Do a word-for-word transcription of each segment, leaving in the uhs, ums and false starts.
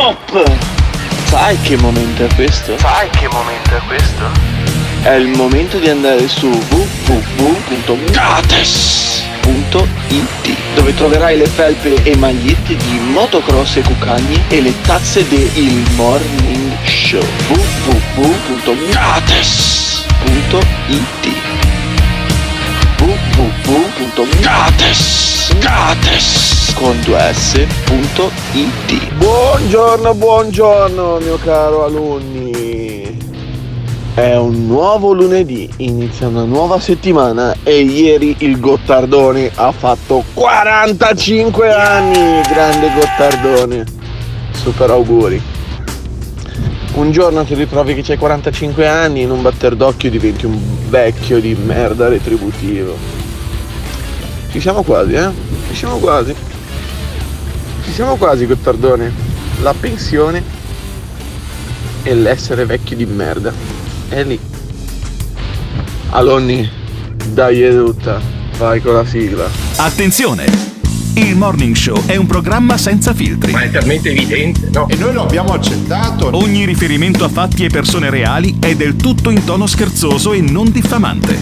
Stop! Sai che momento è questo? Sai che momento è questo? È il momento di andare su w w w punto gates punto i t, dove troverai le felpe e magliette di motocross e cucagni e le tazze del Morning Show. w w w punto gates punto i t w w w punto gates gates con due s punto i t. Buongiorno, buongiorno mio caro alunni. È un nuovo lunedì, inizia una nuova settimana e ieri il Gottardone ha fatto quarantacinque anni. Grande Gottardone, super auguri. Un giorno ti ritrovi che c'hai quarantacinque anni, in un batter d'occhio diventi un vecchio di merda retributivo. Ci siamo quasi, eh? Ci siamo quasi. Ci siamo quasi, Gottardone. La pensione e l'essere vecchi di merda è lì. Alonni, dai è tutta, vai con la sigla. Attenzione! Il Morning Show è un programma senza filtri. Ma è talmente evidente, no? E noi lo abbiamo accettato. Ogni riferimento a fatti e persone reali è del tutto in tono scherzoso e non diffamante.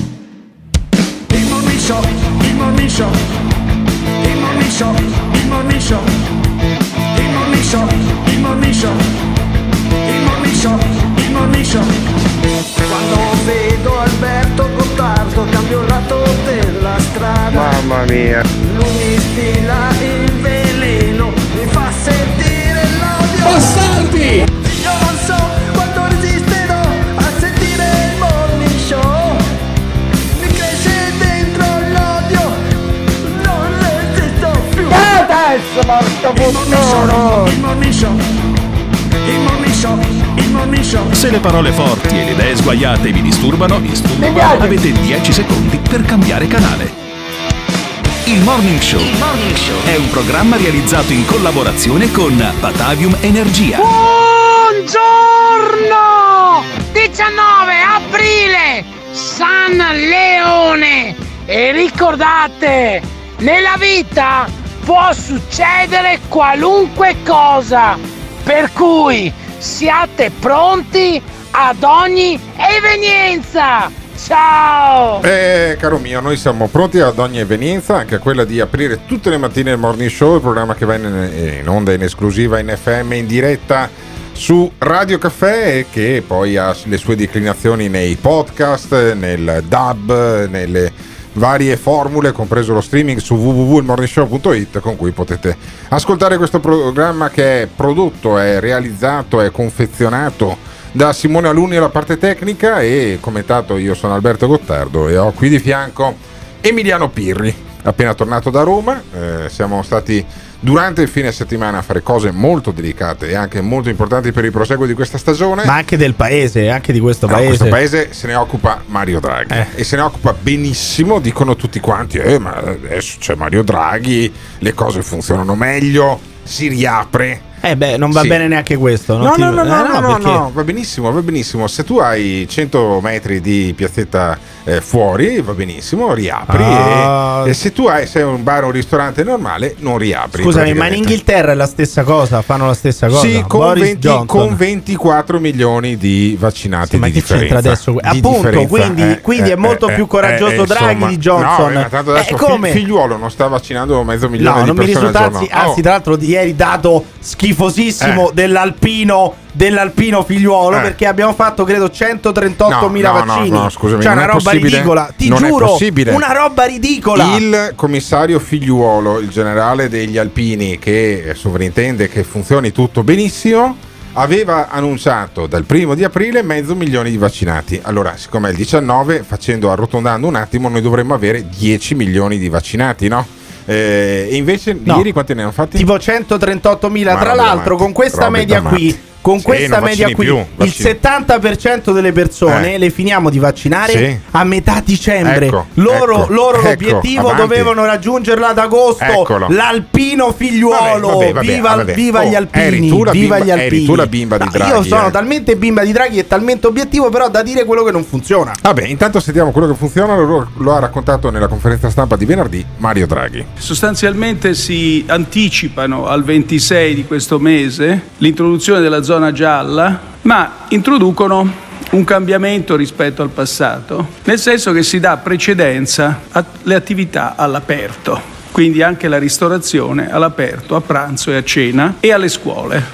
Il Morning Show, il Morning Show, il Morning Show, il Morning Show, il Morning Show, il Morning Show, il Morning Show, il Morning Show. Quando vedo Alberto Gottardo cambio lato della strada. Mamma mia. Lui mi stila il veleno, mi fa sentire l'odio. Bastardi! Io non so quanto resisterò a sentire il Morning Show. Mi cresce dentro l'odio, non resisto più. E adesso Marco Buttoro! Il Morning Show, il Morning Show, il Morning Show. Se le parole forti e le idee sguaiate vi disturbano, avete dieci secondi per cambiare canale. Il Morning Show, il Morning Show è un programma realizzato in collaborazione con Batavium Energia. Buongiorno! diciannove aprile, San Leone! E ricordate, nella vita può succedere qualunque cosa, per cui siate pronti ad ogni evenienza! Ciao! Eh, caro mio, noi siamo pronti ad ogni evenienza, anche a quella di aprire tutte le mattine il Morning Show, il programma che va in, in onda in esclusiva in F M, in diretta su Radio Caffè e che poi ha le sue declinazioni nei podcast, nel D A B, nelle varie formule, compreso lo streaming su w w w punto il morning show punto i t, con cui potete ascoltare questo programma che è prodotto, è realizzato, è confezionato da Simone Alunni alla parte tecnica e commentato. Io sono Alberto Gottardo e ho qui di fianco Emiliano Pirri, appena tornato da Roma. Eh, siamo stati durante il fine settimana a fare cose molto delicate e anche molto importanti per il proseguo di questa stagione, ma anche del paese, anche di questo no, paese. Questo paese se ne occupa Mario Draghi eh. e se ne occupa benissimo. Dicono tutti quanti eh ma adesso c'è Mario Draghi, le cose funzionano meglio, si riapre. Eh beh, non va sì. bene neanche questo. No, ti... no, no, no, eh, no, no, perché... no, va benissimo, va benissimo. Se tu hai cento metri di piazzetta eh, fuori, va benissimo, riapri. Ah. E, e se tu hai, sei un bar o un ristorante normale, non riapri. Scusami, ma in Inghilterra è la stessa cosa? Fanno la stessa cosa? Sì, con, venti, con ventiquattro milioni di vaccinati. Sì, di ma che c'entra adesso? Di Appunto, quindi, eh, quindi eh, è molto eh, più coraggioso eh, Draghi insomma, di Johnson. No, ma tanto adesso eh, come? Figliuolo non sta vaccinando mezzo milione no, di persone al giorno. No, non mi risulta, anzi, tra l'altro ieri dato schifosissimo Eh. dell'alpino dell'alpino figliuolo eh. perché abbiamo fatto credo centotrentottomila no, no, vaccini. No, no, scusami, cioè non una è roba possibile. ridicola. Ti non giuro, è possibile. una roba ridicola. Il commissario Figliuolo, il generale degli alpini che sovrintende che funzioni tutto benissimo, aveva annunciato dal primo di aprile mezzo milione di vaccinati. Allora, siccome è il diciannove, facendo arrotondando un attimo, noi dovremmo avere dieci milioni di vaccinati, no? Eh, e invece no. ieri quanti ne hanno fatti? Tipo centotrentottomila. Tra l'altro, con questa media qui, con Sì, questa non media vaccini qui più, il vaccini. settanta per cento delle persone Eh. le finiamo di vaccinare Sì. a metà dicembre. Ecco, loro ecco, loro ecco, l'obiettivo avanti. dovevano raggiungerlo ad agosto. Eccolo. L'alpino figliuolo. Vabbè, vabbè, viva vabbè. viva Oh, gli alpini. eri tu la viva bimba- gli alpini. eri tu la bimba di No, Draghi, io sono eh. talmente bimba di Draghi e talmente obiettivo, però da dire quello che non funziona. Vabbè, intanto sentiamo quello che funziona, lo, lo ha raccontato nella conferenza stampa di venerdì Mario Draghi. Sostanzialmente si anticipano al ventisei di questo mese l'introduzione della zona gialla, ma introducono un cambiamento rispetto al passato, nel senso che si dà precedenza alle attività all'aperto, quindi anche la ristorazione all'aperto, a pranzo e a cena, e alle scuole.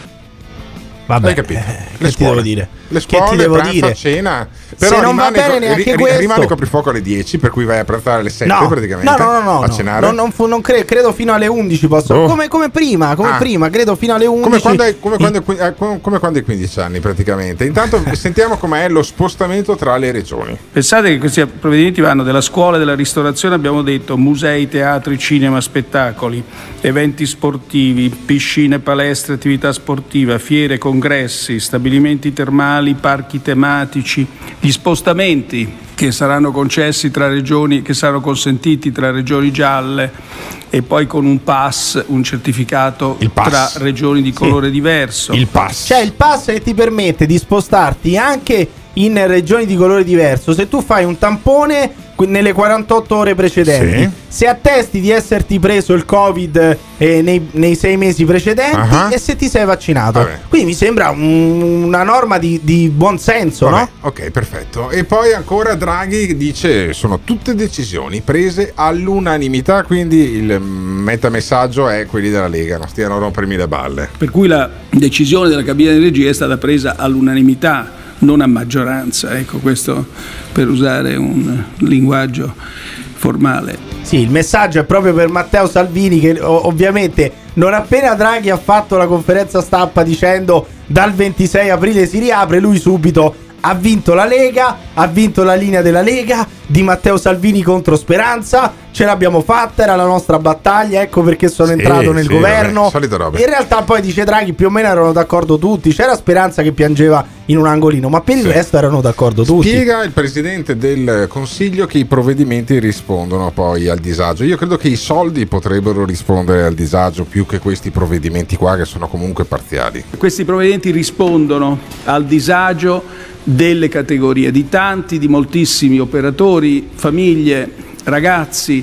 Vabbè, Hai capito? eh, Le che ti devo dire? Le Che scuole, ti devo pranzo, dire? cena. Però Se non va rimane, bene co- neanche ri- questo. rimane coprifuoco alle dieci, per cui vai a pranzare alle sette No, praticamente. no, no, no, a no, cenare. no, non, fu- non cre- credo fino alle undici posso. Oh. Come, come prima, come Ah. prima, credo fino alle undici. Come quando, hai, come, quando, hai qui- eh, come- come quando hai quindici anni praticamente. Intanto sentiamo com'è lo spostamento tra le regioni. Pensate che questi provvedimenti vanno dalla scuola e della ristorazione, abbiamo detto musei, teatri, cinema, spettacoli, eventi sportivi, piscine, palestre, attività sportiva, fiere, congressi, stabilimenti termali, parchi tematici, gli spostamenti che saranno concessi tra regioni, che saranno consentiti tra regioni gialle e poi con un pass, un certificato Il pass. tra regioni di colore diverso. Il pass. C'è il pass che ti permette di spostarti anche in regioni di colore diverso se tu fai un tampone que- nelle quarantotto ore precedenti. Sì. Se attesti di esserti preso il Covid eh, nei, nei sei mesi precedenti Ah. e se ti sei vaccinato. Vabbè. Quindi mi sembra un- una norma di, di buon senso, Vabbè, no? ok, perfetto. E poi ancora Draghi dice sono tutte decisioni prese all'unanimità, quindi il metamessaggio è quelli della Lega, non stiano a rompermi le balle. Per cui la decisione della cabina di regia è stata presa all'unanimità, non a maggioranza, ecco, questo per usare un linguaggio formale. Sì, il messaggio è proprio per Matteo Salvini che o- ovviamente non appena Draghi ha fatto la conferenza stampa dicendo dal ventisei aprile si riapre, lui subito ha vinto la Lega, ha vinto la linea della Lega, di Matteo Salvini contro Speranza, ce l'abbiamo fatta, era la nostra battaglia, ecco perché sono Sì, entrato nel sì, governo. vabbè, solita roba. In realtà poi dice Draghi più o meno erano d'accordo tutti, c'era Speranza che piangeva in un angolino, ma per il Sì. resto erano d'accordo tutti. Spiega il Presidente del Consiglio che i provvedimenti rispondono poi al disagio. Io credo che i soldi potrebbero rispondere al disagio più che questi provvedimenti qua che sono comunque parziali. Questi provvedimenti rispondono al disagio delle categorie, di tanti, di moltissimi operatori, famiglie, ragazzi,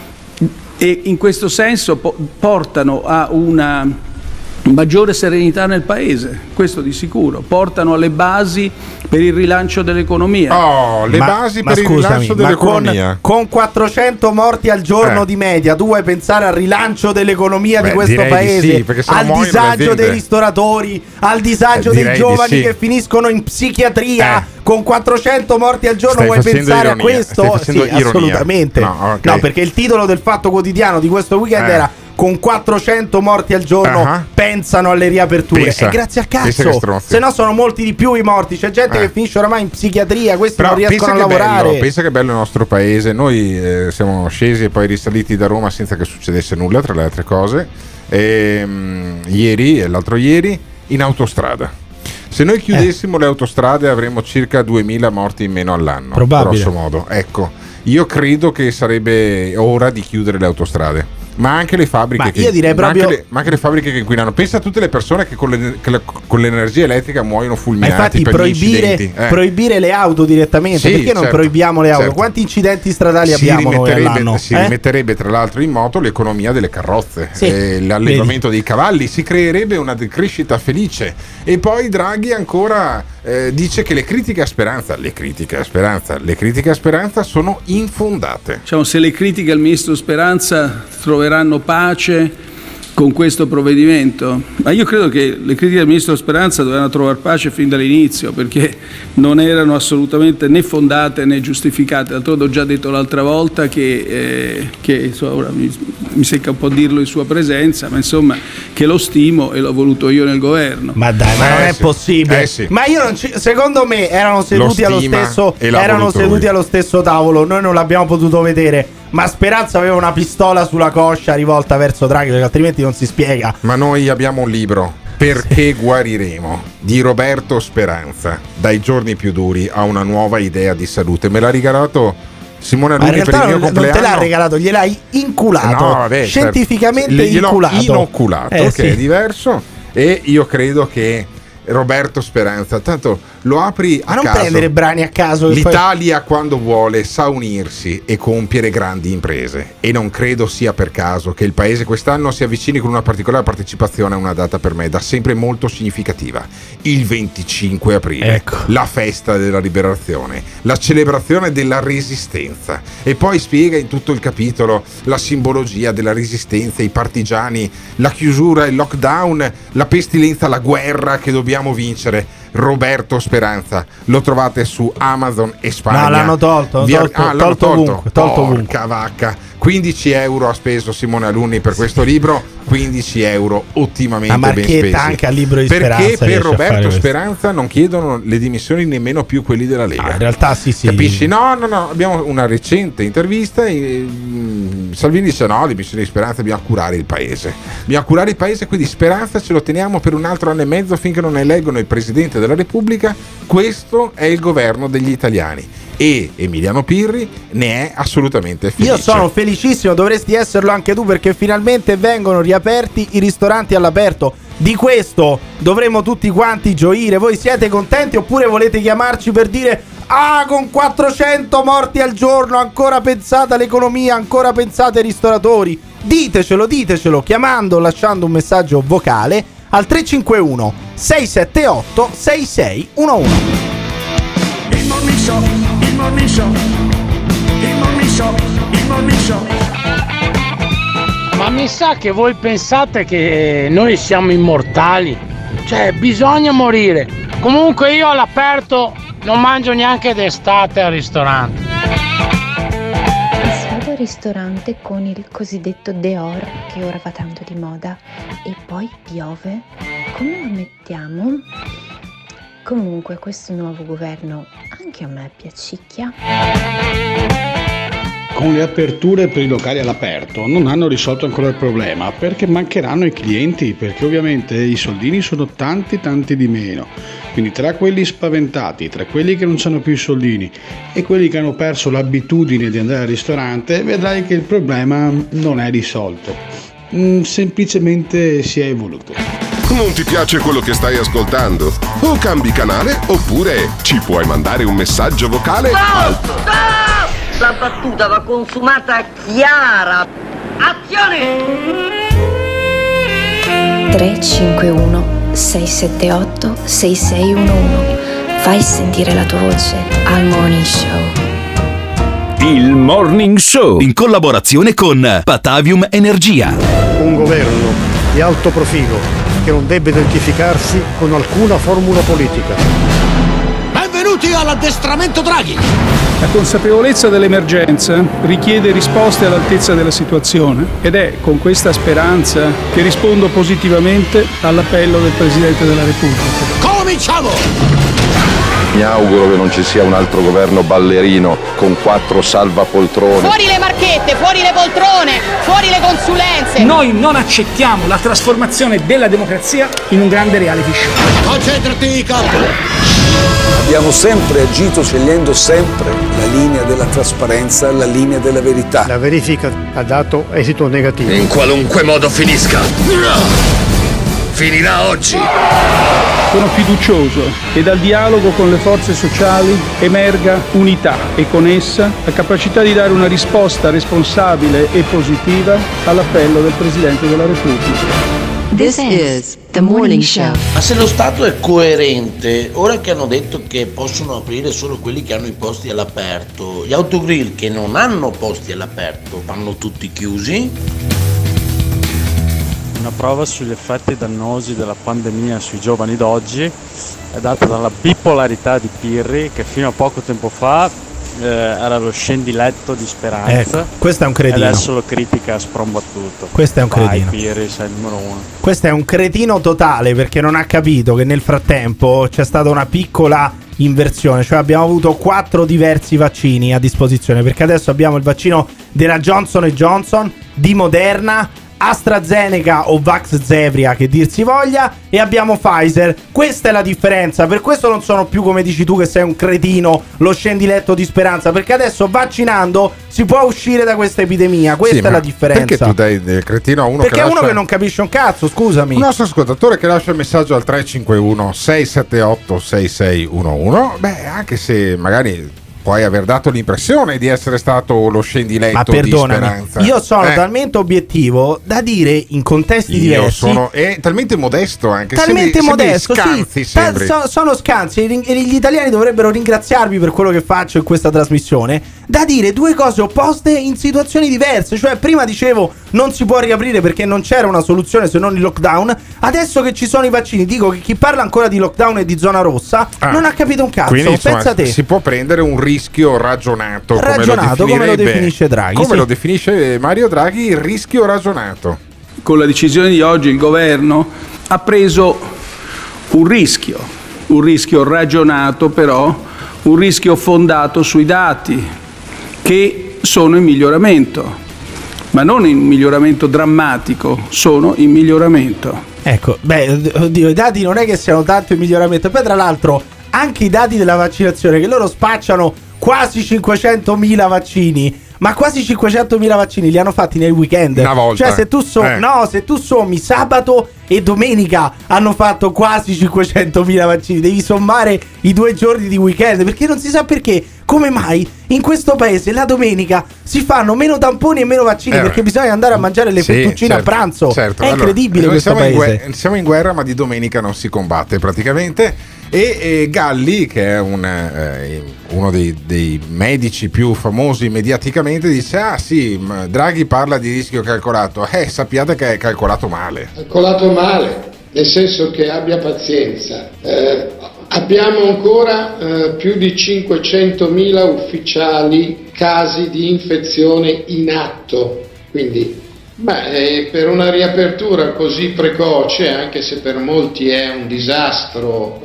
e in questo senso po- portano a una maggiore serenità nel paese, questo di sicuro, portano alle basi per il rilancio dell'economia. Oh, le Ma- basi ma per il scusami, rilancio ma dell'economia. Con, con quattrocento morti al giorno Eh. di media, tu vuoi pensare al rilancio dell'economia Beh, di questo direi di paese, sì, perché se no al muoiono le disagio aziende. dei ristoratori, al disagio Eh, dei direi di giovani sì. che finiscono in psichiatria, Eh. con quattrocento morti al giorno, Stai vuoi facendo pensare ironia, a questo? stai facendo Sì, ironia. assolutamente. No, ok. No, perché il titolo del Fatto Quotidiano di questo weekend Eh. era con quattrocento morti al giorno Ah. pensano alle riaperture. Pensa. E grazie al Pensa che cazzo, stronzi. se no sono molti di più i morti. C'è gente Eh. che finisce oramai in psichiatria, questi Però non riescono pensa a che, è lavorare. bello, pensa che è bello il nostro paese. Noi eh, siamo scesi e poi risaliti da Roma senza che succedesse nulla, tra le altre cose. E, mh, ieri e l'altro ieri in autostrada. Se noi chiudessimo le autostrade avremmo circa duemila morti in meno all'anno. Probabile. Grosso modo. Ecco, io credo che sarebbe ora di chiudere le autostrade. Ma anche le fabbriche, Ma che, io direi ma proprio- anche le, ma anche le fabbriche che inquinano. Pensa a tutte le persone che con, le- che la- con l'energia elettrica muoiono Ma fulminati infatti per gli proibire, incidenti. Eh. proibire le auto direttamente, Sì, perché non certo, proibiamo le auto? certo. Quanti incidenti stradali si abbiamo noi rimetterebbe, all'anno? si eh? rimetterebbe tra l'altro in moto l'economia delle carrozze, Sì, e l'allevamento dei cavalli, si creerebbe una crescita felice. E poi Draghi ancora eh, dice che le critiche a Speranza, le critiche a Speranza, le critiche a Speranza sono infondate. Diciamo, se le critiche al ministro Speranza troveranno pace con questo provvedimento, ma io credo che le critiche al ministro Speranza dovevano trovare pace fin dall'inizio, perché non erano assolutamente né fondate né giustificate. D'altronde ho già detto l'altra volta che, eh, che insomma, ora mi, mi secca un po' dirlo in sua presenza, ma insomma che lo stimo e l'ho voluto io nel governo. Ma dai, ma Eh, non è sì. possibile. Eh, sì. Ma io non ci, secondo me erano seduti Lo allo stima stesso e l'ha erano voluto seduti lui. allo stesso tavolo, noi non l'abbiamo potuto vedere. Ma Speranza aveva una pistola sulla coscia rivolta verso Draghi, perché altrimenti non si spiega. Ma noi abbiamo un libro, Perché guariremo, di Roberto Speranza, dai giorni più duri a una nuova idea di salute. Me l'ha regalato Simone Alunni per il mio non, compleanno. Non te l'ha regalato, gliel'hai inculato. No, vabbè, scientificamente certo. Gliel'ho inculato. inoculato, eh, che sì. è diverso. E io credo che Roberto Speranza, tanto lo apri a Ma non caso. prendere brani a caso. L'Italia poi... quando vuole sa unirsi e compiere grandi imprese, e non credo sia per caso che il paese quest'anno si avvicini con una particolare partecipazione a una data per me da sempre molto significativa: il venticinque aprile, ecco. La festa della liberazione, la celebrazione della resistenza. E poi spiega in tutto il capitolo la simbologia della resistenza, i partigiani, la chiusura, il lockdown, la pestilenza, la guerra che dobbiamo vincere. Roberto Speranza, lo trovate su Amazon e Spagna. No, l'hanno tolto, Via... tolto, ah, l'hanno tolto tolto. ovunque, tolto Porca ovunque. vacca. quindici euro ha speso Simone Alunni per questo libro, quindici euro ottimamente a ben spesi. anche al libro di Perché Speranza per Roberto questo. Speranza non chiedono le dimissioni nemmeno più quelli della Lega. Ah, in realtà sì sì. Capisci? No, no, no, abbiamo una recente intervista e mm, Salvini dice no, le dimissioni di Speranza, dobbiamo curare il paese. Dobbiamo curare il paese, quindi Speranza ce lo teniamo per un altro anno e mezzo finché non eleggono il Presidente della Repubblica. Questo è il governo degli italiani. E Emiliano Pirri ne è assolutamente felice. Io sono felicissimo, dovresti esserlo anche tu, perché finalmente vengono riaperti i ristoranti all'aperto. Di questo dovremmo tutti quanti gioire. Voi siete contenti oppure volete chiamarci per dire: ah, con quattrocento morti al giorno ancora pensate all'economia, ancora pensate ai ristoratori? Ditecelo, ditecelo chiamando o lasciando un messaggio vocale al tre cinque uno sei sette otto sei sei uno uno. Il Morning Show, il Morning Show, il Morning Show, il Morning Show. Ma mi sa che voi pensate che noi siamo immortali. Cioè, bisogna morire. Comunque io all'aperto non mangio neanche d'estate al ristorante. Vado al ristorante con il cosiddetto Deor, che ora va tanto di moda, e poi piove. Come lo mettiamo? Comunque questo nuovo governo anche a me piacicchia. Con le aperture per i locali all'aperto non hanno risolto ancora il problema, perché mancheranno i clienti, perché ovviamente i soldini sono tanti tanti di meno. Quindi tra quelli spaventati, tra quelli che non hanno più i soldini e quelli che hanno perso l'abitudine di andare al ristorante, vedrai che il problema non è risolto, mm, semplicemente si è evoluto. Non ti piace quello che stai ascoltando? O cambi canale oppure ci puoi mandare un messaggio vocale al... La battuta va consumata chiara. Azione! tre cinque uno sei sette otto sei sei uno uno. Fai sentire la tua voce al Morning Show. Il Morning Show in collaborazione con Patavium Energia. Un governo di alto profilo che non debba identificarsi con alcuna formula politica. Benvenuti all'addestramento Draghi! La consapevolezza dell'emergenza richiede risposte all'altezza della situazione ed è con questa speranza che rispondo positivamente all'appello del Presidente della Repubblica. Cominciamo! Mi auguro che non ci sia un altro governo ballerino con quattro salvapoltrone. Fuori le marchette, fuori le poltrone, fuori le consulenze. Noi non accettiamo la trasformazione della democrazia in un grande reality show. Concentrati, capo! Abbiamo sempre agito scegliendo sempre la linea della trasparenza, la linea della verità. La verifica ha dato esito negativo. In qualunque modo finisca, finirà oggi. Sono fiducioso che dal dialogo con le forze sociali emerga unità e con essa la capacità di dare una risposta responsabile e positiva all'appello del Presidente della Repubblica. This is the Morning Show. Ma se lo Stato è coerente, ora che hanno detto che possono aprire solo quelli che hanno i posti all'aperto, gli autogrill che non hanno posti all'aperto vanno tutti chiusi? Una prova sugli effetti dannosi della pandemia sui giovani d'oggi è data dalla bipolarità di Pirri, che fino a poco tempo fa eh, era lo scendiletto di Speranza. Ecco, questo è un cretino. E adesso lo critica sprombattuto. Questo è un Vai, cretino. Pirri, sei il numero uno. Questo è un cretino totale, perché non ha capito che nel frattempo c'è stata una piccola inversione, cioè abbiamo avuto quattro diversi vaccini a disposizione, perché adesso abbiamo il vaccino della Johnson and Johnson, di Moderna, AstraZeneca o Vaxzevria, che dir si voglia, e abbiamo Pfizer. Questa è la differenza. Per questo non sono più, come dici tu, che sei un cretino, lo scendiletto di speranza, perché adesso vaccinando si può uscire da questa epidemia. Questa Sì, è ma la differenza. Perché tu dai del cretino a uno Perché che è uno lascia... che non capisce un cazzo, scusami. Un nostro ascoltatore che lascia il messaggio al tre cinque uno sei sette otto sei sei uno uno, beh, anche se magari puoi aver dato l'impressione di essere stato lo scendiletto Ma di perdonami, speranza. io sono Eh. talmente obiettivo da dire in contesti Io diversi. sono è talmente modesto anche Talmente sembri, modesto, sembri scanzi, sì. Ta- sembri. so- sono scansi e ring- e gli italiani dovrebbero ringraziarmi per quello che faccio in questa trasmissione, da dire due cose opposte in situazioni diverse. Cioè, prima dicevo non si può riaprire perché non c'era una soluzione se non il lockdown. Adesso che ci sono i vaccini, dico che chi parla ancora di lockdown e di zona rossa Ah. non ha capito un cazzo. Quindi, insomma, pensa te. si può prendere un rischio ragionato, Ragionato, come lo, come lo definirebbe- definisce Draghi, come sì. lo definisce Mario Draghi, il rischio ragionato. Con la decisione di oggi il governo ha preso un rischio, un rischio ragionato però, un rischio fondato sui dati che sono in miglioramento, ma non in miglioramento drammatico, sono in miglioramento. Ecco, beh, oddio, i dati non è che siano tanto in miglioramento. Poi tra l'altro anche i dati della vaccinazione, che loro spacciano quasi cinquecentomila vaccini, ma quasi cinquecentomila vaccini li hanno fatti nel weekend. Una volta. Cioè se tu so- Eh. no, se tu sommi sabato e domenica hanno fatto quasi cinquecentomila vaccini. Devi sommare i due giorni di weekend, perché non si sa perché, come mai in questo paese la domenica si fanno meno tamponi e meno vaccini, Eh, perché bisogna andare a mangiare le Sì, fettuccine certo, a pranzo. certo. È Allora, incredibile noi questo siamo in paese. guerra- siamo in guerra, ma di domenica non si combatte praticamente. E, e Galli, che è un, eh, uno dei, dei medici più famosi mediaticamente, dice: ah sì, ma Draghi parla di rischio calcolato. Eh, sappiate che è calcolato male. Calcolato male, nel senso che abbia pazienza. Eh, abbiamo ancora eh, più di cinquecentomila ufficiali casi di infezione in atto, quindi beh, eh, per una riapertura così precoce, anche se per molti è un disastro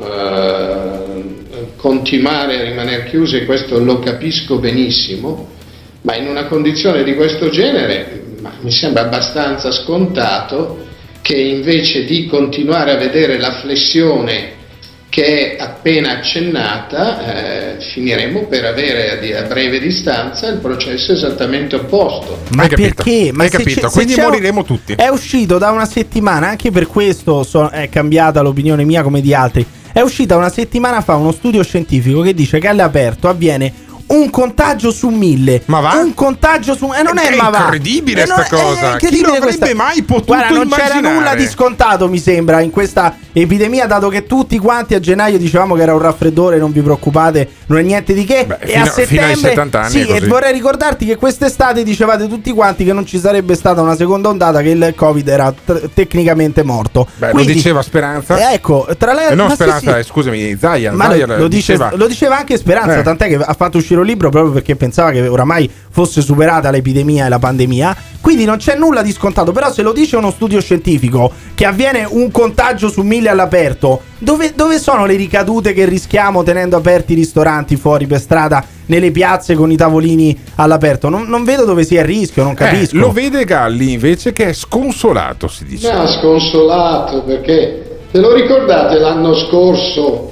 eh, continuare a rimanere chiusi, e questo lo capisco benissimo, ma in una condizione di questo genere ma mi sembra abbastanza scontato che invece di continuare a vedere la flessione che è appena accennata, eh, finiremo per avere a, di- a breve distanza il processo esattamente opposto. Ma perché? Ma Hai se capito? c'è- se Quindi c'è un- moriremo tutti. È uscito da una settimana, anche per questo so- è cambiata l'opinione mia come di altri. È uscita una settimana fa uno studio scientifico che dice che all'aperto avviene un contagio su mille. Ma va? Un contagio su... E non è, È ma va. incredibile E non- sta è- cosa. È incredibile Chi lo avrebbe questa- mai potuto Guarda, non c'era immaginare? nulla di scontato, mi sembra, in questa epidemia, dato che tutti quanti a gennaio dicevamo che era un raffreddore, non vi preoccupate, non è niente di che. e fino- a fino ai settembre settanta anni sì, è e così. vorrei ricordarti che quest'estate dicevate tutti quanti che non ci sarebbe stata una seconda ondata, che il Covid era t- tecnicamente morto. Beh, Quindi- lo diceva Speranza. Ecco, tra le E non ma sì, Speranza, sì. eh, scusami, Zaia. Ma Zaia lo, lo dice- diceva- lo diceva anche Speranza, Eh. tant'è che ha fatto uscire un libro proprio perché pensava che oramai fosse superata l'epidemia e la pandemia. Quindi non c'è nulla di scontato. Però se lo dice uno studio scientifico che avviene un contagio su mille all'aperto, dove, dove sono le ricadute che rischiamo tenendo aperti i ristoranti fuori per strada, nelle piazze con i tavolini all'aperto? Non, non vedo dove sia il rischio, non Eh, capisco. lo vede Galli invece che è sconsolato, si dice. No, sconsolato, perché se lo ricordate l'anno scorso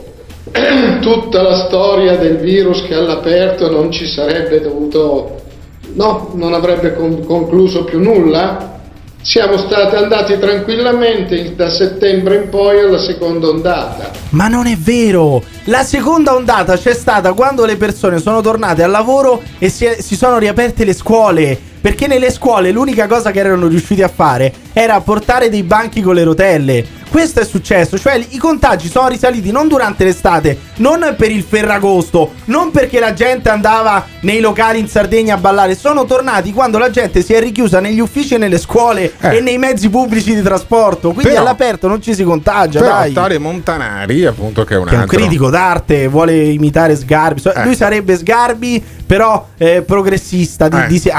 tutta la storia del virus che all'aperto non ci sarebbe dovuto, no, non avrebbe con- concluso più nulla? Siamo stati andati tranquillamente da settembre in poi alla seconda ondata. Ma non è vero! La seconda ondata c'è stata quando le persone sono tornate al lavoro e si, è- si sono riaperte le scuole. Perché nelle scuole l'unica cosa che erano riusciti a fare era portare dei banchi con le rotelle. Questo è successo, cioè i contagi sono risaliti non durante l'estate, non per il Ferragosto, non perché la gente andava nei locali in Sardegna a ballare, sono tornati quando la gente si è richiusa negli uffici e nelle scuole Eh. e nei mezzi pubblici di trasporto. Quindi Però- all'aperto non ci si contagia, Però dai. tale Montanari, appunto, che è un Che è un altro critico d'arte, vuole imitare Sgarbi. So- Eh. Lui sarebbe Sgarbi, però eh, progressista, di, Eh. di- anzi di sinistra.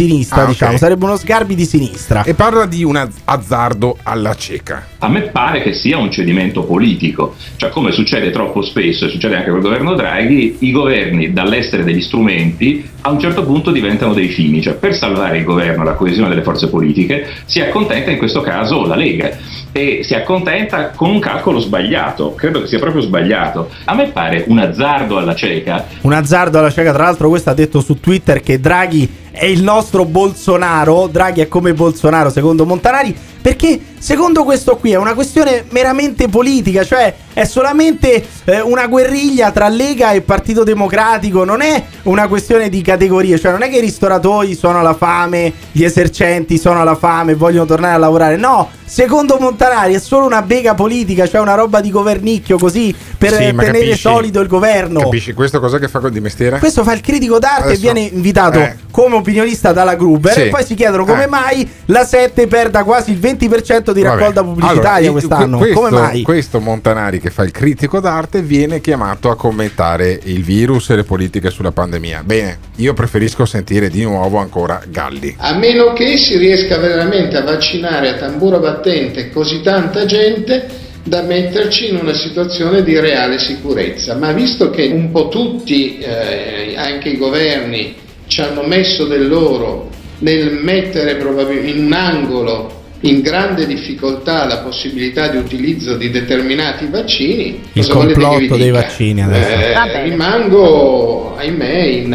sinistra, Ah, diciamo, ok. sarebbe uno Sgarbi di sinistra. E parla di un az- azzardo alla cieca. A me pare che sia un cedimento politico, cioè come succede troppo spesso e succede anche col governo Draghi, i governi dall'essere degli strumenti a un certo punto diventano dei fini, cioè per salvare il governo, la coesione delle forze politiche, si accontenta in questo caso la Lega e si accontenta con un calcolo sbagliato, credo che sia proprio sbagliato. A me pare un azzardo alla cieca. Un azzardo alla cieca, tra l'altro questo ha detto su Twitter che Draghi è il nostro Bolsonaro, Draghi è come Bolsonaro secondo Montanari, perché secondo questo qui è una questione meramente politica, cioè è solamente eh, una guerriglia tra Lega e Partito Democratico, non è una questione di categorie, cioè non è che i ristoratori sono alla fame, gli esercenti sono alla fame e vogliono tornare a lavorare, no, secondo Montanari è solo una bega politica, cioè una roba di governicchio così per Sì, ma tenere capisci- solido il governo. Capisci questo cosa che fa di mestiere? Questo fa il critico d'arte Adesso- e viene invitato eh. come opinionista dalla Gruber Sì. e poi si chiedono come Eh. mai la sette perda quasi il venti per cento di raccolta Vabbè. pubblicitaria Allora, quest'anno. que- questo, Come mai? Questo Montanari che fa il critico d'arte viene chiamato a commentare il virus e le politiche sulla pandemia. Bene, io preferisco sentire di nuovo ancora Galli. A meno che si riesca veramente a vaccinare a tamburo battente così tanta gente da metterci in una situazione di reale sicurezza. Ma visto che un po' tutti, eh, anche i governi, ci hanno messo del loro nel mettere probabilmente in un angolo in grande difficoltà la possibilità di utilizzo di determinati vaccini, Il cosa volete che vi complotto dei dica? vaccini adesso. Eh, Va bene. rimango, ahimè, in,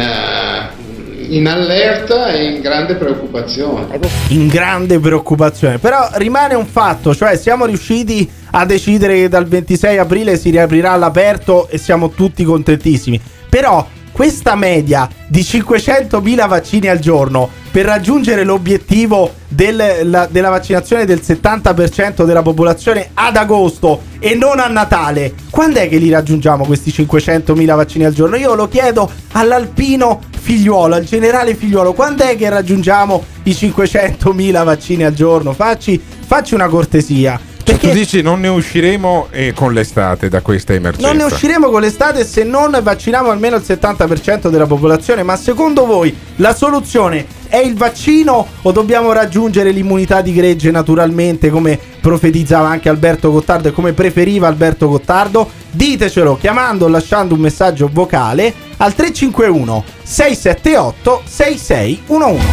eh, in allerta e in grande preoccupazione. In grande preoccupazione. Però rimane un fatto, cioè siamo riusciti a decidere che dal ventisei aprile si riaprirà all'aperto e siamo tutti contentissimi. Però questa media di cinquecentomila vaccini al giorno per raggiungere l'obiettivo del, la, della vaccinazione del settanta per cento della popolazione ad agosto e non a Natale, quando è che li raggiungiamo questi cinquecentomila vaccini al giorno? Io lo chiedo all'alpino Figliuolo, al generale Figliuolo, quando è che raggiungiamo i cinquecentomila vaccini al giorno? Facci, facci una cortesia. Cioè, tu dici non ne usciremo eh, con l'estate da questa emergenza? Non ne usciremo con l'estate se non vacciniamo almeno il settanta per cento della popolazione. Ma secondo voi la soluzione è il vaccino o dobbiamo raggiungere l'immunità di gregge naturalmente, come profetizzava anche Alberto Gottardo e come preferiva Alberto Gottardo? Ditecelo chiamando o lasciando un messaggio vocale al tre cinque uno sei sette otto sei sei uno uno.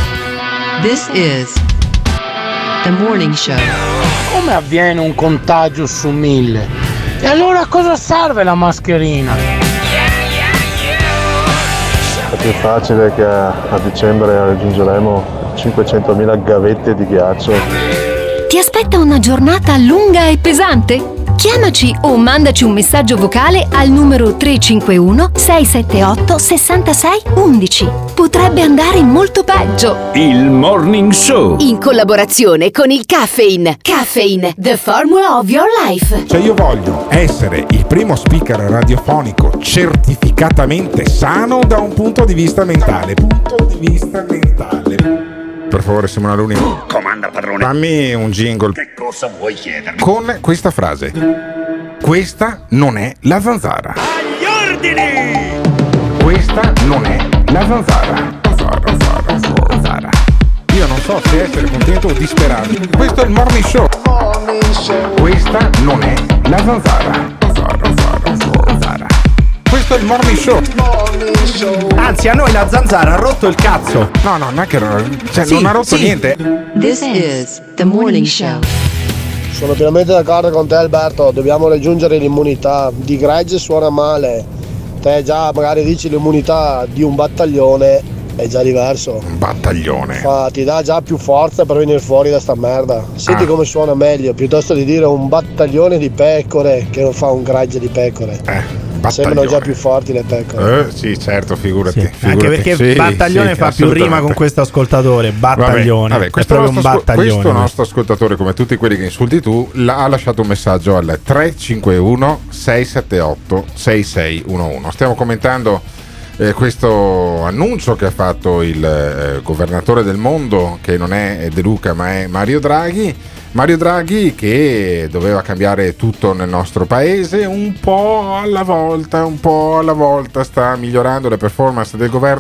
This is The Morning Show. Come avviene un contagio su mille? E allora a cosa serve la mascherina? È più facile che a, a dicembre raggiungeremo cinquecentomila gavette di ghiaccio. Ti aspetta una giornata lunga e pesante? Chiamaci o mandaci un messaggio vocale al numero tre cinque uno sei sette otto sei sei uno uno. Potrebbe andare molto peggio. Il Morning Show. In collaborazione con il Caffeine. Caffeine, the formula of your life. Cioè io voglio essere il primo speaker radiofonico certificatamente sano da un punto di vista mentale. Punto di vista mentale. Per favore, Simona Luni, Comanda, padrone. fammi un jingle Che cosa vuoi chiedermi? con questa frase. Questa non è la zanzara. Agli ordini! Questa non è la zanzara. Zanzara, zanzara, zanzara. Io non so se essere contento o disperato. Questo è il Morning Show. Questa non è la zanzara. Zanzara, zanzara, zanzara. Questo è il Morning Show. Anzi, a noi la zanzara ha rotto il cazzo. No, no, non è che cioè, Sì, non ha rotto sì. niente. This is The Morning Show. Sono pienamente d'accordo con te, Alberto, dobbiamo raggiungere l'immunità. Di gregge suona male, te già magari dici l'immunità di un battaglione, è già diverso. Un battaglione. Fa, ti dà già più forza per venire fuori da sta merda. Senti Ah. come suona meglio, piuttosto di dire un battaglione di pecore che non fa un gregge di pecore. Eh, Sembrano battaglione. già più forti le pecore. Eh, sì, certo, figurati. Anche figurati. perché Sì, battaglione sì, fa più rima assolutamente. con questo ascoltatore. Battaglione. Vabbè, vabbè, è questo, proprio un nostro, asco- battaglione. questo nostro ascoltatore, come tutti quelli che insulti tu, l'ha- ha lasciato un messaggio al tre cinque uno sei sette otto sei sei uno uno. Stiamo commentando eh, questo annuncio che ha fatto il eh, governatore del mondo, che non è De Luca ma è Mario Draghi. Mario Draghi che doveva cambiare tutto nel nostro paese un po' alla volta, un po' alla volta sta migliorando le performance del governo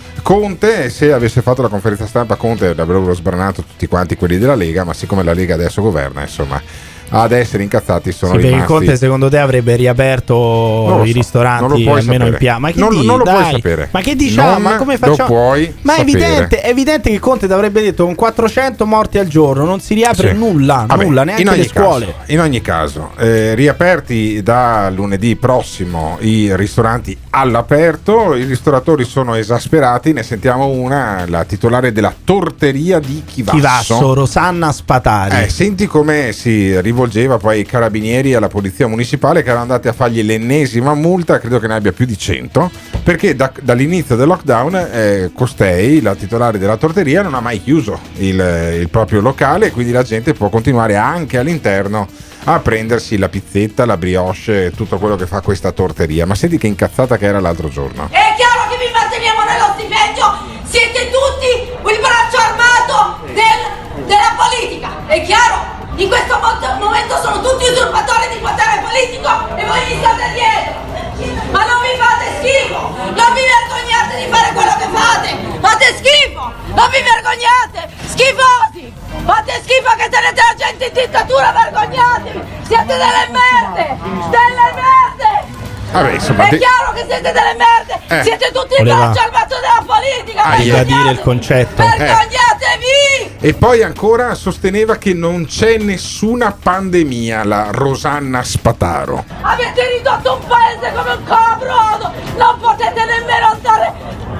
Conte, se avesse fatto la conferenza stampa Conte avrebbero sbranato tutti quanti quelli della Lega, ma siccome la Lega adesso governa, insomma, ad essere incazzati sono sì, rimasti. Perché Conte secondo te avrebbe riaperto i so, ristoranti almeno sapere. in piazza? Ma che non, di, non lo dai, puoi sapere. Ma che diciamo? Non ma come facciamo? Lo puoi ma è evidente, è evidente che Conte ti avrebbe detto con quattrocento morti al giorno non si riapre sì. nulla, Vabbè, nulla, neanche le scuole. Caso, in ogni caso, eh, riaperti da lunedì prossimo i ristoranti all'aperto, i ristoratori sono esasperati, ne sentiamo una, la titolare della torteria di Chivasso, Chivasso Rosanna Spatari. Eh, senti come si rivolgeva poi ai carabinieri e alla polizia municipale che erano andati a fargli l'ennesima multa, credo che ne abbia più di cento, perché da, dall'inizio del lockdown eh, costei, la titolare della torteria, non ha mai chiuso il, il proprio locale e quindi la gente può continuare anche all'interno a prendersi la pizzetta, la brioche e tutto quello che fa questa torteria. Ma senti che incazzata che era l'altro giorno. È chiaro che vi manteniamo nello stipendio, siete tutti il braccio armato del, della politica, è chiaro? In questo momento sono tutti usurpatori di potere politico e voi mi state dietro. Ma non vi fate schifo, non vi vergognate di fare quello che fate, fate schifo, non vi vergognate, schifosi, fate schifo che tenete la gente in dittatura, vergognatevi, siete delle merde, delle merde. Vabbè, insomma, è de- chiaro che siete delle merde, eh. siete tutti il Voleva... braccio armato della politica, ah, da dire il concetto. Vergognatevi! E poi ancora sosteneva che non c'è nessuna pandemia, la Rosanna Spataro. Avete ridotto un paese come un colabrodo, non potete nemmeno andare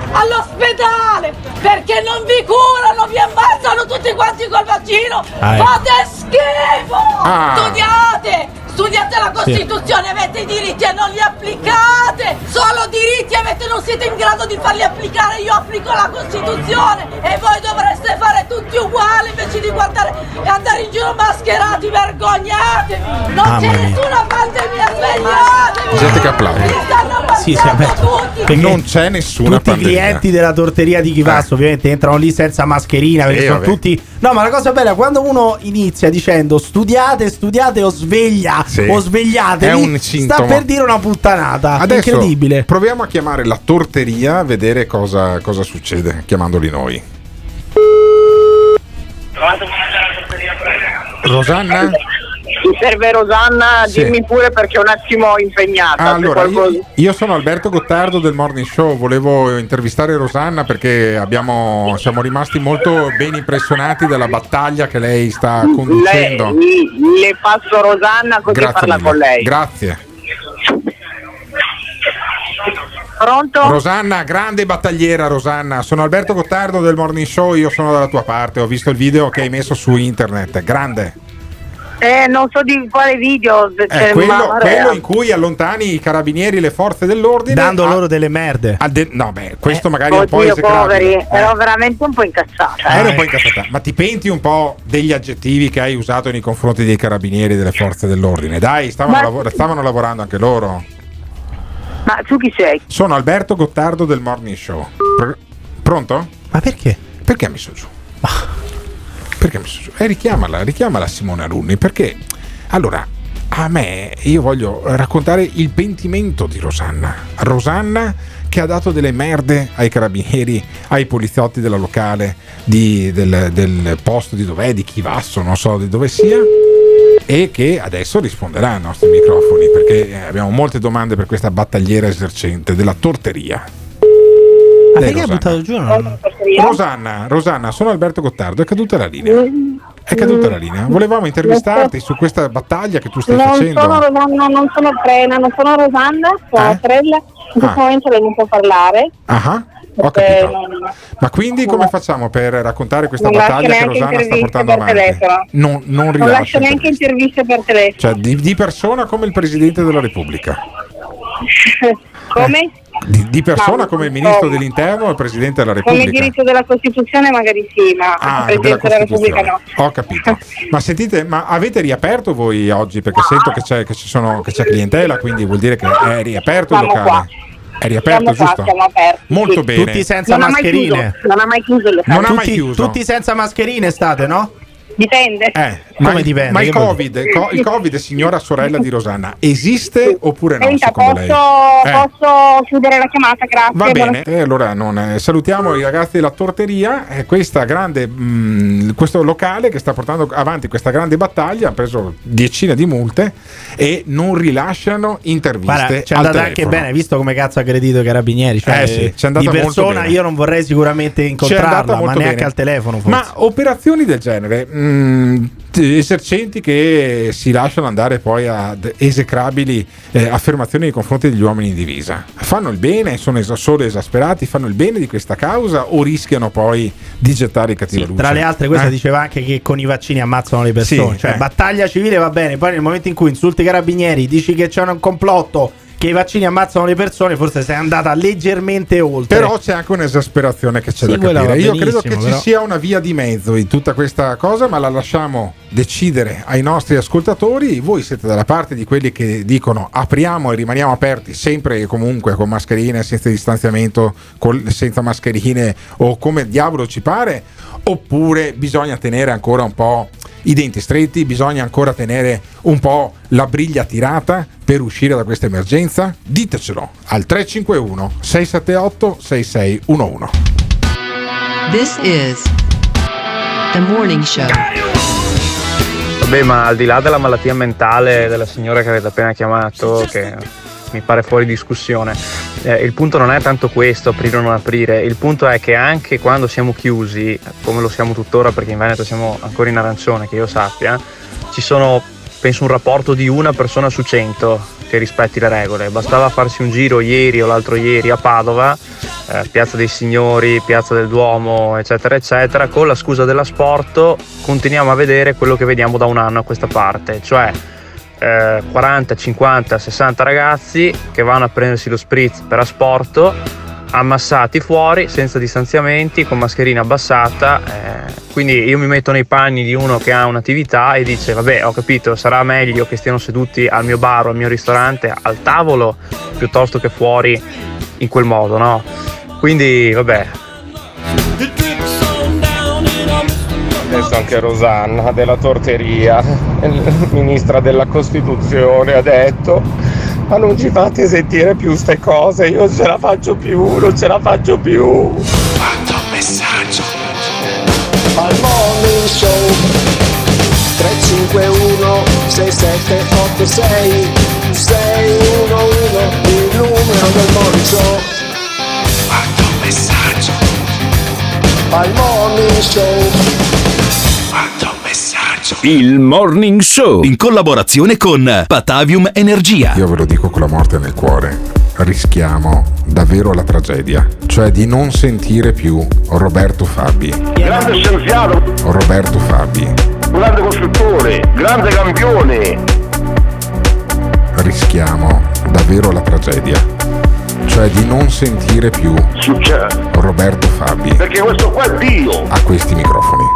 all'ospedale perché non vi curano, vi ammazzano tutti quanti col vaccino. Ah, fate schifo! Ah. Studiate! Studiate la Costituzione, sì. Avete i diritti e non li applicate! Solo diritti avete, non siete in grado di farli applicare, io applico la Costituzione e voi dovreste fare tutti uguali invece di guardare e andare in giro mascherati, vergognatevi! Non ah, c'è nessuna pandemia, svegliatevi! Gente che applaude. Sì, sì, tutti. Non c'è nessuna tutti pandemia. I clienti della torteria di Chivasso eh. ovviamente entrano lì senza mascherina perché sì, sono vabbè. tutti... No, ma la cosa bella è quando uno inizia dicendo studiate, studiate o sveglia sì. o svegliatevi, sta per dire una puttanata. Adesso incredibile. Proviamo a chiamare la torteria a vedere cosa, cosa succede chiamandoli noi. Rosanna? Mi serve Rosanna, sì. Dimmi pure perché è un attimo impegnata. Allora, io, io sono Alberto Gottardo del Morning Show, volevo intervistare Rosanna perché abbiamo, siamo rimasti molto ben impressionati dalla battaglia che lei sta conducendo. Le, le passo Rosanna così Grazie parla mille. con lei. Grazie. Pronto? Rosanna, grande battagliera Rosanna, sono Alberto Gottardo del Morning Show, io sono dalla tua parte, ho visto il video che hai messo su internet, grande. Eh, non so di quale video. Eh, quello, quello in cui allontani i carabinieri e le forze dell'ordine dando a, loro delle merde. De- no, beh, questo eh, magari è un po' esecrabile. Eh. Ero veramente un po' incazzata. Ero un po' incazzata. Ma ti penti un po' degli aggettivi che hai usato nei confronti dei carabinieri e delle forze dell'ordine? Dai, stavano, Ma... lav- stavano lavorando anche loro. Ma tu chi sei? Sono Alberto Gottardo del Morning Show. Pr- pronto? Ma perché? Perché ha messo giù? Perché mi sono... eh, richiamala, richiamala Simone Alunni, perché allora a me io voglio raccontare il pentimento di Rosanna. Rosanna che ha dato delle merde ai carabinieri, ai poliziotti della locale, di, del, del posto di dov'è, di Chivasso, non so di dove sia, e che adesso risponderà ai nostri microfoni perché abbiamo molte domande per questa battagliera esercente della torteria. Ma perché ha buttato giù? Non... Rosanna, Rosanna, sono Alberto Gottardo, è caduta la linea. È caduta la linea. Volevamo intervistarti su questa battaglia che tu stai non facendo. Sono Rosanna, non sono Trena, non sono Rosanna, sono eh? Trella. In questo ah. momento lei non può parlare. Ah, ho capito. Non... Ma quindi come facciamo per raccontare questa non battaglia che Rosanna sta portando avanti? Telefono. Non, non, non lascio neanche interviste per telefono. Cioè di, di persona come il Presidente della Repubblica. Come? Eh. Di, di persona come il Ministro come? dell'Interno e il Presidente della Repubblica. Come diritto della Costituzione magari sì, ma ah, il Presidente della, della Repubblica no. Ho capito. Ma sentite, ma avete riaperto voi oggi? Perché sento che c'è, che ci sono, che c'è clientela, quindi vuol dire che è riaperto siamo il locale. Qua. È riaperto, siamo giusto? Qua, siamo aperti. Molto sì. bene. Tutti senza non mascherine. Ha non ha mai chiuso le Non tutti, ha mai chiuso. Tutti senza mascherine state, no? Dipende. Eh, Come ma, dipende? Ma il Che vuol COVID, co- il COVID, signora sorella di Rosanna, esiste oppure no? Senta, Secondo posso, lei? Eh. posso chiudere la chiamata, grazie. Va bene, Buona- e allora non, eh, salutiamo i ragazzi della torteria, eh, questa grande, mh, questo locale che sta portando avanti questa grande battaglia, ha preso decine di multe e non rilasciano interviste. Guarda, c'è al andata telefono. anche bene, visto come cazzo ha aggredito i carabinieri, cioè Eh sì, c'è andata di molto persona bene. io non vorrei sicuramente C'è andata incontrarla, ma molto neanche bene. al telefono forse. Ma operazioni del genere, mh, esercenti che si lasciano andare poi ad esecrabili eh, affermazioni nei confronti degli uomini in divisa, fanno il bene, sono es- solo esasperati, fanno il bene di questa causa o rischiano poi di gettare i cattivi luce? Tra le altre, questa Eh? diceva anche che con i vaccini ammazzano le persone. Sì, cioè, eh. battaglia civile va bene, poi nel momento in cui insulti i carabinieri, dici che c'è un complotto, che i vaccini ammazzano le persone, forse sei andata leggermente oltre. Però c'è anche un'esasperazione che c'è Sì, da quella capire. va Io credo che benissimo, ci però. sia una via di mezzo in tutta questa cosa, ma la lasciamo decidere ai nostri ascoltatori. Voi siete dalla parte di quelli che dicono apriamo e rimaniamo aperti sempre e comunque con mascherine, senza distanziamento, col- senza mascherine o come diavolo ci pare, oppure bisogna tenere ancora un po' i denti stretti, bisogna ancora tenere un po' la briglia tirata per uscire da questa emergenza? Ditecelo al tre cinque uno sei sette otto sei sei uno uno. This is The Morning Show. Vabbè, ma al di là della malattia mentale della signora che avete appena chiamato, che mi pare fuori discussione, eh, il punto non è tanto questo, aprire o non aprire, il punto è che anche quando siamo chiusi, come lo siamo tuttora perché in Veneto siamo ancora in arancione, che io sappia, ci sono, penso, un rapporto di una persona su cento che rispetti le regole. Bastava farsi un giro ieri o l'altro ieri a Padova, eh, Piazza dei Signori, Piazza del Duomo, eccetera eccetera, con la scusa dell'asporto continuiamo a vedere quello che vediamo da un anno a questa parte, cioè eh, quaranta, cinquanta, sessanta ragazzi che vanno a prendersi lo spritz per asporto, ammassati fuori, senza distanziamenti, con mascherina abbassata, eh, quindi io mi metto nei panni di uno che ha un'attività e dice vabbè, ho capito, sarà meglio che stiano seduti al mio bar o al mio ristorante al tavolo piuttosto che fuori in quel modo, no? Quindi vabbè. Adesso anche Rosanna della torteria, ministra della Costituzione, ha detto: ma non ci fate sentire più ste cose, io non ce la faccio più, non ce la faccio più. Manda un messaggio Al Morning Show tre cinque uno sei sette otto sei sei uno uno, il numero del Morning Show. Manda un messaggio Al Morning Show. Manda un messaggio. Il Morning Show in collaborazione con Patavium Energia. Io ve lo dico con la morte nel cuore, rischiamo davvero la tragedia, cioè di non sentire più Roberto Fabi. Grande scienziato, Roberto Fabi. grande costruttore, grande campione. Rischiamo davvero la tragedia, cioè di non sentire più Succede. Roberto Fabi Perché questo qua è Dio. a questi microfoni.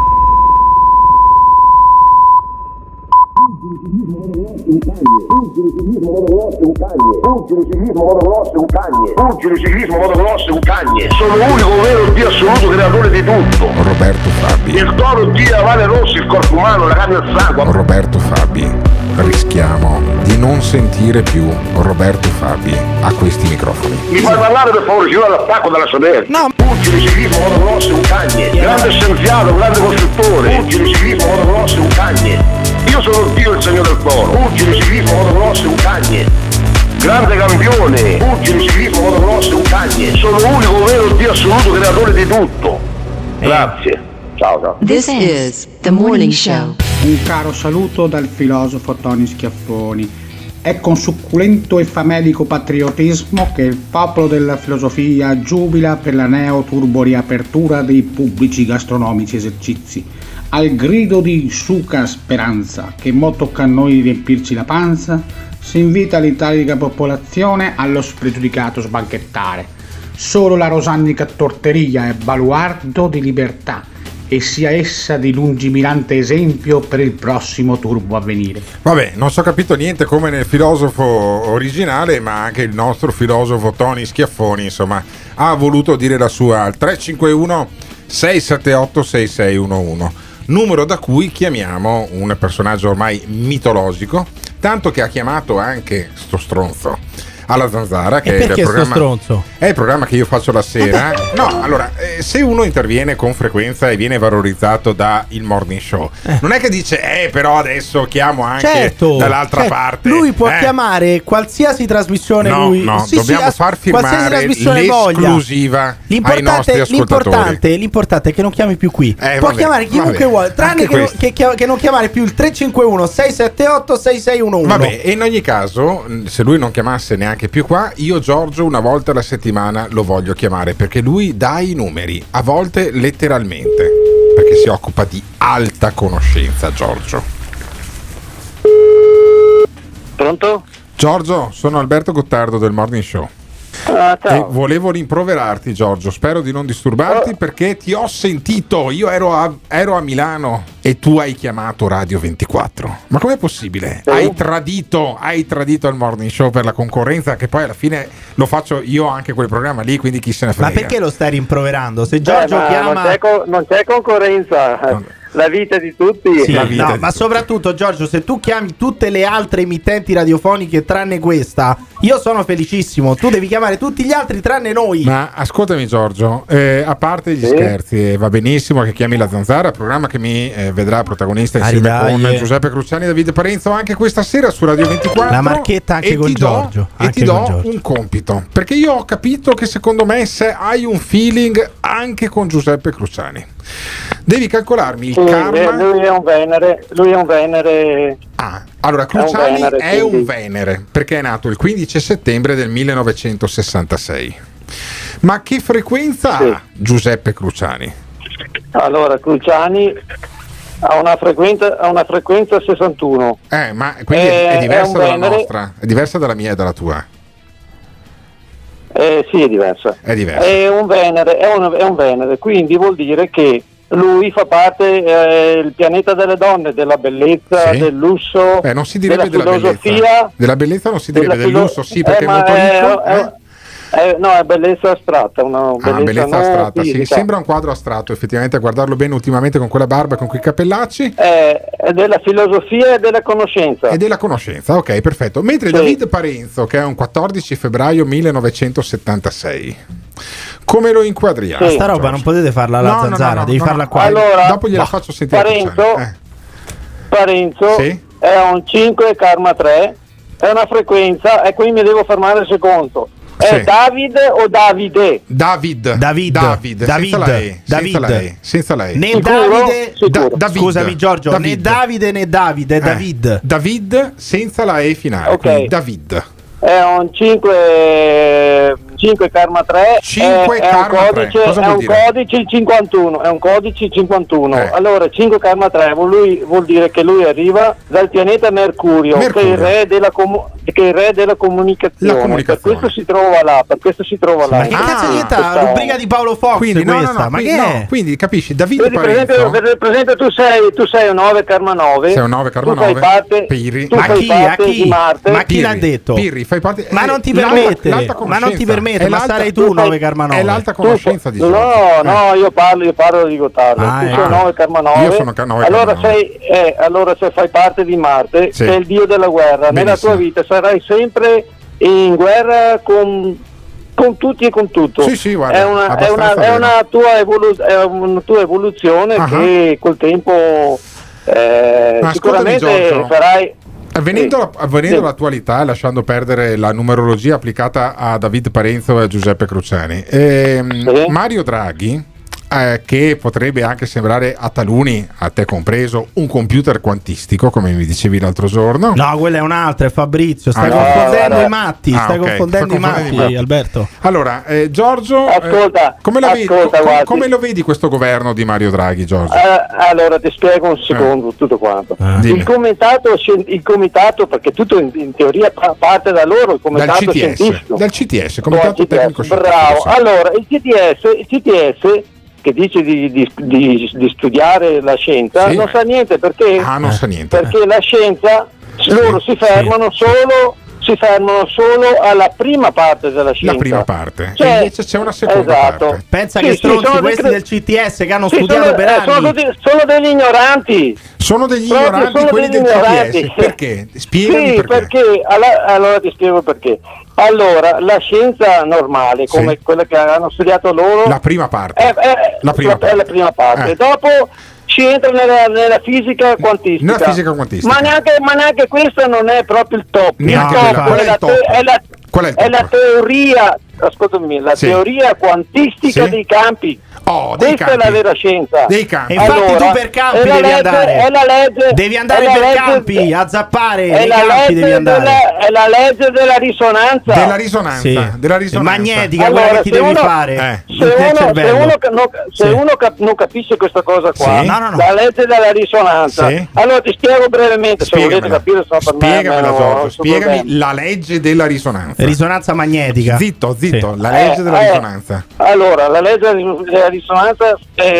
Pugili, ciclismo, motocross, un cagne. Sono l'unico vero Dio assoluto creatore di tutto. Roberto Fabi. Il toro, Dio, la vale rossa, il corpo umano, la carne e il sangue. Roberto Fabi. Rischiamo di non sentire più Roberto Fabi a questi microfoni. Mi fai parlare per favore, ci vuole l'attacco dalla sodera. No. Pugili, ciclismo, motocross, un cagne. Grande scienziato, grande costruttore. Pugili, ciclismo, motocross, un cagne. Io sono Dio, il segno del toro. Pugili, ciclismo, motocross, un cagne. Grande campione. Pugili, ciclismo, motocross, un cagne. Sono l'unico vero Dio assoluto creatore di tutto. Grazie. Ciao, ciao. This is The Morning Show. Un caro saluto dal filosofo Tony Schiaffoni. È con succulento e famelico patriottismo che il popolo della filosofia giubila per la neo-turbo riapertura dei pubblici gastronomici esercizi. Al grido di Suca Speranza, che mo tocca a noi riempirci la panza, si invita l'italica popolazione allo spregiudicato sbanchettare. Solo la rosannica torteria è baluardo di libertà, e sia essa di lungimirante esempio per il prossimo turbo a venire. Vabbè, non so capito niente come nel filosofo originale, ma anche il nostro filosofo Tony Schiaffoni, insomma, ha voluto dire la sua al tre cinque uno sei sette otto sei sei uno uno. numero da cui chiamiamo un personaggio ormai mitologico, tanto che ha chiamato anche sto stronzo alla Zanzara, che e è il programma, stronzo? è il programma che io faccio la sera. No, allora, eh, se uno interviene con frequenza e viene valorizzato da il Morning Show, eh. non è che dice eh però adesso chiamo anche certo, dall'altra certo. parte. Lui può eh. chiamare qualsiasi trasmissione. No, lui. no, sì, dobbiamo sì, far qualsiasi firmare trasmissione l'esclusiva voglia. ai nostri ascoltatori. L'importante, l'importante è che non chiami più qui. Eh, può vabbè, chiamare chiunque vabbè. vuole, tranne che, che, che, che non chiamare più il tre cinque uno sei sette otto sei sei uno uno. Vabbè, e in ogni caso, se lui non chiamasse neanche più qua, io Giorgio una volta alla settimana lo voglio chiamare, perché lui dà i numeri, a volte letteralmente, perché si occupa di alta conoscenza. Giorgio. Pronto? Giorgio, sono Alberto Gottardo del Morning Show. Ah, ciao. E volevo rimproverarti, Giorgio, spero di non disturbarti, oh. perché ti ho sentito, io ero a, ero a Milano e tu hai chiamato Radio ventiquattro. Ma com'è possibile? Sì. Hai tradito, hai tradito il Morning Show per la concorrenza, che poi alla fine lo faccio io anche quel programma lì, quindi chi se ne frega. Ma perché lo stai rimproverando? Se Giorgio eh, chiama... Non c'è, co- non c'è concorrenza. No. La vita di tutti. Sì, la vita no, di ma tutti. soprattutto Giorgio, se tu chiami tutte le altre emittenti radiofoniche tranne questa, io sono felicissimo. Tu devi chiamare tutti gli altri tranne noi. Ma ascoltami Giorgio, eh, a parte gli sì. scherzi, eh, va benissimo che chiami la Zanzara, programma che mi eh, vedrà protagonista insieme Aridaglie. con Giuseppe Cruciani e Davide Parenzo anche questa sera su Radio ventiquattro. La marchetta anche con Giorgio. Do, e ti do un compito, perché io ho capito che secondo me se hai un feeling anche con Giuseppe Cruciani, devi calcolarmi il sì, karma. Lui è un Venere, lui è un Venere. Ah, allora Cruciani è, un Venere, è un Venere perché è nato il quindici settembre del millenovecentosessantasei. Ma che frequenza sì. ha Giuseppe Cruciani? Allora, Cruciani ha una frequenza, ha una frequenza sessantuno. Eh, ma quindi è, è diversa è dalla Venere. nostra, è diversa dalla mia e dalla tua. Eh, sì, è diversa. È diversa. È un Venere, è un, è un Venere, quindi vuol dire che lui fa parte del eh, pianeta delle donne, della bellezza, sì. del lusso, eh, non si direbbe della della filosofia. Bellezza. Della bellezza non si direbbe, del lusso, sì, perché eh, è molto ricco. È, eh? Eh, no, è bellezza astratta, una bellezza, ah, bellezza astratta, fisica. Sì, sembra un quadro astratto effettivamente a guardarlo bene ultimamente con quella barba e con quei cappellacci. Eh, è della filosofia e della conoscenza. E della conoscenza, ok, perfetto. Mentre sì. David Parenzo, che è un quattordici febbraio millenovecentosettantasei, come lo inquadriamo? Sì. Sta roba non potete farla alla no, Zanzara, no, no, devi no, farla qua. Allora, dopo gliela faccio sentire. Parenzo, eh. Parenzo sì? è un cinque karma tre, è una frequenza, e qui mi devo fermare il secondo. È sì. David o Davide? David. David. David. David. Senza la E. David. Senza la E. Senza la E. Né Sicuro? Davide. Sicuro. Da, David. Scusami Giorgio, David. né Davide né Davide, è eh. David. David senza la E finale. Ok. David. È un cinque, cinque karma tre. cinque è, karma è un codice, tre. Cosa è vuol un dire? codice cinquantuno, è un codice cinquantuno. Eh. Allora, cinque karma tre vuol, lui, vuol dire che lui arriva dal pianeta Mercurio, Mercurio. Che, è il re della comu- che è il re della comunicazione. La comunicazione. Per questo si trova là, per questo si trova là. Ma che ah, cazzo diventa la rubrica di Paolo Fox? Quindi, no, questa? no, no, ma quindi, che no, è? quindi capisci, David Vedi, per esempio, per, per esempio tu sei tu sei un nove karma nove. Sei un nove karma tu fai nove. parte, Pirri. tu Ma fai chi? parte A chi? di Marte. Ma chi Pirri. l'ha detto? Pirri, fai parte. Ma non ti l'alta, permette, l'alta ma non ti permette, ma sarai tu tu nove karma nove. È l'alta conoscenza di No, Giorgio. no, io parlo, io parlo di Gottardo. Ah, tu ecco. sei nove karma nove. Io sono nove allora karma nove. sei eh, allora se fai parte di Marte, Sì. che è il dio della guerra, Benissimo. nella tua vita sarai sempre in guerra con con tutti e con tutto. Sì, sì, guarda, è una, è una, abbastanza è una tua, evolu- è una tua evoluzione uh-huh. che col tempo eh, Ma sicuramente ascoltami, Giorgio. farai. Venendo, Sì. la, venendo Sì. all'attualità, lasciando perdere la numerologia applicata a David Parenzo e a Giuseppe Cruciani, ehm, Sì. Mario Draghi, eh, che potrebbe anche sembrare a taluni, a te compreso, un computer quantistico, come mi dicevi l'altro giorno. No, quella è un'altra, è Fabrizio. Stai Ah, confondendo no, i matti. Ah, Stai ok, confondendo sto i matti, confondendo i matti. Alberto. Allora, eh, Giorgio, Ascolta, eh, come, lo vedi, ascolta, co- guardi. come lo vedi questo governo di Mario Draghi, Giorgio? Eh, allora ti spiego un secondo tutto quanto. Ah. Dimmi. Il comitato, scien- il comitato, perché tutto in, in teoria pa- parte da loro, il Dal comitato C T S, scientifico. dal C T S, Comitato Dal C T S, Tecnico Scientifico. bravo. sì. Allora, il C T S, il C T S che dice di, di, di, di studiare la scienza, Sì. non sa niente perché, Ah, non sa niente. perché la scienza, loro si fermano solo si fermano solo alla prima parte della scienza. La prima parte, Cioè, e invece c'è una seconda esatto. parte. Pensa Sì, che sì, stronzi sono questi dei- del C T S che hanno Sì, studiato sono, per eh, anni. sono, de- sono degli ignoranti. Sono degli Proprio ignoranti sono quelli degli del ignoranti. C T S. Perché? Spiegami Sì, perché. perché alla- allora ti spiego perché. Allora, la scienza normale, come Sì. quella che hanno studiato loro, La prima parte. è, è- La prima è la prima parte. Eh. Dopo ci entra nella, nella fisica quantistica. Nella fisica quantistica. Ma neanche, ma neanche questa non è proprio il top. Neanche il top quella. Qual è il è, la top? te- è la- Qual è il è la top? teoria, ascoltami, la Sì. teoria quantistica Sì. dei campi. Oh, dei Questa è la campi. vera scienza. Dei campi. E infatti Allora, tu per campi è la devi legge- andare. È la legge. Devi andare è la per legge- campi, a zappare, È nei la, campi legge devi andare. della, è la legge della risonanza. Della risonanza. Sì. Della risonanza. Magnetica, Allora, quella che ti se devi uno- fare Eh. Se nel uno, se cervello. uno ca- non, se Sì. uno cap- non capisce questa cosa qua, Sì. No, no, no. la legge della risonanza, Sì. allora ti spiego brevemente, se volete Spiegamela. capire, sto per me, Spiegamela, no, Giorgio. non so Spiegami problemi. la legge della risonanza. Risonanza magnetica. Zitto, zitto. Sì. La legge Eh, della eh, risonanza. Allora, la legge della risonanza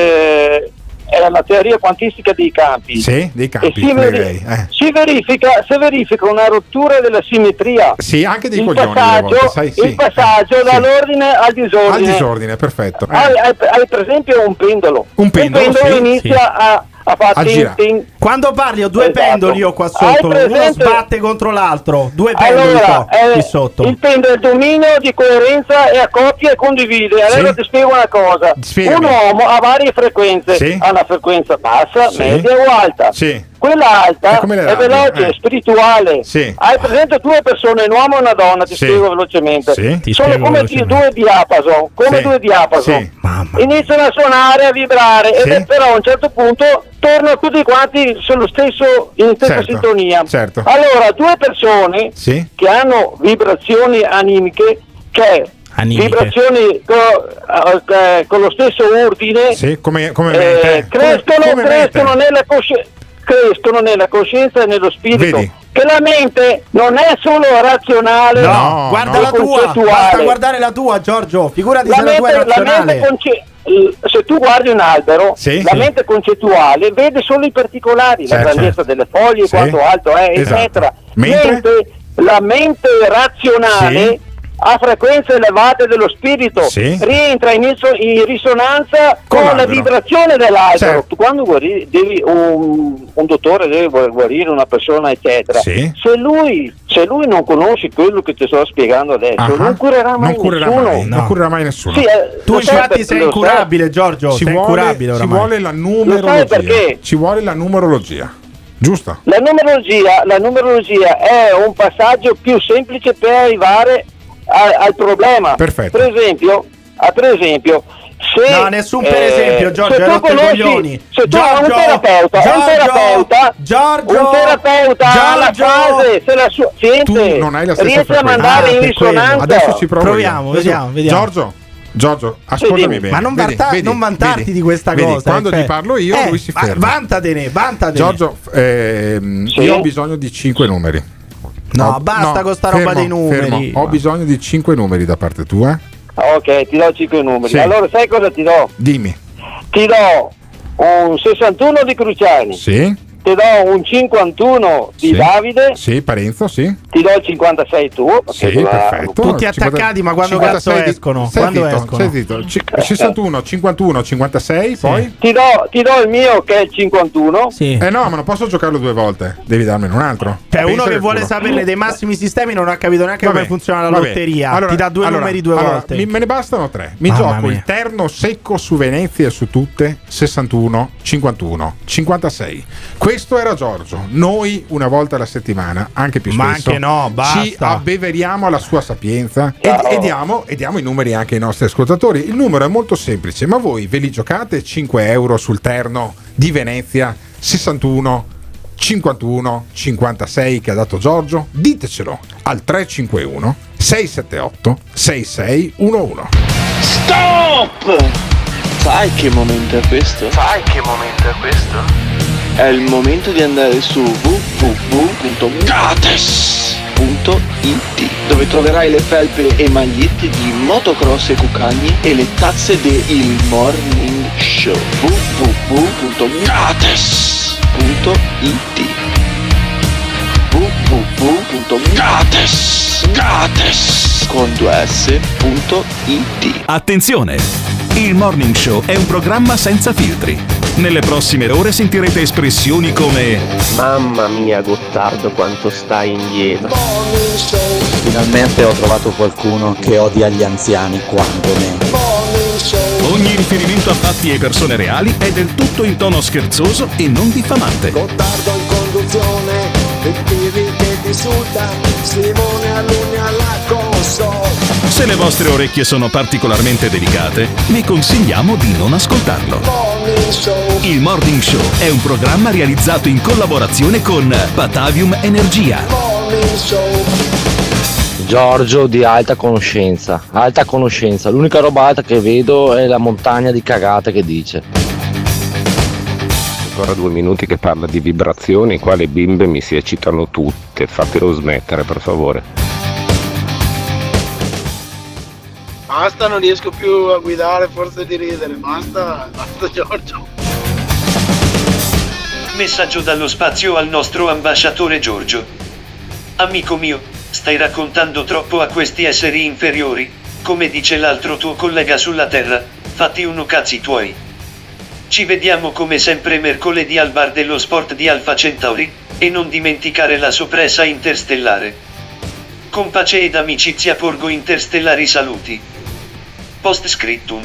eh, è la teoria quantistica dei campi. Sì, dei campi. E si, veri- direi, eh. si verifica, si verifica una rottura della simmetria. Sì, anche dei il coglioni delle passaggio, volte, sai, sì. il passaggio Eh, sì. dall'ordine al Al disordine. disordine, perfetto. Eh. Hai, hai- hai per esempio un pendolo. Un pendolo, il pendolo sì, inizia sì. a, a fare A tin, girare. tin. Quando parli ho due Esatto. pendoli io qua Hai sotto, uno presente- sbatte contro l'altro, due pendoli Allora, qua, eh, qui sotto. il pendolo è il dominio di coerenza e accoppia e condivide. Allora Sì. ti spiego una cosa. Spiegami. Un uomo ha varie frequenze, Sì. ha una frequenza bassa, Sì. media o alta. Sì. Quella alta È come le è radio, veloce, eh. spirituale. Sì. Hai presente due persone, un uomo e una donna, ti Sì. spiego velocemente. Sì. Ti Sono spiego come velocemente. due diapason, come Sì. due diapason. Sì. Mamma. Iniziano a suonare, a vibrare, Sì. ed è però a un certo punto tornano tutti quanti sullo stesso, in stessa Certo, sintonia. certo. Allora, due persone Sì. che hanno vibrazioni animiche, che Animiche. vibrazioni co- eh, con lo stesso ordine, Sì, come, come eh, me, te. crescono, Come- come me, te. crescono, nella cosci- crescono nella coscienza e nello spirito. Vedi? Che la mente non è solo razionale, No, No, guarda no. la tua, concettuale. basta guardare la tua, Giorgio. Figurati La se la tua è mente, la razionale. mente conce- eh, se tu guardi un albero, Sì, la sì. mente concettuale vede solo i particolari, Certo. la grandezza delle foglie, Sì. quanto alto è, Esatto. eccetera. Mentre? Mentre la mente razionale Sì. a frequenze elevate dello spirito Sì. rientra in, iso- in risonanza Con con, la l'albero. vibrazione dell'albero. Certo. Tu quando guari, devi, un, un dottore deve guarire una persona, eccetera. Sì. Se lui se lui non conosce quello che ti sto spiegando adesso, Ah, non curerà mai non curerà nessuno. mai, non curerà mai nessuno. Sì, eh, Tu lo sai infatti per- sei lo incurabile, Giorgio. ci sei vuole, incurabile ci oramai. vuole la Lo sai numerologia. perché? Ci vuole la numerologia. Giusto? La numerologia, la numerologia è un passaggio più semplice per arrivare a- al problema. Perfetto. Per esempio, ah, per esempio se, No, nessun per eh, esempio, Giorgio, se hai tu rotto i conosci- coglioni. se tu Giorgio, un terapeuta, un Giorgio, terapeuta, Giorgio, un terapeuta ha la Giorgio. fase, se la sua Tu sente, non hai la stessa riesce a frequenza. mandare Ah, in per quello. risonanza. Adesso ci provo Proviamo, io. vediamo, vediamo. Giorgio, Giorgio, ascoltami dimmi. bene. Ma non, Vedi, vanta- vedi, non vantarti vedi, di questa vedi, cosa. Quando cioè- ti parlo io, Eh, lui si ma ferma. Vantatene, vantatene. Giorgio, ehm, Sì? io ho bisogno di cinque numeri. No, Ho- basta con sta roba fermo, dei numeri. fermo. Ho bisogno di cinque numeri da parte tua. Ok, ti do cinque numeri. Sì. Allora sai cosa ti do? Dimmi. Ti do un sessantuno di Cruciani, Sì? ti do un cinquantuno di Sì. Davide, Sì, Parenzo, sì. ti do il cinquantasei tu. Sì, perché tu la- perfetto. Tutti attaccati, ma quando cazzo cinquantasei di- escono? Stai Quando zitto, escono? stai zitto. Ci- sessantuno, cinquantuno, cinquantasei, poi? Ti do, ti do il mio che è il cinquantuno. Sì. Eh no, ma non posso giocarlo due volte. Devi darmene un altro. Cioè, uno Pensa che vuole culo. saperne dei massimi sistemi non ha capito neanche Vabbè, come funziona la vabbè. lotteria. Allora- Ti dà due allora- numeri due allora, volte. mi- me ne bastano tre. Mi Mamma gioco mia. il terno secco su Venezia e su tutte, sessantuno, cinquantuno, cinquantasei. Questo era Giorgio. Noi una volta alla settimana, anche più Ma spesso, anche no, basta. ci abbeveriamo alla sua sapienza e, Ciao. e diamo, e diamo i numeri anche ai nostri ascoltatori. Il numero è molto semplice, ma voi ve li giocate cinque euro sul terno di Venezia, sessantuno, cinquantuno, cinquantasei che ha dato Giorgio? Ditecelo al tre cinque uno sei sette otto sei sei uno uno. Stop! Sai che momento è questo? Sai che momento è questo? È il momento di andare su w w w punto gates punto i t, dove troverai le felpe e magliette di motocross e cucagni e le tazze de Il Morning Show. w w w punto gates punto i t w w w punto gates gates con due s punto it. Attenzione! Il Morning Show è un programma senza filtri. Nelle prossime ore sentirete espressioni come: mamma mia Gottardo quanto stai indietro. Finalmente ho trovato qualcuno che odia gli anziani quanto me. Ogni riferimento a fatti e persone reali è del tutto in tono scherzoso e non diffamante. Gottardo in conduzione, il Pirri che ti insulta, Simone Alunni alla console. Se le vostre orecchie sono particolarmente delicate, vi consigliamo di non ascoltarlo. Morning Show. Il Morning Show è un programma realizzato in collaborazione con Batavium Energia. Morning Show. Giorgio di alta conoscenza, alta conoscenza, l'unica roba alta che vedo è la montagna di cagate che dice. Ancora due minuti che parla di vibrazioni, qua le bimbe mi si eccitano tutte, fatelo smettere per favore. Basta, non riesco più a guidare, forza di ridere, basta, basta Giorgio. Messaggio dallo spazio al nostro ambasciatore Giorgio. Amico mio, stai raccontando troppo a questi esseri inferiori, come dice l'altro tuo collega sulla Terra, fatti uno cazzi tuoi. Ci vediamo come sempre mercoledì al bar dello sport di Alpha Centauri, e non dimenticare la soppressa interstellare. Con pace ed amicizia porgo interstellari saluti. Post scriptum.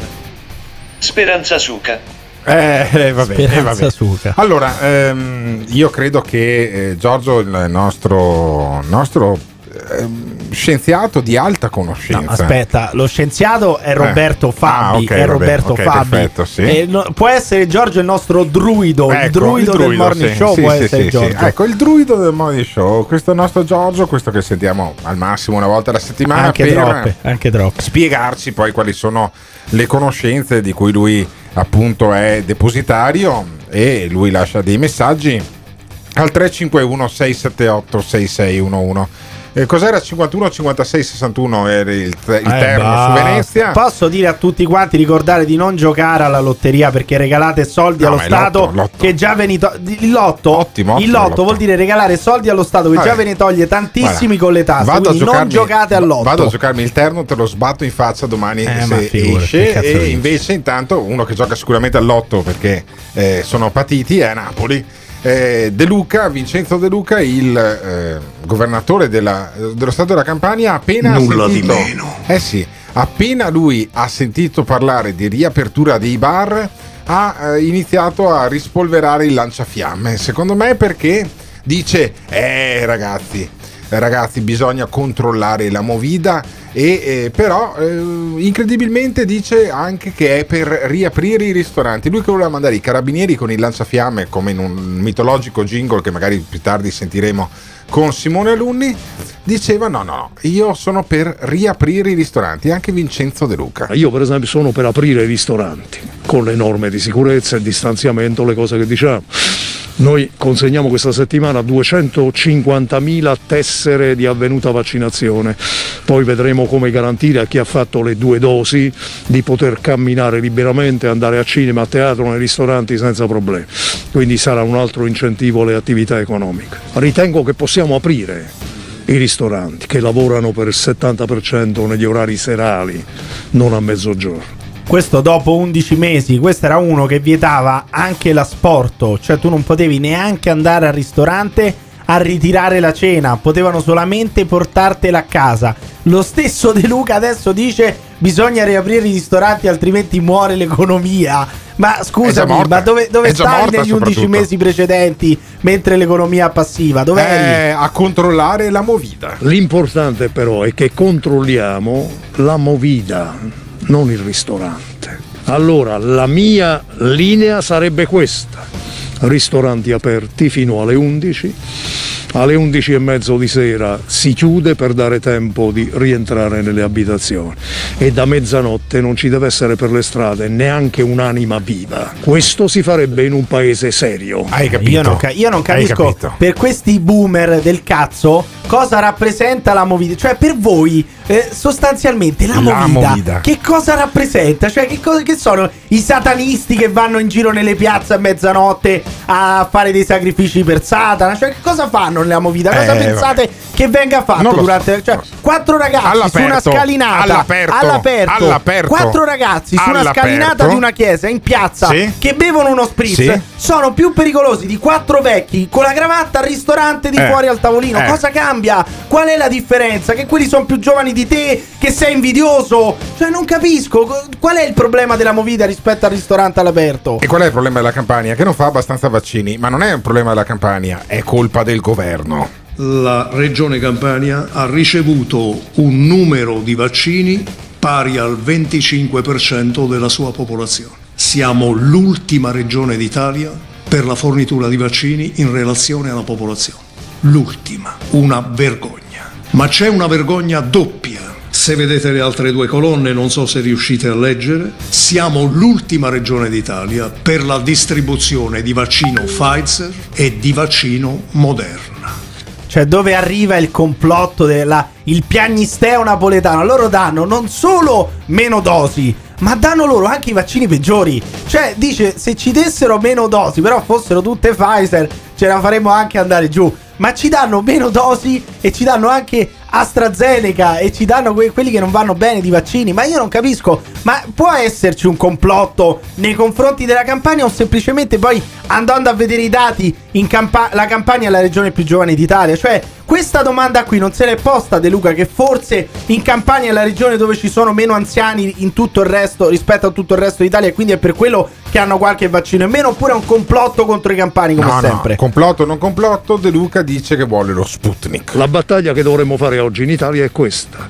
Speranza Suca. Eh, eh vabbè, eh, Speranza vabbè. Suca. Allora, ehm, io credo che eh, Giorgio, il nostro, nostro ehm, scienziato di alta conoscenza. No, aspetta, lo scienziato è Roberto Eh. Fabi. Ah, ok, è vabbè, Roberto ok, Fabi. perfetto, sì. E no- può essere Giorgio il nostro druido. Ecco, il druido, del Morning sì, Show sì, può sì, essere sì, Giorgio. sì. Ecco, il druido del Morning Show, questo è il nostro Giorgio, questo che sentiamo al massimo una volta alla settimana, Anche per troppe, anche troppe. spiegarci poi quali sono le conoscenze di cui lui appunto è depositario, e lui lascia dei messaggi al tre cinque uno sei sette otto sei sei uno uno. Eh, cos'era? cinquantuno cinquantasei sessantuno era il, te- il Eh, terno basta. su Venezia. Posso dire a tutti quanti, ricordare di non giocare alla lotteria, perché regalate soldi No, allo ma è Stato lotto, lotto. che già ve ne to- il lotto, Ottimo, il ottimo, lotto lotto. vuol dire regalare soldi allo Stato che Vabbè. già ve ne toglie tantissimi Guarda, con le tasse, vado a quindi non giocarmi- giocate al lotto. Vado a giocarmi il terno, te lo sbatto in faccia domani Eh, ma se figurati, che esce. cazzo E dici? invece intanto uno che gioca sicuramente al lotto, perché eh, sono patiti, è a Napoli. Eh, De Luca, Vincenzo De Luca, il eh, governatore della- dello Stato della Campania, appena Nulla di sentito, meno. Eh sì, appena lui ha sentito parlare di riapertura dei bar, ha eh, iniziato a rispolverare il lanciafiamme. Secondo me perché dice: eh ragazzi, eh, ragazzi, bisogna controllare la movida. E eh, però eh, incredibilmente dice anche che è per riaprire i ristoranti. Lui che voleva mandare i carabinieri con il lanciafiamme, come in un mitologico jingle che magari più tardi sentiremo con Simone Alunni, diceva no no no, io sono per riaprire i ristoranti. Anche Vincenzo De Luca. Io per esempio sono per aprire i ristoranti con le norme di sicurezza e distanziamento, le cose che diciamo. Noi consegniamo questa settimana duecentocinquantamila tessere di avvenuta vaccinazione, poi vedremo come garantire a chi ha fatto le due dosi di poter camminare liberamente, andare a cinema, a teatro, nei ristoranti senza problemi, quindi sarà un altro incentivo alle attività economiche. Ritengo che possiamo aprire i ristoranti che lavorano per il settanta per cento negli orari serali, non a mezzogiorno. Questo dopo undici mesi. Questo era uno che vietava anche l'asporto, cioè tu non potevi neanche andare al ristorante a ritirare la cena, potevano solamente portartela a casa. Lo stesso De Luca adesso dice: bisogna riaprire i ristoranti altrimenti muore l'economia. Ma scusami, ma dove, dove stai negli undici mesi precedenti mentre l'economia è passiva? Dove eri? A controllare la movida. L'importante però è che controlliamo la movida, non il ristorante. Allora la mia linea sarebbe questa: ristoranti aperti fino alle undici, alle undici e mezzo di sera si chiude per dare tempo di rientrare nelle abitazioni, e da mezzanotte non ci deve essere per le strade neanche un'anima viva. Questo si farebbe in un paese serio. Hai capito? Io non, ca- io non Hai capisco capito? per questi boomer del cazzo cosa rappresenta la movida. Cioè per voi eh, sostanzialmente la, La movida, movida. che cosa rappresenta? Cioè che, cosa, che sono i satanisti che vanno in giro nelle piazze a mezzanotte a fare dei sacrifici per Satana? Cioè che cosa fanno nella movida? Cosa Eh, pensate vabbè. che venga fatto durante, cioè quattro ragazzi all'aperto, su una scalinata all'aperto, all'aperto, all'aperto quattro ragazzi su una scalinata di una chiesa in piazza sì. che bevono uno spritz sì. sono più pericolosi di quattro vecchi con la cravatta al ristorante di eh. fuori al tavolino. Eh. Cosa cambia? Qual è la differenza? Che quelli sono più giovani di te, che sei invidioso? Cioè non capisco qual è il problema della movida rispetto al ristorante all'aperto. E qual è il problema della Campania? Che non fa abbastanza vaccini, ma non è un problema della Campania, è colpa del governo. La regione Campania ha ricevuto un numero di vaccini pari al venticinque per cento della sua popolazione. Siamo l'ultima regione d'Italia per la fornitura di vaccini in relazione alla popolazione. L'ultima, una vergogna. Ma c'è una vergogna doppia. Se vedete le altre due colonne, non so se riuscite a leggere, siamo l'ultima regione d'Italia per la distribuzione di vaccino Pfizer e di vaccino Moderna. Cioè dove arriva il complotto della il piagnisteo napoletano? Loro danno non solo meno dosi, ma danno loro anche i vaccini peggiori. Cioè dice, se ci dessero meno dosi, però fossero tutte Pfizer, ce la faremmo anche andare giù. Ma ci danno meno dosi e ci danno anche AstraZeneca e ci danno que- quelli che non vanno bene di vaccini. Ma io non capisco, ma può esserci un complotto nei confronti della Campania o semplicemente poi andando a vedere i dati in Campa- la Campania è la regione più giovane d'Italia? Cioè questa domanda qui non se l'è posta De Luca, che forse in Campania è la regione dove ci sono meno anziani in tutto il resto rispetto a tutto il resto d'Italia e quindi è per quello che hanno qualche vaccino in meno, oppure è un complotto contro i campani come no, sempre? No, complotto non complotto, De Luca dice che vuole lo Sputnik. La battaglia che dovremmo fare oggi in Italia è questa: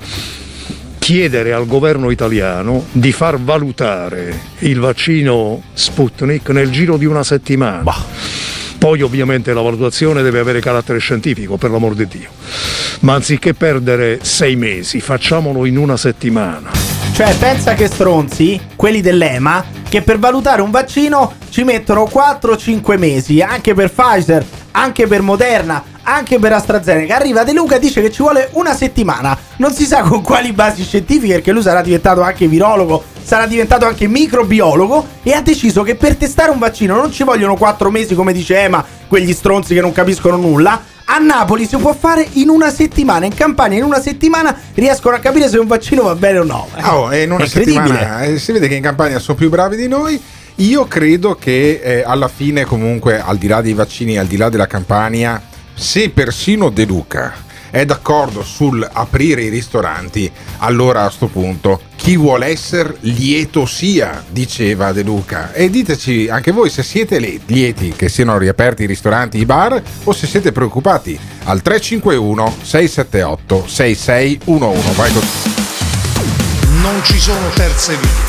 chiedere al governo italiano di far valutare il vaccino Sputnik nel giro di una settimana. Bah. Poi ovviamente la valutazione deve avere carattere scientifico, per l'amor di Dio. Ma anziché perdere sei mesi, facciamolo in una settimana. Cioè pensa che stronzi, quelli dell'E M A, che per valutare un vaccino ci mettono quattro cinque mesi, anche per Pfizer, anche per Moderna, anche per AstraZeneca. Arriva De Luca e dice che ci vuole una settimana. Non si sa con quali basi scientifiche, perché lui sarà diventato anche virologo, sarà diventato anche microbiologo e ha deciso che per testare un vaccino non ci vogliono quattro mesi come dice Ema, quegli stronzi che non capiscono nulla. A Napoli si può fare in una settimana, in Campania in una settimana riescono a capire se un vaccino va bene o no. Oh, e in una settimana eh, si vede che in Campania sono più bravi di noi. Io credo che eh, alla fine comunque, al di là dei vaccini, al di là della Campania, se persino De Luca è d'accordo sul aprire i ristoranti, allora a sto punto chi vuole essere lieto sia, diceva De Luca. E diteci anche voi se siete lieti che siano riaperti i ristoranti, i bar, o se siete preoccupati al tre cinque uno sei sette otto sei sei uno uno. Vai con... Non ci sono terze vie.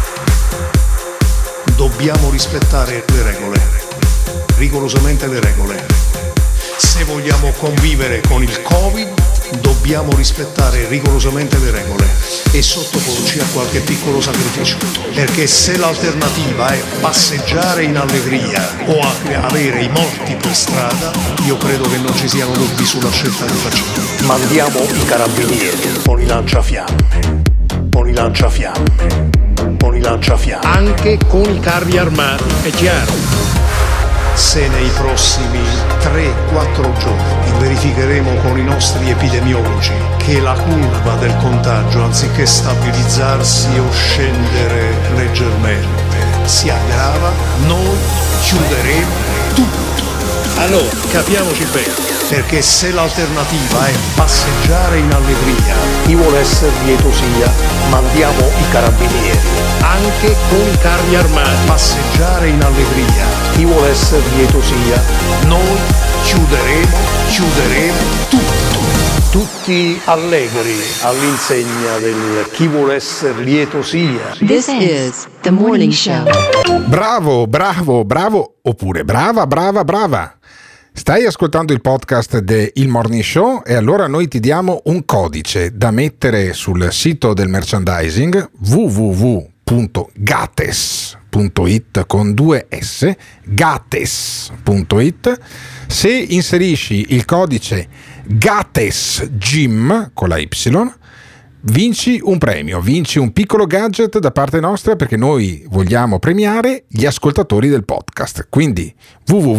Dobbiamo rispettare le regole, rigorosamente le regole. Se vogliamo convivere con il Covid, dobbiamo rispettare rigorosamente le regole e sottoporci a qualche piccolo sacrificio. Perché se l'alternativa è passeggiare in allegria o avere i morti per strada, io credo che non ci siano dubbi sulla scelta del vaccino. Mandiamo i carabinieri con i lanciafiamme, con i lanciafiamme, con i lanciafiamme, anche con i carri armati, è chiaro. Se nei prossimi tre quattro giorni verificheremo con i nostri epidemiologi che la curva del contagio, anziché stabilizzarsi o scendere leggermente, si aggrava, noi chiuderemo tutto. Allora, capiamoci bene, perché se l'alternativa è passeggiare in allegria, chi vuole essere lieto sia, mandiamo i carabinieri, anche con i carri armati. Passeggiare in allegria, chi vuole essere lieto sia, noi chiuderemo, chiuderemo tutto. Tutti allegri all'insegna del chi vuole essere lieto sia. This is the morning show. Bravo, bravo, bravo, oppure brava, brava, brava. Stai ascoltando il podcast de Il Morning Show e allora noi ti diamo un codice da mettere sul sito del merchandising w w w punto gates punto it con due S, gates punto it. Se inserisci il codice GATESGYM con la Y, vinci un premio, vinci un piccolo gadget da parte nostra, perché noi vogliamo premiare gli ascoltatori del podcast. Quindi w w w punto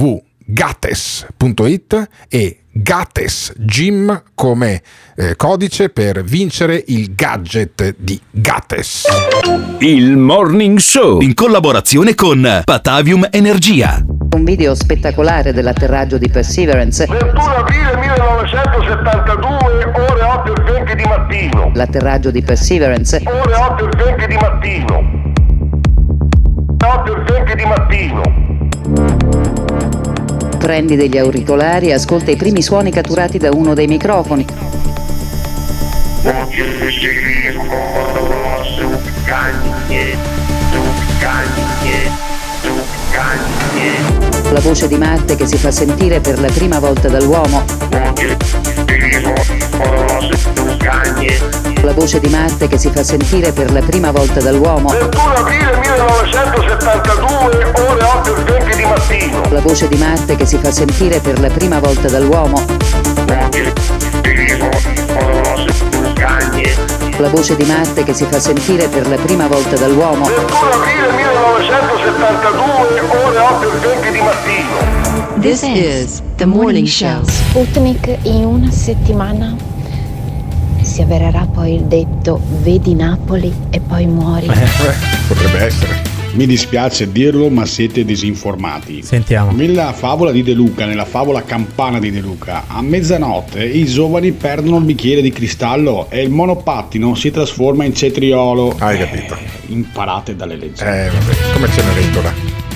gates punto it e Gates Gym come eh, codice per vincere il gadget di Gates. Il Morning Show in collaborazione con Patavium Energia. Un video spettacolare dell'atterraggio di Perseverance. ventuno aprile millenovecentosettantadue, ore otto e venti di mattino. L'atterraggio di Perseverance. Ore otto e venti di mattino. otto e venti di mattino. Prendi degli auricolari e ascolta i primi suoni catturati da uno dei microfoni. La voce di Marte che si fa sentire per la prima volta dall'uomo. La voce di Marte che si fa sentire per la prima volta dall'uomo. ventuno aprile millenovecentosettantadue, ore otto e venti di mattino. La voce di Marte che si fa sentire per la prima volta dall'uomo. La voce di Marte che si fa sentire per la prima volta dall'uomo. ventuno aprile millenovecentosettantadue, ore otto e venti di mattino. This is the morning show. Sputnik in una settimana si avvererà poi il detto vedi Napoli e poi muori. Potrebbe essere. Mi dispiace dirlo, ma siete disinformati. Sentiamo. Nella favola di De Luca, nella favola campana di De Luca, a mezzanotte i giovani perdono il bicchiere di cristallo e il monopattino si trasforma in cetriolo. Hai capito? Eh, imparate dalle leggende. Eh, vabbè, come Cenerentola.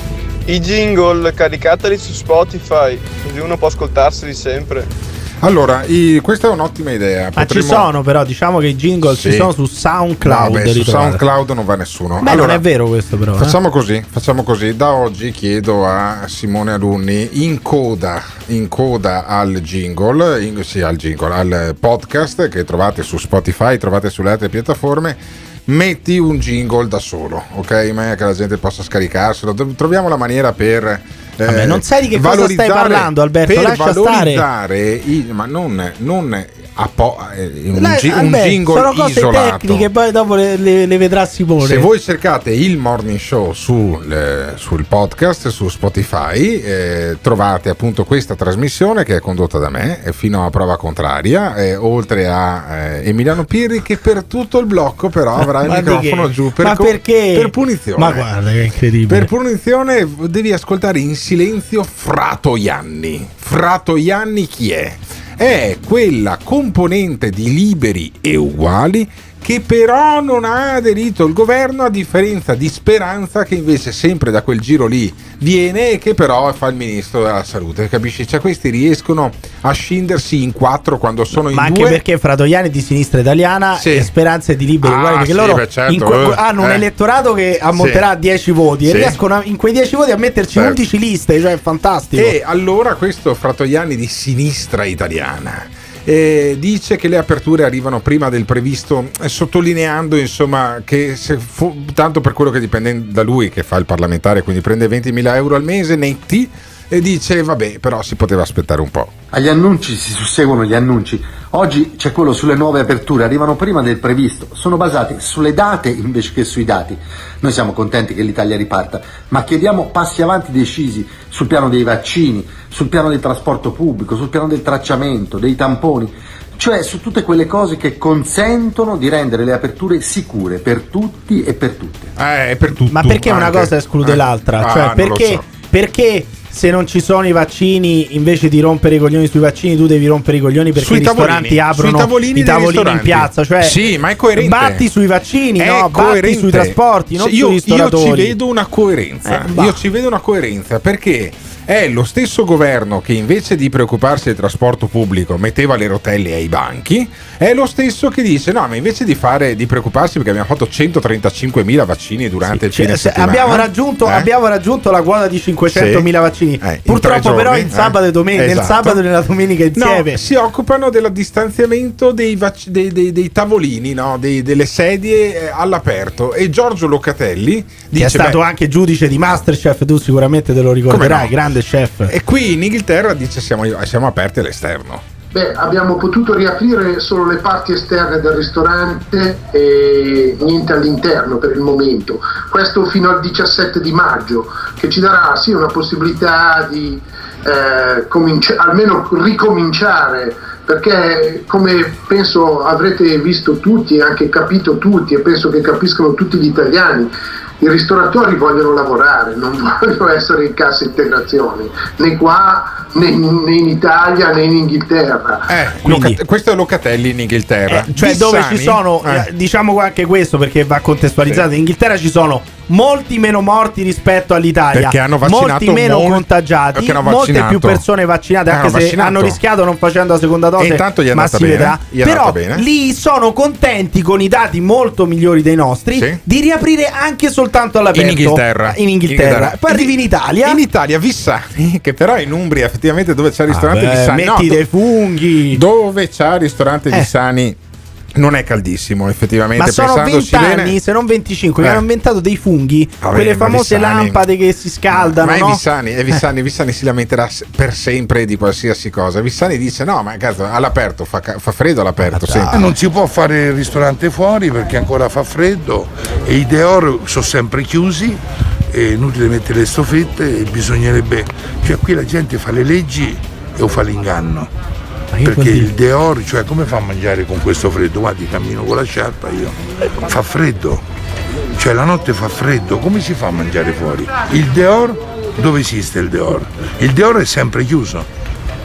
I jingle caricateli su Spotify, così uno può ascoltarseli sempre. Allora, i, questa è un'ottima idea. Ma Potremmo... ci sono, però diciamo che i jingle Sì. ci sono su SoundCloud. No, beh, su ritrovate. SoundCloud non va nessuno. Beh, allora, non è vero questo, però. Facciamo eh? così, facciamo così. Da oggi chiedo a Simone Alunni in coda, in coda al jingle, in, sì, al jingle, al podcast che trovate su Spotify, trovate sulle altre piattaforme. Metti un jingle da solo, ok? In maniera che la gente possa scaricarselo. Troviamo la maniera per. Eh, Vabbè, non sai di che cosa stai parlando, Alberto, per lascia valorizzare il, ma non, non a po- un, Dai, gi- un Alberto, jingle sono cose isolato. tecniche, poi dopo le, le, le vedrà Simone. Se voi cercate il Morning Show sul, sul podcast, su Spotify, eh, trovate appunto questa trasmissione che è condotta da me eh, fino a prova contraria, eh, oltre a eh, Emiliano Pirri che per tutto il blocco però avrà il Ma di microfono che? giù per, Ma co- perché? per punizione. Ma guarda che incredibile. Per punizione devi ascoltare in silenzio Fratoianni. Fratoianni chi è? È quella componente di Liberi e Uguali che però non ha aderito al governo, a differenza di Speranza che invece sempre da quel giro lì viene e che però fa il ministro della salute, capisci? Cioè questi riescono a scindersi in quattro quando sono in Ma due. anche perché Fratoianni è di Sinistra Italiana Sì. e Speranza è di Liberi Ah, Uguali, perché sì, loro beh, certo, in que- eh, hanno un eh. elettorato che ammonterà a dieci voti Sì. e riescono a- in quei dieci voti a metterci Certo. undici liste, cioè è fantastico. E allora questo Fratoianni di Sinistra Italiana eh, dice che le aperture arrivano prima del previsto, eh, sottolineando insomma che se fu, tanto per quello che dipende da lui, che fa il parlamentare, quindi prende ventimila euro al mese netti, e dice vabbè, però si poteva aspettare un po'. Agli annunci si susseguono gli annunci. Oggi c'è quello sulle nuove aperture, arrivano prima del previsto, sono basati sulle date invece che sui dati. Noi siamo contenti che l'Italia riparta, ma chiediamo passi avanti decisi sul piano dei vaccini, sul piano del trasporto pubblico, sul piano del tracciamento, dei tamponi, cioè su tutte quelle cose che consentono di rendere le aperture sicure per tutti e per tutte. Eh, per tutti. Ma perché una cosa esclude Eh. l'altra? Ah, Cioè, non lo perché, so. perché se non ci sono i vaccini, invece di rompere i coglioni sui vaccini, tu devi rompere i coglioni perché Sui i ristoranti tavolini, aprono sui tavolini i dei tavolini in ristoranti. piazza. Cioè, Sì, ma è coerente. batti sui vaccini, È no? Batti coerente. sui trasporti, non Sì, io, sui ristoratori. Io ci vedo una coerenza. Eh, bah. io ci vedo una coerenza perché è lo stesso governo che invece di preoccuparsi del trasporto pubblico metteva le rotelle ai banchi, è lo stesso che dice no, ma invece di fare di preoccuparsi perché abbiamo fatto centotrentacinquemila vaccini durante il Cioè, fine se- settimana. abbiamo, raggiunto, Eh? abbiamo raggiunto la quota di cinquecentomila Sì. vaccini. Eh, in Purtroppo, tre però, giorni, in sabato eh? e domenica, nel Esatto. sabato e nella domenica insieme. No, si occupano del distanziamento dei, vac- dei, dei, dei tavolini, no? dei, delle sedie eh, all'aperto. E Giorgio Locatelli Che dice: è stato beh, anche giudice di Masterchef, tu sicuramente te lo ricorderai, no? grande chef. E qui in Inghilterra dice siamo, siamo aperti all'esterno. Beh, abbiamo potuto riaprire solo le parti esterne del ristorante e niente all'interno per il momento. Questo fino al diciassette di maggio, che ci darà sì una possibilità di eh, cominci- almeno ricominciare, perché come penso avrete visto tutti e anche capito tutti, e penso che capiscano tutti gli italiani, i ristoratori vogliono lavorare, non vogliono essere in cassa integrazione, né qua né in, né in Italia né in Inghilterra. Eh, Quindi- Locat- questo è Locatelli in Inghilterra. Cioè Vissani- dove ci sono, eh. eh, diciamo anche questo perché va contestualizzato, Sì. in Inghilterra ci sono molti meno morti rispetto all'Italia, Perché hanno vaccinato molti meno mol- contagiati, perché hanno molte vaccinato. più persone vaccinate, Hanno anche se vaccinato. hanno rischiato non facendo la seconda dose, E intanto gli è ma andata si bene, vedrà. gli è Però andata bene. lì sono contenti con i dati molto migliori dei nostri Sì. di riaprire anche soltanto all'aperto In Inghilterra. in Inghilterra. Poi arrivi in Italia, In Italia Vissani, che però in Umbria effettivamente dove c'è il ristorante Ah, beh, Vissani, metti no, dei funghi, dove c'è il ristorante Eh. Vissani non è caldissimo effettivamente, ma sono pensandoci venti bene. anni, se non venticinque, che Eh. hanno inventato dei funghi, Vabbè, quelle ma famose Vissani- lampade che si scaldano, Ma è no? Vissani, è Vissani, Vissani si lamenterà se- per sempre di qualsiasi cosa. Vissani dice no, ma cazzo, all'aperto fa, ca- fa freddo all'aperto, senti. Non si può fare il ristorante fuori perché ancora fa freddo e i Deor sono sempre chiusi, è inutile mettere le stofette e bisognerebbe, cioè qui la gente fa le leggi e o fa l'inganno. Perché il Deor, cioè come fa a mangiare con questo freddo? Guardi, cammino con la sciarpa io, fa freddo, cioè la notte fa freddo, come si fa a mangiare fuori? Il Deor, dove esiste il Deor? Il Deor è sempre chiuso.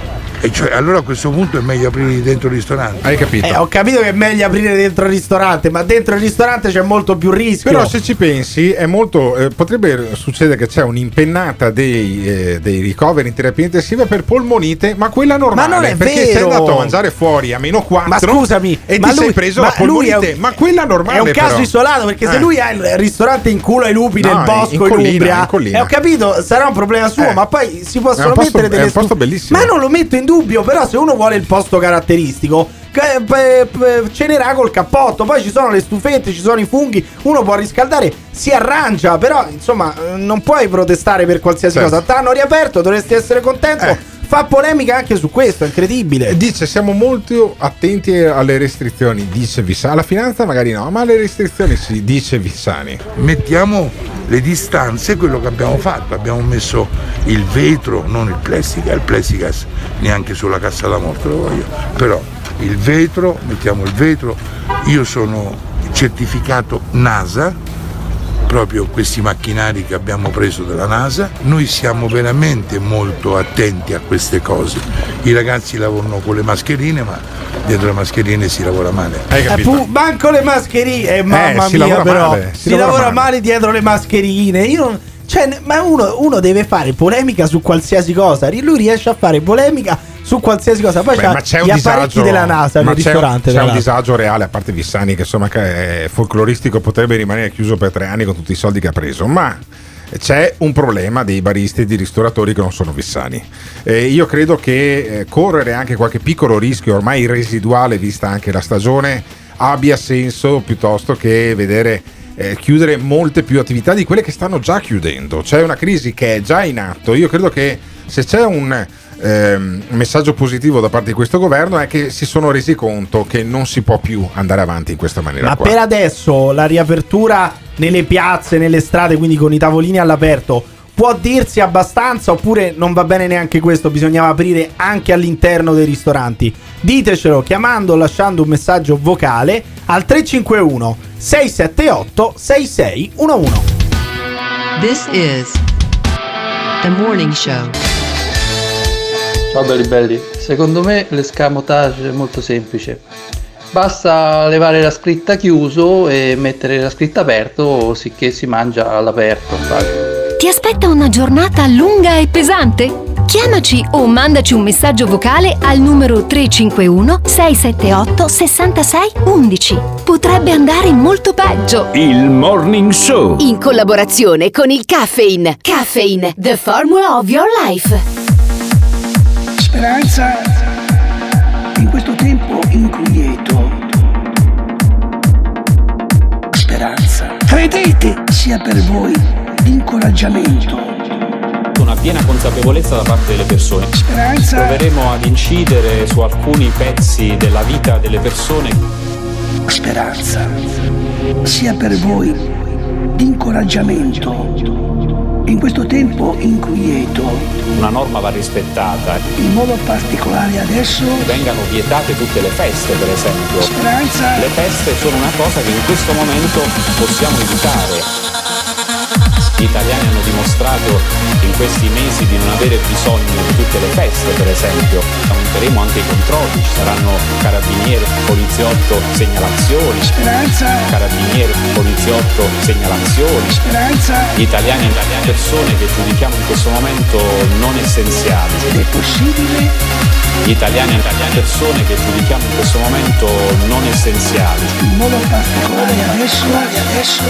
E cioè, allora a questo punto è meglio aprire dentro il ristorante. Hai capito? Eh, ho capito che è meglio aprire dentro il ristorante, ma dentro il ristorante c'è molto più rischio. Però se ci pensi è molto eh, potrebbe succedere che c'è un'impennata dei, eh, dei ricoveri in terapia intensiva per polmonite, ma quella normale, Ma non è perché vero. sei andato a mangiare fuori a meno quattro Ma scusami, e ma ti lui- sei preso ma la lui è polmonite, un- ma quella normale È un caso però. isolato, perché se Eh. lui ha il ristorante in culo ai lupi No, nel in- bosco in in, collina, Umbria, in collina. eh, ho capito, sarà un problema suo, Eh. ma poi si È possono un posto- mettere è delle un posto stu- bellissimo. Ma non lo metto in dubbio, però se uno vuole il posto caratteristico che- pe- pe- cenerà col cappotto, poi ci sono le stufette, ci sono i funghi, uno può riscaldare, si arrangia, però insomma eh, non puoi protestare per qualsiasi Certo. cosa. T'hanno riaperto, dovresti essere contento. Eh. Fa polemica anche su questo, è incredibile. Dice siamo molto attenti alle restrizioni, dice Vissani. Alla finanza magari no, ma alle restrizioni sì, dice Vissani. Mettiamo le distanze, quello che abbiamo fatto, abbiamo messo il vetro, non il plexiglass, il plexiglass neanche sulla cassa da morte lo voglio, però il vetro, mettiamo il vetro, io sono certificato NASA, proprio questi macchinari che abbiamo preso dalla NASA, noi siamo veramente molto attenti a queste cose, i ragazzi lavorano con le mascherine ma dietro le mascherine si lavora male. Hai Eh, capito? pu- manco le mascherine, eh, mamma si mia, lavora però male, si, si lavora, lavora male. male. dietro le mascherine. Io non- cioè, ne- ma uno, uno deve fare polemica su qualsiasi cosa. Ri- Lui riesce a fare polemica su qualsiasi cosa. Poi Beh, c'ha ma c'è un gli disagio apparecchi della NASA ma nel c'è, ristorante. c'è tra un l'altro. disagio reale, a parte Vissani che insomma che è folcloristico, potrebbe rimanere chiuso per tre anni con tutti i soldi che ha preso, ma c'è un problema dei baristi e di ristoratori che non sono Vissani. Eh, io credo che eh, correre anche qualche piccolo rischio ormai residuale, vista anche la stagione, abbia senso piuttosto che vedere eh, chiudere molte più attività di quelle che stanno già chiudendo. C'è una crisi che è già in atto. Io credo che se c'è un ehm, messaggio positivo da parte di questo governo è che si sono resi conto che non si può più andare avanti in questa maniera Ma qua. per adesso la riapertura nelle piazze, nelle strade, quindi con i tavolini all'aperto, può dirsi abbastanza oppure non va bene neanche questo? Bisognava aprire anche all'interno dei ristoranti? Ditecelo chiamando o lasciando un messaggio vocale al tre cinque uno sei sette otto sei sei uno uno. This is The Morning Show. Ciao belli belli, secondo me l'escamotage è molto semplice. Basta levare la scritta chiuso e mettere la scritta aperto, sicché si mangia all'aperto. Ti aspetta una giornata lunga e pesante? Chiamaci o mandaci un messaggio vocale al numero tre cinque uno sei sette otto sei sei uno uno. Potrebbe andare molto peggio. Il Morning Show. In collaborazione con il Caffeine. Caffeine, the formula of your life. Speranza in questo tempo inquieto. Speranza. Credete sia per voi l'incoraggiamento. Una piena consapevolezza da parte delle persone. Speranza. Proveremo ad incidere su alcuni pezzi della vita delle persone. Speranza sia per voi l'incoraggiamento In questo tempo inquieto, una norma va rispettata. in modo particolare adesso, Vengano vietate tutte le feste, per esempio. Speranza. Le feste sono una cosa che in questo momento possiamo evitare. Gli italiani hanno dimostrato in questi mesi di non avere bisogno di tutte le feste, per esempio. Aumenteremo anche i controlli, ci saranno carabinieri, poliziotto, segnalazioni. Speranza. Carabinieri, poliziotto, segnalazioni. Speranza. Gli italiani e le persone che giudichiamo in questo momento non essenziali. Ed è possibile? Gli italiani e le persone che giudichiamo in questo momento non essenziali. In modo particolare adesso, adesso,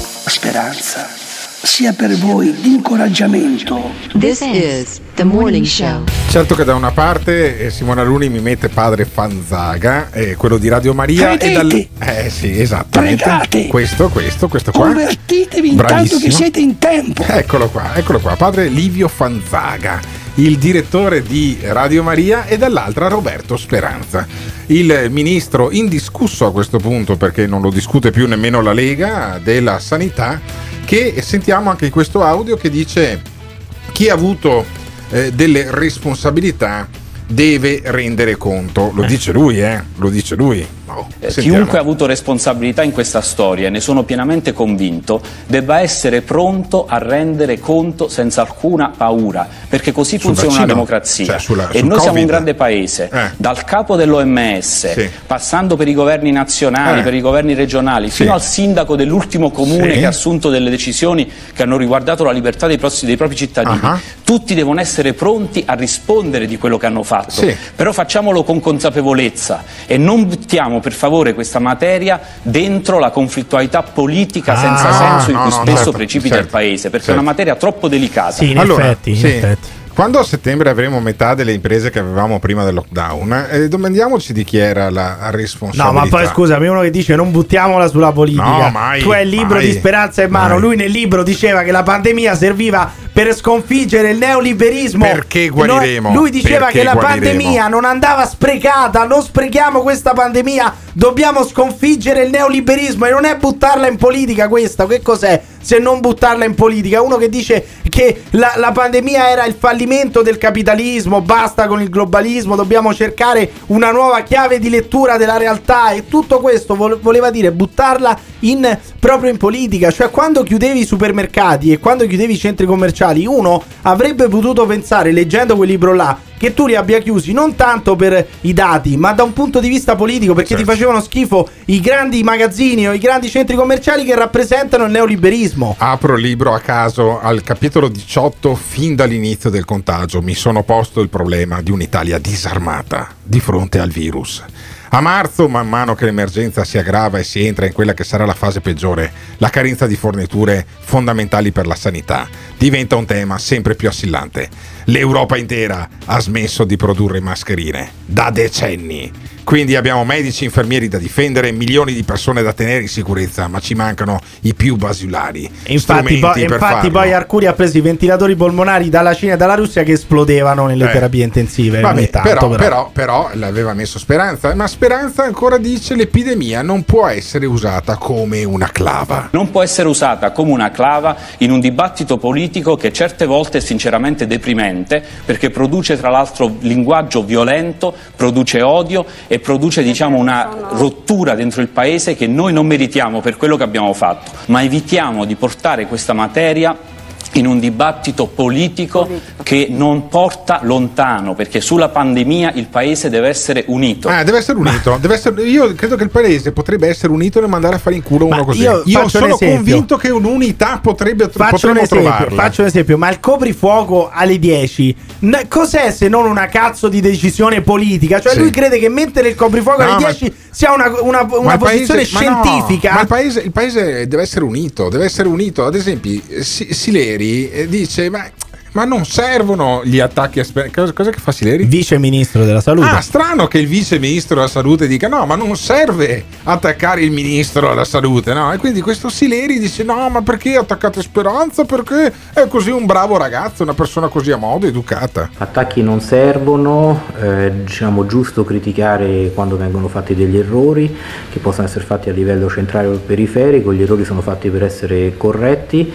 speranza. Sia per voi di incoraggiamento. This is The Morning Show. Certo che da una parte eh, Simona Luni mi mette padre Fanzaga, eh, quello di Radio Maria, Credete. e dal... Eh sì, esattamente. Pregate. Questo, questo, questo qua. Convertitevi intanto Bravissimo. che siete in tempo. Eccolo qua, eccolo qua, padre Livio Fanzaga, il direttore di Radio Maria, e dall'altra Roberto Speranza, il ministro indiscusso a questo punto, perché non lo discute più nemmeno la Lega, della sanità, che sentiamo anche in questo audio che dice: chi ha avuto eh, delle responsabilità deve rendere conto. Lo dice lui, eh? Lo dice lui. Oh, Eh, Chiunque ha avuto responsabilità in questa storia, e ne sono pienamente convinto, debba essere pronto a rendere conto senza alcuna paura, perché così Sul funziona vaccino? una democrazia. Cioè, sulla- e sul noi siamo un Covid? grande paese, Eh. dal capo dell'O M S, Sì. passando per i governi nazionali, Eh. per i governi regionali, Sì. fino al sindaco dell'ultimo comune Sì. che ha assunto delle decisioni che hanno riguardato la libertà dei, prossi- dei propri cittadini. Ah. Tutti devono essere pronti a rispondere di quello che hanno fatto, Sì. però facciamolo con consapevolezza e non buttiamo per favore questa materia dentro la conflittualità politica senza Ah, senso in no, cui no, spesso certo, precipita certo, il paese, perché certo. è una materia troppo delicata. Sì, in Allora, effetti, in sì. effetti. Quando a settembre avremo metà delle imprese che avevamo prima del lockdown, eh, domandiamoci di chi era la No, responsabilità. ma poi scusami, uno che dice non buttiamola sulla politica. No, mai, tu hai il libro mai, di Speranza in mano. mai. Lui nel libro diceva che la pandemia serviva per sconfiggere il neoliberismo. Perché guariremo? No, lui diceva Perché che la guariremo? pandemia non andava sprecata. Non sprechiamo questa pandemia. Dobbiamo sconfiggere il neoliberismo. E non è buttarla in politica questa. Che cos'è se non buttarla in politica? Uno che dice che la, la pandemia era il fallimento del capitalismo. Basta con il globalismo. Dobbiamo cercare una nuova chiave di lettura della realtà. E tutto questo vo- voleva dire buttarla in, proprio in politica. Cioè, quando chiudevi i supermercati e quando chiudevi i centri commerciali, uno avrebbe potuto pensare, leggendo quel libro là, che tu li abbia chiusi non tanto per i dati, ma da un punto di vista politico, perché Certo. ti facevano schifo i grandi magazzini o i grandi centri commerciali che rappresentano il neoliberismo. Apro il libro a caso al capitolo diciotto. Fin dall'inizio del contagio mi sono posto il problema di un'Italia disarmata di fronte al virus. A marzo, man mano che l'emergenza si aggrava e si entra in quella che sarà la fase peggiore, la carenza di forniture fondamentali per la sanità diventa un tema sempre più assillante. L'Europa intera ha smesso di produrre mascherine da decenni. Quindi abbiamo medici, infermieri da difendere, milioni di persone da tenere in sicurezza, ma ci mancano i più basilari E infatti, strumenti poi, per infatti farlo. poi Arcuri ha preso i ventilatori polmonari dalla Cina e dalla Russia che esplodevano nelle Eh. terapie intensive. Vabbè, ogni tanto, però, però. però, però l'aveva messo Speranza, ma Speranza ancora dice l'epidemia non può essere usata come una clava. Non può essere usata come una clava in un dibattito politico che certe volte è sinceramente deprimente, perché produce tra l'altro linguaggio violento, produce odio e produce, diciamo, una rottura dentro il paese che noi non meritiamo per quello che abbiamo fatto, ma evitiamo di portare questa materia in un dibattito politico che non porta lontano, perché sulla pandemia il paese deve essere unito. Ah, deve essere unito. Deve essere, io credo che il paese potrebbe essere unito e mandare a fare in culo uno così. io Io, faccio un sono esempio. convinto che un'unità potrebbe Faccio un, potremmo esempio, trovarla. faccio un esempio, ma il coprifuoco alle dieci n- cos'è se non una cazzo di decisione politica? Cioè Sì. lui crede che mettere il coprifuoco No, alle ma- dieci sia una, una, Ma una il posizione paese- ma no, scientifica? ma il paese, il paese deve essere unito, deve essere unito. Ad esempio, Si- Sileri eh, dice: ma ma non servono gli attacchi a speranza. Cosa, cosa che fa Sileri? Vice ministro della salute. Ah, strano che il vice ministro della salute dica no, ma non serve attaccare il ministro alla salute, no? E quindi questo Sileri dice no, ma perché attaccate Speranza? Perché è così un bravo ragazzo, una persona così a modo, educata. Attacchi non servono, eh, diciamo giusto criticare quando vengono fatti degli errori che possono essere fatti a livello centrale o periferico. Gli errori sono fatti per essere corretti,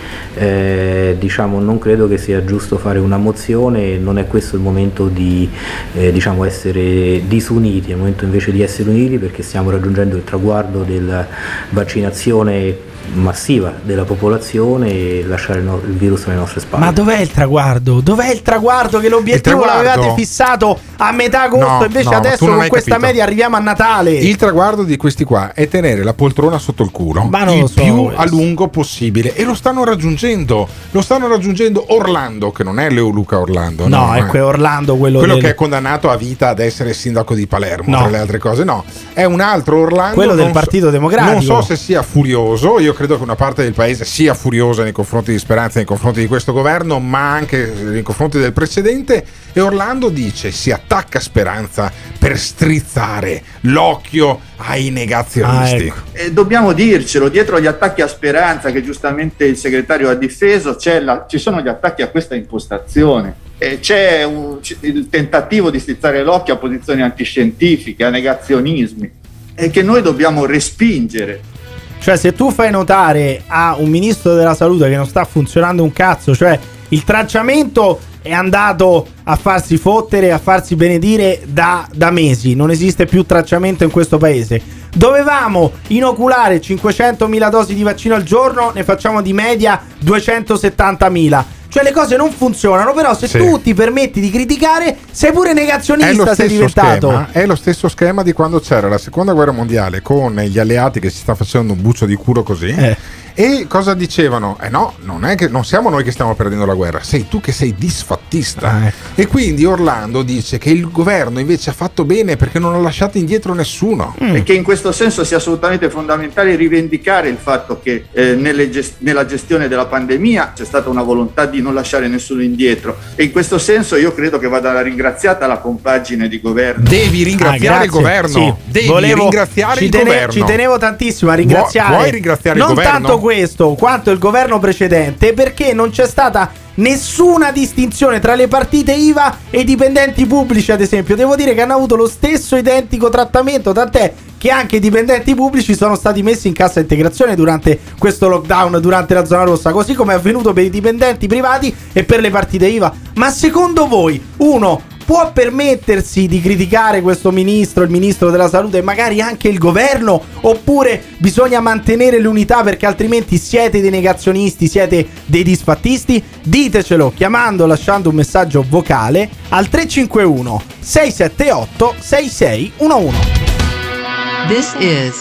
eh, diciamo non credo che sia giusto fare una mozione, non è questo il momento di eh, diciamo essere disuniti, è il momento invece di essere uniti, perché stiamo raggiungendo il traguardo della vaccinazione massiva della popolazione e lasciare il, no- il virus alle nostre spalle. Ma dov'è il traguardo? Dov'è il traguardo che l'obiettivo traguardo... l'avevate fissato a metà agosto, no, invece no, adesso con questa capito. media arriviamo a Natale. Il traguardo di questi qua è tenere la poltrona sotto il culo Ma non il lo so, più questo. a lungo possibile, e lo stanno raggiungendo. Lo stanno raggiungendo Orlando, che non è Leo Luca Orlando, No, no, è que Orlando quello, quello del... che è condannato a vita ad essere sindaco di Palermo, No. tra le altre cose. No, è un altro Orlando, quello del non so- Partito Democratico. Non so se sia furioso, io credo che una parte del paese sia furiosa nei confronti di Speranza, nei confronti di questo governo, ma anche nei confronti del precedente. E Orlando dice si attacca Speranza per strizzare l'occhio ai negazionisti. Ah, ecco. E dobbiamo dircelo, dietro agli attacchi a Speranza, che giustamente il segretario ha difeso, c'è la, ci sono gli attacchi a questa impostazione. E c'è un, c- il tentativo di strizzare l'occhio a posizioni antiscientifiche, a negazionismi, e che noi dobbiamo respingere. Cioè, se tu fai notare a un ministro della salute che non sta funzionando un cazzo, cioè il tracciamento è andato a farsi fottere, a farsi benedire da, da mesi, non esiste più tracciamento in questo paese. Dovevamo inoculare cinquecentomila dosi di vaccino al giorno, ne facciamo di media duecentosettantamila. Cioè le cose non funzionano, però se Sì. tu ti permetti di criticare sei pure È lo negazionista, sei stesso diventato. schema, è lo stesso schema di quando c'era la seconda guerra mondiale con gli alleati che si sta facendo un buccio di culo così. Eh. E cosa dicevano? Eh no, non è che non siamo noi che stiamo perdendo la guerra, sei tu che sei disfattista. Ah, eh. E quindi Orlando dice che il governo invece ha fatto bene perché non ha lasciato indietro nessuno. E che in questo senso sia assolutamente fondamentale rivendicare il fatto che eh, nelle gest- nella gestione della pandemia c'è stata una volontà di non lasciare nessuno indietro, e in questo senso io credo che vada ringraziata la compagine di governo. Devi ringraziare Ah, il governo, sì. devi Volevo- ringraziare ci il tene- governo. Ci tenevo tantissimo a ringraziare. Vuoi- vuoi ringraziare il non governo? tanto questo quanto il governo precedente, perché non c'è stata nessuna distinzione tra le partite I V A e i dipendenti pubblici, ad esempio. Devo dire che hanno avuto lo stesso identico trattamento, tant'è che anche i dipendenti pubblici sono stati messi in cassa integrazione durante questo lockdown, durante la zona rossa, così come è avvenuto per i dipendenti privati e per le partite I V A. Ma secondo voi uno può permettersi di criticare questo ministro, il ministro della salute e magari anche il governo, oppure bisogna mantenere l'unità perché altrimenti siete dei negazionisti, siete dei disfattisti? Ditecelo chiamando, lasciando un messaggio vocale al tre cinque uno sei sette otto sei sei uno uno. This is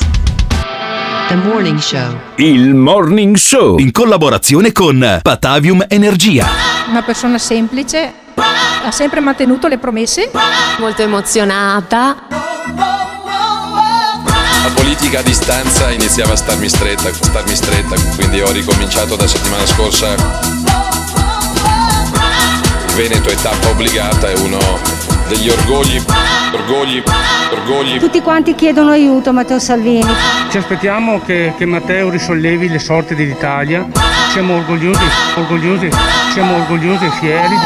The Morning Show. Il Morning Show in collaborazione con Patavium Energia. Una persona semplice, ha sempre mantenuto le promesse. Molto emozionata. La politica a distanza iniziava a starmi stretta, starmi stretta, quindi ho ricominciato da settimana scorsa. Il Veneto è tappa obbligata, è uno degli orgogli, orgogli, orgogli. Tutti quanti chiedono aiuto a Matteo Salvini. Ci aspettiamo che, che Matteo risollevi le sorti dell'Italia. Siamo orgogliosi, orgogliosi, siamo orgogliosi e fieri.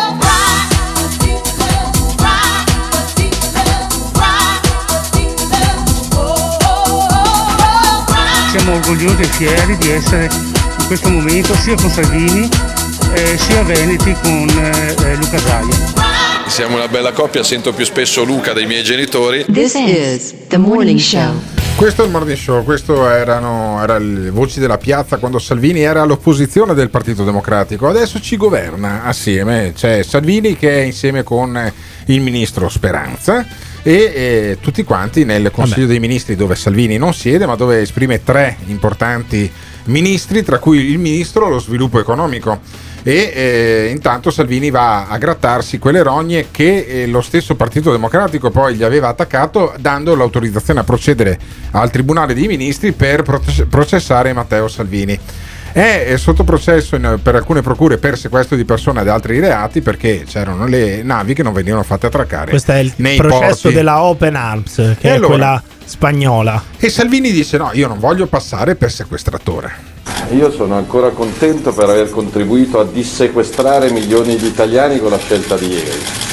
Siamo orgogliosi e fieri di essere in questo momento sia con Salvini eh, sia veneti con eh, Luca Zaia. Siamo una bella coppia, sento più spesso Luca dei miei genitori. This is The Morning Show. Questo è il Morning Show, questo erano era le voci della piazza quando Salvini era all'opposizione del Partito Democratico. Adesso ci governa assieme, c'è Salvini che è insieme con il ministro Speranza e eh, tutti quanti nel Consiglio Vabbè. dei Ministri, dove Salvini non siede ma dove esprime tre importanti ministri, tra cui il ministro allo sviluppo economico. E eh, intanto Salvini va a grattarsi quelle rogne che eh, lo stesso Partito Democratico poi gli aveva attaccato, dando l'autorizzazione a procedere al Tribunale dei Ministri per processare Matteo Salvini. è sotto processo in, per alcune procure per sequestro di persone ad altri reati, perché c'erano le navi che non venivano fatte attraccare. Questo è il nei processo porti. della Open Arms, che E è allora? quella spagnola. E Salvini dice: no, io non voglio passare per sequestratore. Io sono ancora contento per aver contribuito a dissequestrare milioni di italiani con la scelta di ieri,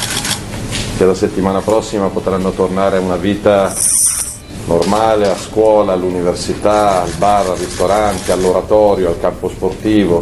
che la settimana prossima potranno tornare a una vita normale, a scuola, all'università, al bar, al ristorante, all'oratorio, al campo sportivo,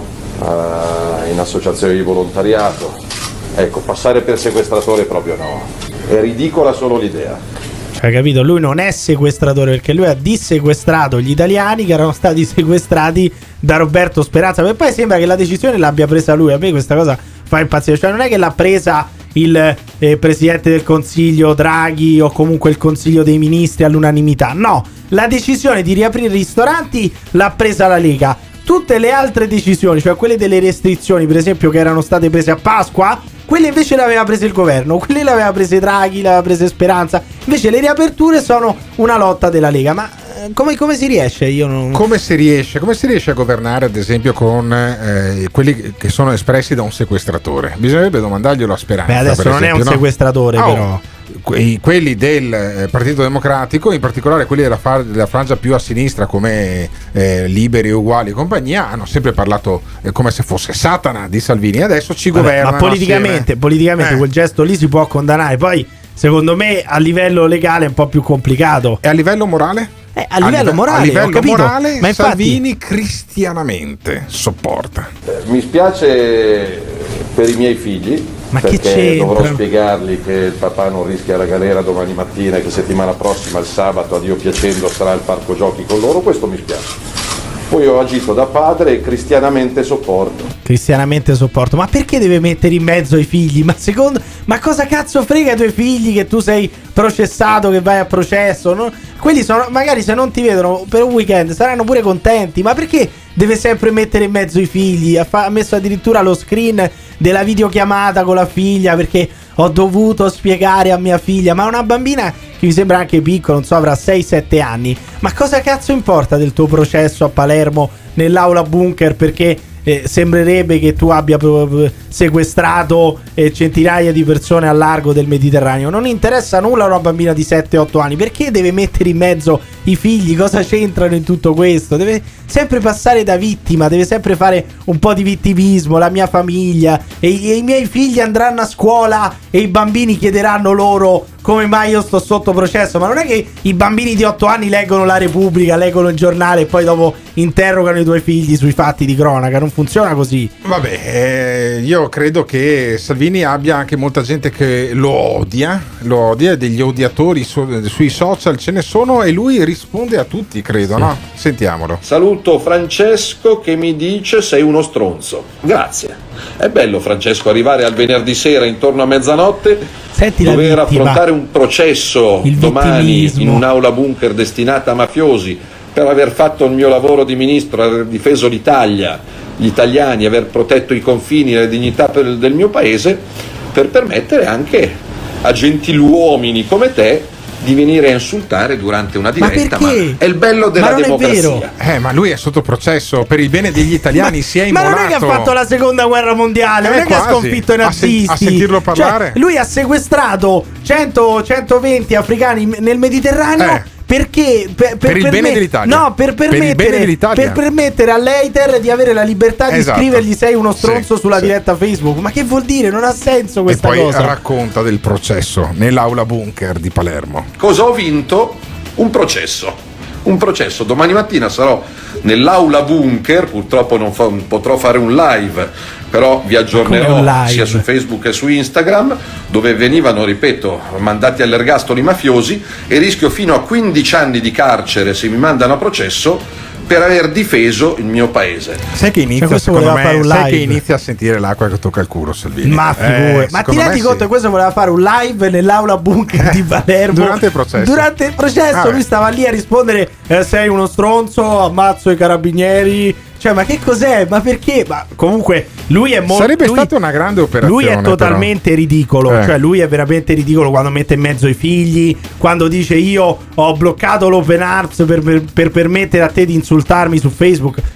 eh, in associazioni di volontariato. Ecco, passare per sequestratore proprio no, è ridicola solo l'idea. Hai capito? Lui non è sequestratore, perché lui ha dissequestrato gli italiani che erano stati sequestrati da Roberto Speranza. E poi sembra che la decisione l'abbia presa lui. A me questa cosa fa impazzire. Cioè non è che l'ha presa il eh, Presidente del Consiglio Draghi o comunque il Consiglio dei Ministri all'unanimità. No, la decisione di riaprire i ristoranti l'ha presa la Lega. Tutte le altre decisioni, cioè quelle delle restrizioni, per esempio, che erano state prese a Pasqua, quelle invece le aveva prese il governo, quelle le aveva prese Draghi, le aveva prese Speranza. Invece le riaperture sono una lotta della Lega. Ma eh, come, come si riesce? Io non... Come si riesce? Come si riesce a governare, ad esempio, con eh, quelli che sono espressi da un sequestratore? Bisognerebbe domandarglielo a Speranza. Beh, adesso per non esempio, è un no? sequestratore, Oh, però. que- quelli del eh, Partito Democratico, in particolare quelli della, fa- della frangia più a sinistra come eh, Liberi, Uguali e compagnia, hanno sempre parlato eh, come se fosse Satana di Salvini. Adesso ci Vabbè, governano ma politicamente, assieme. politicamente Eh. quel gesto lì si può condannare. Poi, secondo me, a livello legale è un po' più complicato. E a livello morale? Eh, a livello live- morale, a ho livello capito. morale Ma infatti- Salvini cristianamente sopporta. Mi spiace per i miei figli, Ma che perché c'entra? dovrò spiegargli che il papà non rischia la galera domani mattina e che settimana prossima, il sabato, a Dio piacendo, sarà al parco giochi con loro. Questo mi spiace. Poi ho agito da padre e cristianamente sopporto. Cristianamente sopporto. Ma perché deve mettere in mezzo i figli? Ma secondo Ma cosa cazzo frega i tuoi figli che tu sei processato, che vai a processo? No? Quelli sono, magari se non ti vedono per un weekend saranno pure contenti. Ma perché deve sempre mettere in mezzo i figli? Ha, fa- ha messo addirittura lo screen della videochiamata con la figlia, perché ho dovuto spiegare a mia figlia. Ma una bambina che mi sembra anche piccola, non so, avrà sei sette anni. Ma cosa cazzo importa del tuo processo a Palermo nell'aula bunker? Perché eh, sembrerebbe che tu abbia pro- sequestrato eh, centinaia di persone al largo del Mediterraneo. Non interessa nulla a una bambina di sette otto anni. Perché deve mettere in mezzo i figli? Cosa c'entrano in tutto questo? Deve sempre passare da vittima, deve sempre fare un po' di vittimismo. La mia famiglia e, e i miei figli andranno a scuola e i bambini chiederanno loro come mai io sto sotto processo. Ma non è che i bambini di otto anni leggono la Repubblica, leggono il giornale e poi dopo interrogano i tuoi figli sui fatti di cronaca. Non funziona così. Vabbè, eh, io credo che Salvini abbia anche molta gente che lo odia, lo odia, degli odiatori so- sui social ce ne sono, e lui risponde a tutti, credo, Sì. no? Sentiamolo. Saluto Francesco che mi dice sei uno stronzo. Grazie. È bello, Francesco, arrivare al venerdì sera intorno a mezzanotte, Senti la dover vittima. affrontare un processo Il domani vittimismo. in un'aula bunker destinata a mafiosi per aver fatto il mio lavoro di ministro, aver difeso l'Italia, gli italiani, aver protetto i confini e la dignità per- del mio paese, per permettere anche a gentiluomini come te di venire a insultare durante una diretta. Ma, perché? è il bello della Ma non è democrazia. vero. Eh, ma lui è sotto processo per il bene degli italiani, si è Ma immolato. non è che ha fatto la seconda guerra mondiale, Eh, non è che ha quasi. sconfitto i A sen- nazisti. a sentirlo parlare. Cioè, lui ha sequestrato cento centoventi africani nel Mediterraneo. Eh. Perché per, Per il bene permet- dell'Italia. No, per Per il bene permettere, dell'Italia. per permettere all'Eiter di avere la libertà di Esatto. scrivergli sei uno stronzo Sì, sulla sì. diretta Facebook. Ma che vuol dire? Non ha senso questa e poi cosa. racconta del processo nell'aula bunker di Palermo. Cosa ho vinto? Un processo. Un processo. Domani mattina sarò nell'aula bunker, purtroppo non, fa- non potrò fare un live, però vi Come un aggiornerò live? sia su Facebook che su Instagram, dove venivano, ripeto, mandati all'ergastolo i mafiosi, e rischio fino a quindici anni di carcere se mi mandano a processo per aver difeso il mio paese. Sai che inizia, Cioè, questo secondo voleva fare me, un sai che live. inizia a sentire l'acqua che tocca il culo, Salvini. Ma figure. Eh, Ma ti secondo rendi me conto sì. che questo voleva fare un live nell'aula bunker di Palermo Durante il processo. Durante il processo Ah, lui stava lì a rispondere eh, sei uno stronzo, ammazzo i carabinieri. Cioè, ma che cos'è? Ma perché? Ma comunque lui è molto. Sarebbe lui, stata una grande operazione. Lui è totalmente però. ridicolo. Eh. Cioè, lui è veramente ridicolo quando mette in mezzo i figli. Quando dice io ho bloccato l'Open Arms per, per, per permettere a te di insultarmi su Facebook.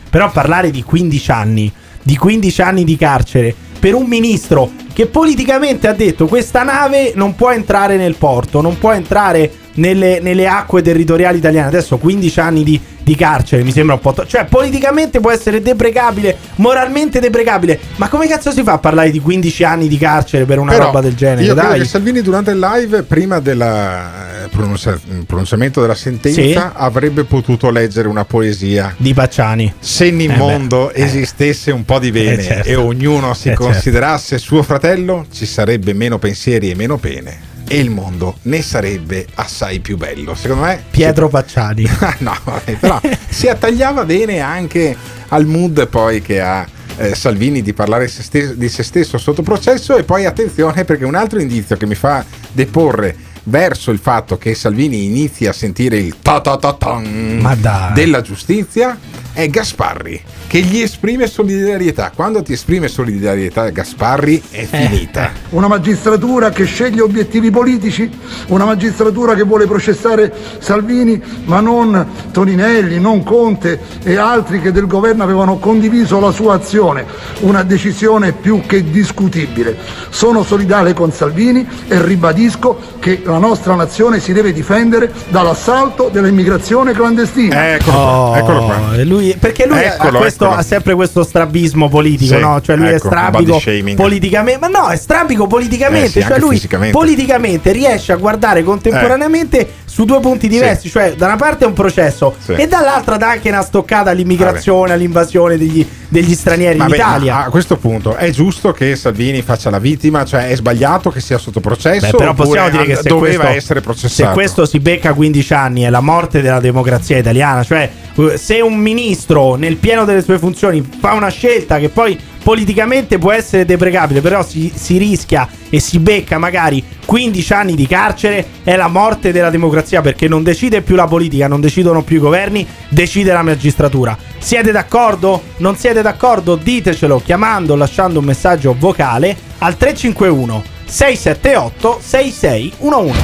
Però parlare di quindici anni, di quindici anni di carcere per un ministro che politicamente ha detto questa nave non può entrare nel porto, non può entrare nelle, nelle acque territoriali italiane. Adesso quindici anni di, di carcere mi sembra un po' to- cioè politicamente può essere deprecabile, moralmente deprecabile, ma come cazzo si fa a parlare di quindici anni di carcere per una Però roba del genere? Io Dai. credo che Salvini durante il live, prima del pronuncia- pronunciamento della sentenza, Sì. avrebbe potuto leggere una poesia di Pacciani. Se nel Eh mondo beh, eh. esistesse un po' di bene Eh, certo. e ognuno si Eh, certo. considerasse suo fratello, ci sarebbe meno pensieri e meno pene e il mondo ne sarebbe assai più bello. Secondo me Pietro Pacciani. no, vabbè, però si attagliava bene anche al mood poi che ha eh, Salvini di parlare se stesso, di se stesso sotto processo. E poi attenzione, perché un altro indizio che mi fa deporre verso il fatto che Salvini inizi a sentire il ta ta ta tan Ma dai. della giustizia è Gasparri, che gli esprime solidarietà. Quando ti esprime solidarietà Gasparri è finita. Una magistratura che sceglie obiettivi politici, una magistratura che vuole processare Salvini ma non Toninelli, non Conte e altri che del governo avevano condiviso la sua azione, una decisione più che discutibile. Sono solidale con Salvini e ribadisco che la nostra nazione si deve difendere dall'assalto dell'immigrazione clandestina. Eccolo Oh, qua, eccolo qua. e lui- perché lui ha, Eccolo, questo, eccolo. ha sempre questo strabismo politico, Sì, no? Cioè lui ecco, è strabico body shaming. politicamente, ma no, è strabico politicamente, Eh sì, cioè anche lui fisicamente. politicamente riesce a guardare contemporaneamente su due punti diversi, cioè da una parte è un processo Sì. e dall'altra dà anche una stoccata all'immigrazione, all'invasione degli, degli stranieri Vabbè, in Italia. ma a questo punto è giusto che Salvini faccia la vittima, cioè è sbagliato che sia sotto processo? Beh, però oppure possiamo dire che se doveva questo, essere se processato? questo si becca quindici anni è la morte della democrazia italiana. Cioè eh, se un ministro nel pieno delle sue funzioni fa una scelta che poi politicamente può essere deprecabile, però si, si rischia e si becca magari quindici anni di carcere, è la morte della democrazia, perché non decide più la politica, non decidono più i governi, decide la magistratura. Siete d'accordo? Non siete d'accordo? Ditecelo chiamando o lasciando un messaggio vocale al tre cinque uno sei sette otto sei sei uno uno.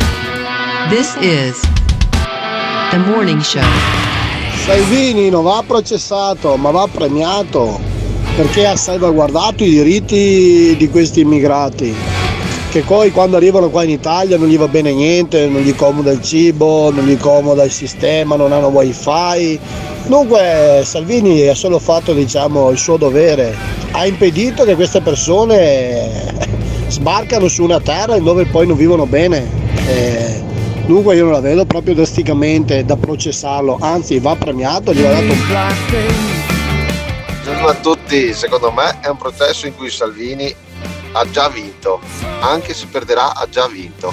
This is The Morning Show. Salvini non va processato, ma va premiato, perché ha salvaguardato i diritti di questi immigrati, che poi quando arrivano qua in Italia non gli va bene niente, non gli comoda il cibo, non gli comoda il sistema, non hanno wifi. Dunque Salvini ha solo fatto, diciamo, il suo dovere, ha impedito che queste persone sbarcano su una terra dove poi non vivono bene. Eh, dunque io non la vedo proprio drasticamente da processarlo, anzi va premiato, gli va dato un Buongiorno a tutti, secondo me è un processo in cui Salvini ha già vinto, anche se perderà ha già vinto.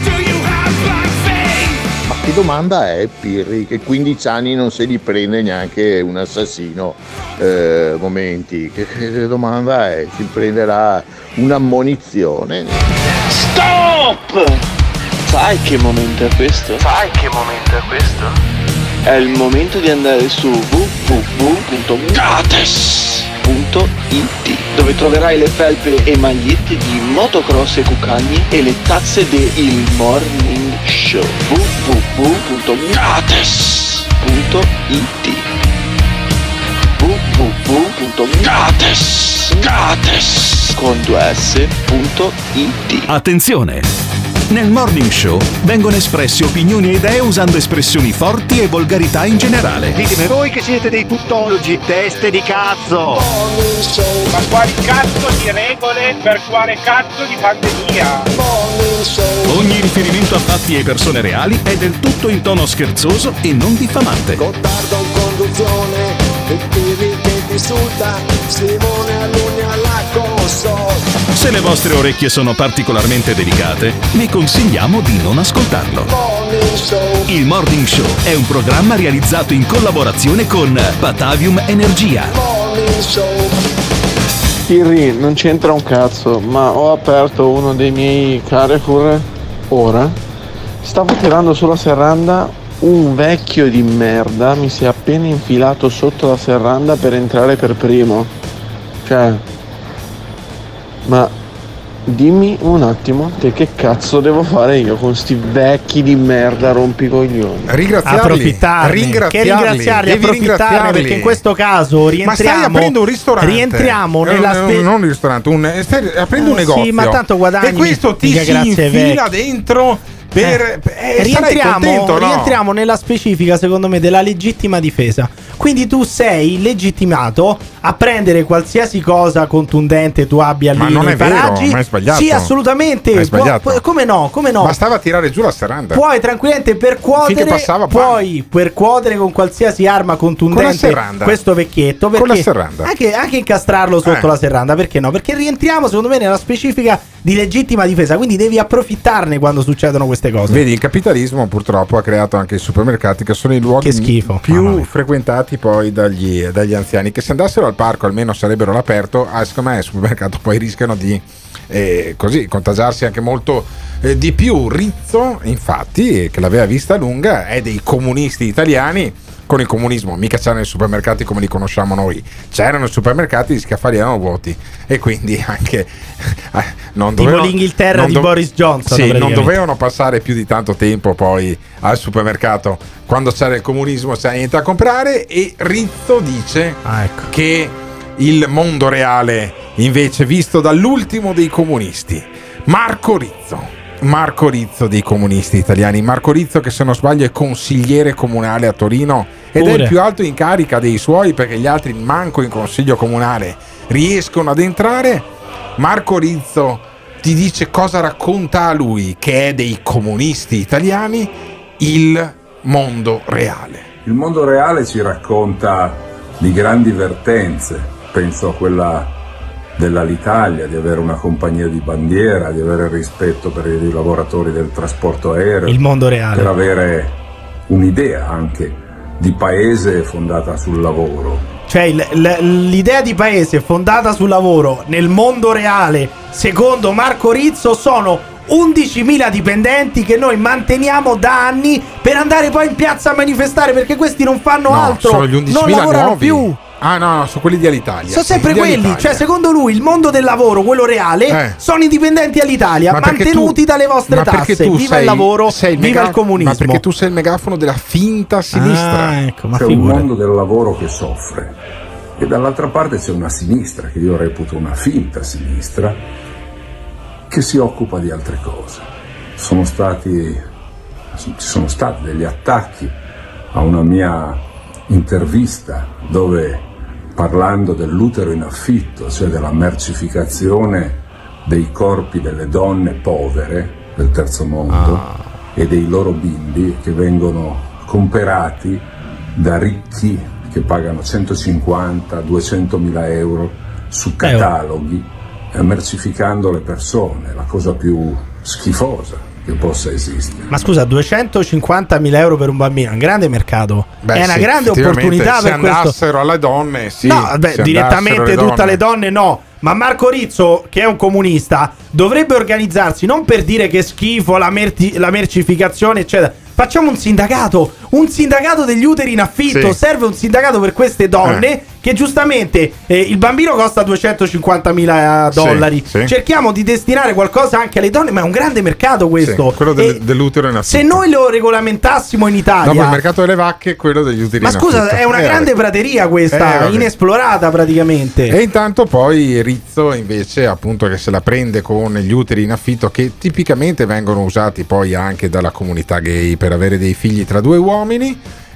Ma che domanda è, Pirri, che quindici anni non se li prende neanche un assassino? Eh, momenti, che, che domanda è? Si prenderà un'ammonizione? Stop! Sai che momento è questo? Sai che momento è questo? È il momento di andare su w w w punto gates punto i t, dove troverai le felpe e magliette di motocross e cucagni e le tazze del Morning Show. w w w punto gates punto i t w w w punto gates gates con due s punto i t. Attenzione! Nel Morning Show vengono espresse opinioni e idee usando espressioni forti e volgarità in generale. Ditemi voi che siete dei tuttologi, teste di cazzo! Ma quali cazzo di regole per quale cazzo di pandemia? Ogni riferimento a fatti e persone reali è del tutto in tono scherzoso e non diffamante. Gottardo in conduzione, il Pirri che ti insulta, Simone Alunni alla console. Se le vostre orecchie sono particolarmente delicate, vi consigliamo di non ascoltarlo. Il Morning Show è un programma realizzato in collaborazione con Batavium Energia. Pirri, non c'entra un cazzo, ma ho aperto uno dei miei Carrefour ora. Stavo tirando sulla serranda, un vecchio di merda mi si è appena infilato sotto la serranda per entrare per primo. Cioè, ma dimmi un attimo te che cazzo devo fare io con sti vecchi di merda rompicoglioni. Ringraziarli, approfittarne, ringraziarli, che ringraziarli, devi approfittarne ringraziarli. perché in questo caso rientriamo. Ma stai aprendo un ristorante, rientriamo eh, nella non, spe- non un ristorante, un, stai aprendo Eh, un negozio. sì, ma tanto guadagni, e questo ti mica si grazie ai infila vecchi. dentro per eh, sarai rientriamo, contento, no? rientriamo nella specifica, secondo me, della legittima difesa. Quindi tu sei legittimato a prendere qualsiasi cosa contundente tu abbia lì Ma non nei è vero, paraggi. ma è sbagliato. Sì, assolutamente. È sbagliato. Può- come no? Come no? Bastava tirare giù la serranda. Puoi tranquillamente percuotere, Finché passava, bam. puoi percuotere con qualsiasi arma contundente Con la serranda. questo vecchietto. Con la perché serranda. Anche, anche incastrarlo sotto Eh. la serranda, perché no? Perché rientriamo, secondo me, nella specifica di legittima difesa. Quindi devi approfittarne quando succedono queste cose. Vedi, il capitalismo purtroppo ha creato anche i supermercati, che sono i luoghi Che schifo. più Mamma mia. frequentati poi dagli, dagli anziani, che se andassero al parco almeno sarebbero all'aperto. Ah, secondo me il supermercato poi rischiano di eh, così contagiarsi anche molto eh, di più. Rizzo, infatti, che l'aveva vista lunga, è dei comunisti italiani. Con il comunismo mica c'erano i supermercati come li conosciamo noi, c'erano i supermercati, gli scaffali erano vuoti e quindi anche eh, non Tipo dovevano, l'Inghilterra non di dove- Boris Johnson, sì, non praticamente. dovevano passare più di tanto tempo poi al supermercato. Quando c'era il comunismo c'era niente da comprare. E Rizzo dice Ah, ecco. che il mondo reale invece visto dall'ultimo dei comunisti, Marco Rizzo. Marco Rizzo dei comunisti italiani. Marco Rizzo, che se non sbaglio è consigliere comunale a Torino ed Pure. è il più alto in carica dei suoi, perché gli altri manco in consiglio comunale riescono ad entrare. Marco Rizzo ti dice cosa racconta a lui, che è dei comunisti italiani, il mondo reale. Il mondo reale ci racconta di grandi vertenze, penso a quella dell'Alitalia, di avere una compagnia di bandiera, di avere rispetto per i lavoratori del trasporto aereo, Il mondo reale. per avere un'idea anche di paese fondata sul lavoro. Cioè il- l- l'idea di paese fondata sul lavoro nel mondo reale, secondo Marco Rizzo, sono undicimila dipendenti che noi manteniamo da anni per andare poi in piazza a manifestare, perché questi non fanno No, altro, sono gli non undicimila lavorano nuovi. più. Ah no, no, sono quelli di Alitalia. Sono sì, sempre di quelli, Alitalia. cioè secondo lui il mondo del lavoro, quello reale, Eh. sono i dipendenti all'Italia, Ma perché mantenuti tu- dalle vostre ma perché tasse. tu Viva sei- il lavoro, sei il viva mega- il comunismo. Ma perché tu sei il megafono della finta sinistra. Ah, ecco, ma C'è un figura. mondo del lavoro che soffre e dall'altra parte c'è una sinistra, che io reputo una finta sinistra, che si occupa di altre cose. Sono stati, ci sono stati degli attacchi a una mia intervista dove, parlando dell'utero in affitto, cioè della mercificazione dei corpi delle donne povere del terzo mondo e dei loro bimbi che vengono comperati da ricchi che pagano centocinquanta duecentomila euro su cataloghi, eh, mercificando le persone, la cosa più schifosa che possa esistere. Ma scusa, duecentocinquantamila euro per un bambino è un grande mercato. Beh, è una sì, grande effettivamente, opportunità se per questo. andassero alle donne, sì. No, beh, se direttamente andassero tutte le donne no. Ma Marco Rizzo, che è un comunista, dovrebbe organizzarsi non per dire che schifo la, merti- la mercificazione, eccetera. Facciamo un sindacato, un sindacato degli uteri in affitto. Sì. Serve un sindacato per queste donne Eh. che giustamente eh, il bambino costa duecentocinquantamila dollari. Sì, sì. Cerchiamo di destinare qualcosa anche alle donne, ma è un grande mercato questo. Sì, quello del- E dell'utero in affitto. se noi lo regolamentassimo in Italia, Dopo il mercato delle vacche, quello degli utili ma in scusa, affitto. è una Eh, grande vabbè. prateria questa, Eh, vabbè. inesplorata praticamente. E intanto poi Rizzo invece, appunto, che se la prende con gli uteri in affitto, che tipicamente vengono usati poi anche dalla comunità gay per avere dei figli tra due uomini.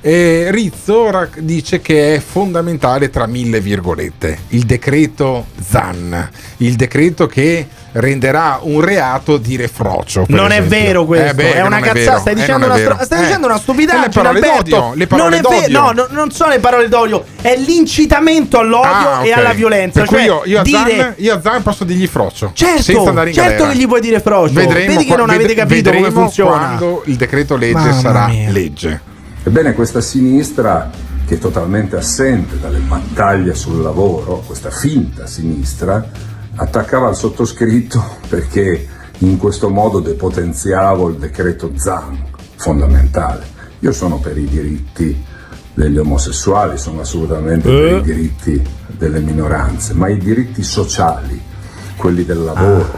E Rizzo rac- dice che è fondamentale, tra mille virgolette, il decreto Zan, il decreto che renderà un reato dire frocio. per Non è esempio. vero questo, Eh beh, è una non cazzata. vero, Stai eh, dicendo non è una, vero. stro- stai Eh. dicendo una E stupidaggine, le parole Alberto. d'odio, le parole non è vero, d'odio. no, no, non sono le parole d'odio, è l'incitamento all'odio Ah, e ok. alla violenza. Per cui cioè io, io, a dire, Zan, io a Zan posso dirgli frocio, certo, senza andare in certo galera. che gli puoi dire frocio. Vedremo Vedi che qua- non avete ved- capito come vedremo funziona. quando il decreto legge Mamma sarà mia. legge. Ebbene, questa sinistra, che è totalmente assente dalle battaglie sul lavoro, questa finta sinistra, attaccava il sottoscritto perché in questo modo depotenziavo il decreto Zan, fondamentale. Io sono per i diritti degli omosessuali, sono assolutamente per Eh. i diritti delle minoranze, ma i diritti sociali, quelli del lavoro,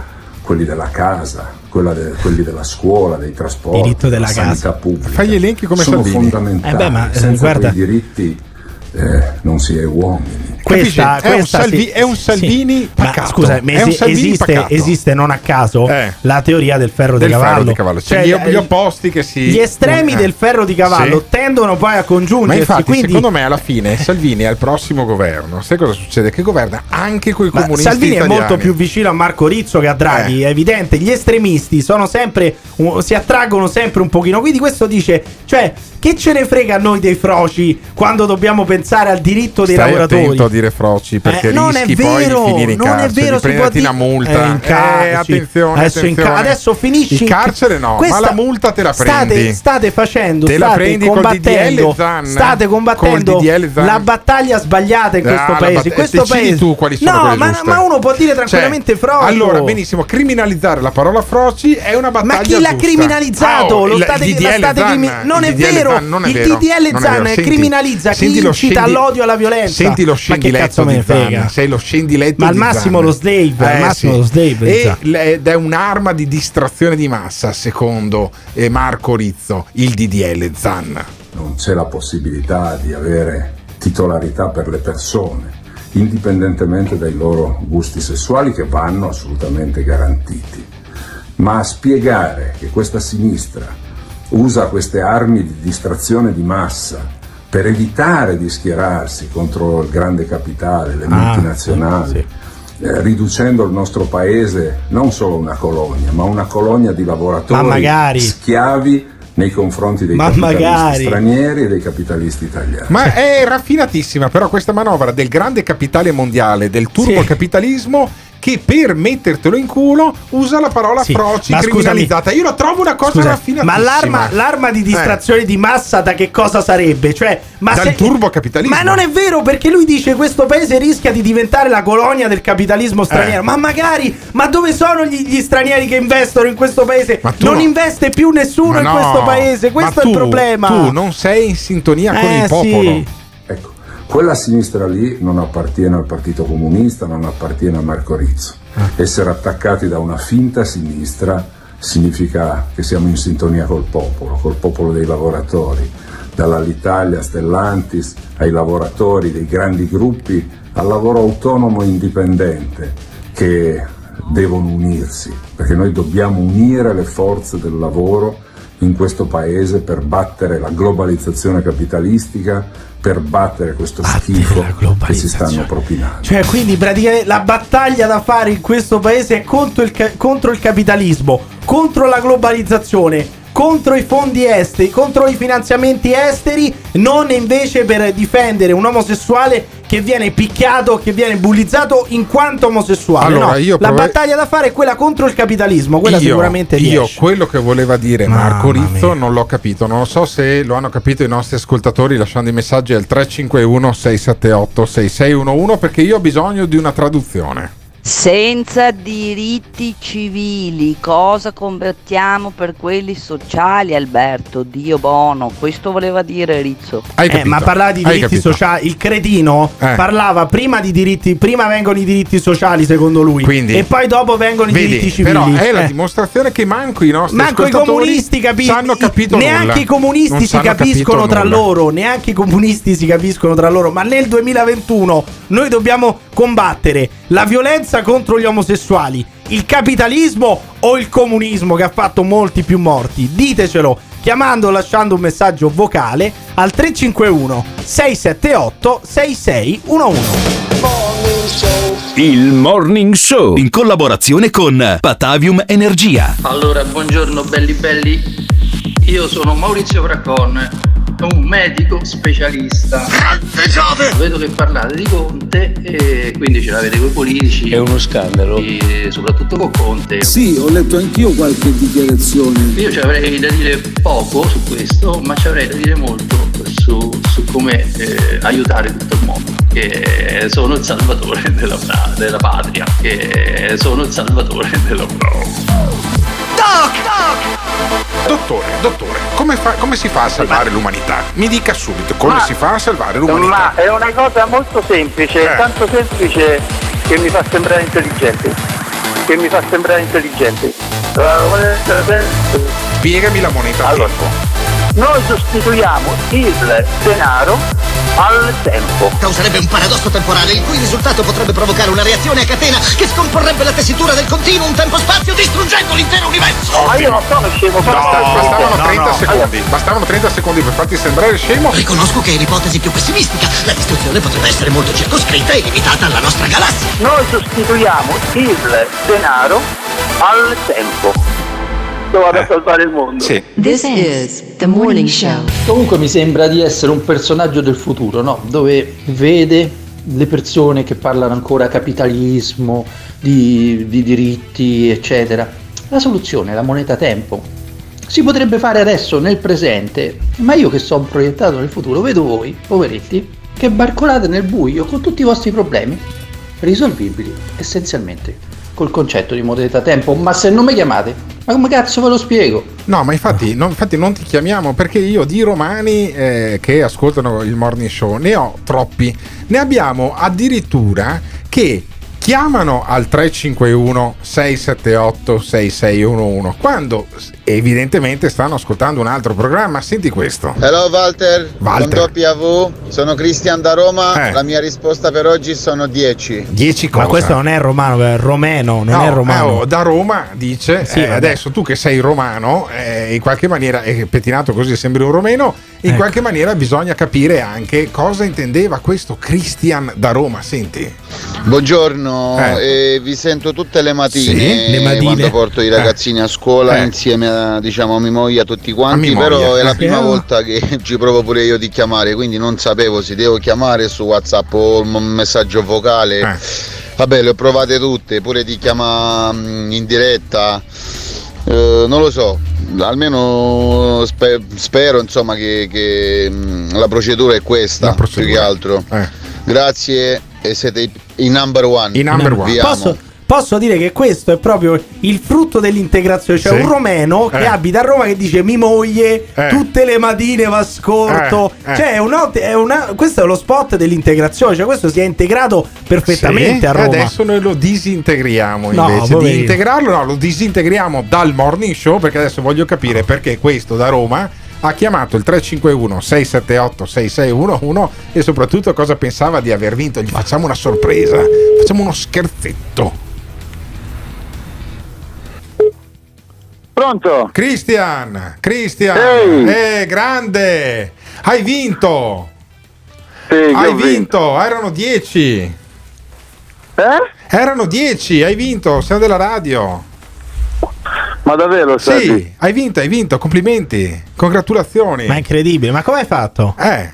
quelli della casa, quella de, quelli della scuola, dei trasporti, diritto della della sanità casa. pubblica. Fai gli elenchi come sono Salvini. fondamentali. Eh beh, ma, eh, senza guarda. quei diritti eh, non si è uomini. Questa, Capisci? È un questa Salvi- sì, è un Salvini sì. pacato. Ma scusa, ma È un esi- Salvini esiste, pacato. esiste non a caso Eh. la teoria del ferro Del di cavallo. ferro di cavallo. Cioè, gli, gli opposti che si. Gli estremi eh. del ferro di cavallo Sì. tendono poi a Ma congiungersi. infatti, quindi secondo me, alla fine Salvini è al prossimo governo. Sai cosa succede? Che governa anche con i Ma comunisti Salvini italiani. è molto più vicino a Marco Rizzo che a Draghi, Eh. è evidente. Gli estremisti sono sempre uh, si attraggono sempre un pochino. Quindi questo dice, cioè, che ce ne frega a noi dei froci quando dobbiamo pensare al diritto dei Stai lavoratori? attento a dire froci, perché Eh, non è rischi poi vero, di finire in non è carcere, vero, di si può prenderti dire- una multa. Eh, in carcere, Eh, attenzione, adesso, in ca- attenzione. adesso finisci in in ca- carcere no, Questa- ma la multa te la prendi. State, state facendo, Te la state prendi col D D L combattendo, Zan, state combattendo col D D L Zan. la battaglia sbagliata in Ah, questo la paese. bat- In questo decidi paese tu quali sono no, quelle ma, giuste. ma uno può dire tranquillamente Cioè, frocio. allora, benissimo, criminalizzare la parola froci è una battaglia Ma chi l'ha giusta. criminalizzato? Ah, oh, Lo il- state, il D D L la state Zan, crimi- non il è D D L vero. Zan non è il vero, D D L non è Zan vero. Senti- criminalizza chi senti lo incita scendi- all'odio e alla violenza. Senti lo Ma che scendiletto cazzo me di ne frega? Zan, sei lo scendiletto Ma al di massimo Zan. lo slave, al Eh, massimo sì. lo slave, E Zan. l- ed è un'arma di distrazione di massa, secondo eh, Marco Rizzo, il D D L Zan. Non c'è la possibilità di avere titolarità per le persone, indipendentemente dai loro gusti sessuali, che vanno assolutamente garantiti. Ma a spiegare che questa sinistra usa queste armi di distrazione di massa per evitare di schierarsi contro il grande capitale, le Ah, multinazionali, sì. eh, riducendo il nostro paese non solo a una colonia, ma una colonia di lavoratori Ma magari. schiavi nei confronti dei Ma capitalisti magari. stranieri e dei capitalisti italiani. Ma è raffinatissima però questa manovra del grande capitale mondiale, del turbocapitalismo, che per mettertelo in culo usa la parola Sì, froci ma criminalizzata. Io la trovo una cosa Scusa, raffinatissima. ma l'arma, l'arma di distrazione di massa da che cosa sarebbe? Cioè, ma Dal se- turbocapitalismo. Ma non è vero, perché lui dice questo paese rischia di diventare la colonia del capitalismo straniero. Eh. Ma magari, ma dove sono gli, gli stranieri che investono in questo paese? Ma tu Non no. investe più nessuno Ma in no, questo paese, questo ma è il tu- problema. Tu non sei in sintonia con Eh, il popolo. sì. Ecco, quella sinistra lì non appartiene al Partito Comunista, non appartiene a Marco Rizzo. Essere attaccati da una finta sinistra significa che siamo in sintonia col popolo, col popolo dei lavoratori, dall'Alitalia a Stellantis ai lavoratori dei grandi gruppi, al lavoro autonomo e indipendente, che devono unirsi, perché noi dobbiamo unire le forze del lavoro in questo paese per battere la globalizzazione capitalistica, per battere questo schifo che si stanno propinando. Cioè, quindi praticamente la battaglia da fare in questo paese è contro il, ca- contro il capitalismo, contro la globalizzazione, contro i fondi esteri, contro i finanziamenti esteri, non invece per difendere un omosessuale che viene picchiato, che viene bullizzato in quanto omosessuale. Allora, no, io la prove- battaglia da fare è quella contro il capitalismo, quella io, sicuramente io riesce. quello che voleva dire Mamma Marco Rizzo mia. non l'ho capito, non lo so se lo hanno capito i nostri ascoltatori lasciando i messaggi al tre cinque uno sei sette otto sei sei uno uno, perché io ho bisogno di una traduzione. Senza diritti civili, cosa combattiamo per quelli sociali, Alberto? Dio buono, questo voleva dire Rizzo. Hai Eh, capito? ma parlava di Hai diritti capito? sociali. Il cretino Eh. parlava prima di diritti. Prima vengono i diritti sociali, secondo lui. Quindi, e poi dopo vengono i Vedi, diritti civili. però è la Eh. dimostrazione che manco i nostri Manco i ascoltatori comunisti capiscono. hanno capito Neanche nulla. i comunisti Non si s'hanno capiscono capito tra nulla. loro. Neanche i comunisti si capiscono tra loro. Ma nel duemilaventuno noi dobbiamo combattere la violenza contro gli omosessuali, il capitalismo o il comunismo che ha fatto molti più morti. Ditecelo chiamando o lasciando un messaggio vocale al tre cinque uno sei sette otto sei sei uno uno. Il Morning Show in collaborazione con Patavium Energia. Allora, buongiorno belli belli, io sono Maurizio Fracon, un medico specialista. Vedo che parlate di Conte e quindi ce l'avete con i politici. È uno scandalo. E soprattutto con Conte. Sì, ho letto anch'io qualche dichiarazione. Io ci avrei da dire poco su questo, ma ci avrei da dire molto su, su come eh, aiutare tutto il mondo. Che sono il salvatore della, della patria. Che sono il salvatore della Dottore, dottore, come, fa- come si fa a salvare l'umanità? Mi dica subito, come Ma- si fa a salvare Ma l'umanità? è una cosa molto semplice, Eh. tanto semplice che mi fa sembrare intelligente. che mi fa sembrare intelligente. Spiegami la moneta allora, tempo. Noi sostituiamo il denaro al tempo. Causerebbe un paradosso temporale il cui risultato potrebbe provocare una reazione a catena che scomporrebbe la tessitura del continuum tempo-spazio distruggendo l'intero universo. Ma io non sono scemo. No, bastavano trenta secondi. Bastavano trenta secondi per farti sembrare scemo. Riconosco che è l'ipotesi più pessimistica. La distruzione potrebbe essere molto circoscritta e limitata alla nostra galassia. Noi sostituiamo il denaro al tempo. Vado a salvare il mondo. Sì. This is the morning show. Comunque mi sembra di essere un personaggio del futuro, no? Dove vede le persone che parlano ancora capitalismo, di, di diritti, eccetera. La soluzione è la moneta tempo. Si potrebbe fare adesso nel presente, ma io che sono proiettato nel futuro vedo voi, poveretti, che barcolate nel buio con tutti i vostri problemi, risolvibili essenzialmente col concetto di moneta tempo. Ma se non mi chiamate, ma come cazzo ve lo spiego? No, ma infatti, no, infatti non ti chiamiamo perché io di romani eh, che ascoltano il morning show ne ho troppi. Ne abbiamo addirittura che chiamano al tre cinque uno sei sette otto sei sei uno uno quando evidentemente stanno ascoltando un altro programma. Senti questo. Hello Walter, Walter. con W, sono Cristian da Roma, Eh. la mia risposta per oggi sono dieci. dieci Ma cosa? questo non è romano, è romeno, non No, è romano. eh, oh, da Roma dice Sì, eh, vabbè. adesso tu che sei romano eh, in qualche maniera è pettinato così sembri un romeno, in Ecco. qualche maniera bisogna capire anche cosa intendeva questo Cristian da Roma. Senti. Buongiorno, Eh. eh, vi sento tutte le mattine, Sì, le matine. quando porto i ragazzini a scuola Eh. insieme a, diciamo, a mia moglie, a tutti quanti, A mia moglie. però è la Eh. prima Eh. volta che ci provo pure io di chiamare, quindi non sapevo se devo chiamare su WhatsApp o un messaggio vocale. Eh. Vabbè, le ho provate tutte, pure di chiamare mm, in diretta. Eh, non lo so, almeno spe- spero insomma che, che, mm, la procedura è questa, La procedura. più che altro. Eh. Grazie e siete i, i number one. I number one. Vi amo. Posso, posso dire che questo è proprio il frutto dell'integrazione. C'è Sì. un romeno che Eh. abita a Roma che dice mi moglie Eh. tutte le mattine va scorto. Eh. Eh. Cioè è un, è una, questo è lo spot dell'integrazione. Cioè questo si è integrato perfettamente Sì, a Roma. Adesso noi lo disintegriamo No, invece poverino. di integrarlo, no, lo disintegriamo dal morning show perché adesso voglio capire perché questo da Roma ha chiamato il tre cinque uno sei sette otto sei sei uno uno e soprattutto cosa pensava di aver vinto. Gli facciamo una sorpresa, facciamo uno scherzetto. Pronto? Cristian, Cristian, Ehi. eh, grande, hai vinto. Sì, che Hai ho vinto. vinto, erano dieci. Eh? Erano dieci, hai vinto, siamo della radio. Ma davvero, Sì, Sergi? hai vinto, hai vinto, complimenti, congratulazioni. Ma è incredibile, ma come hai fatto? Eh,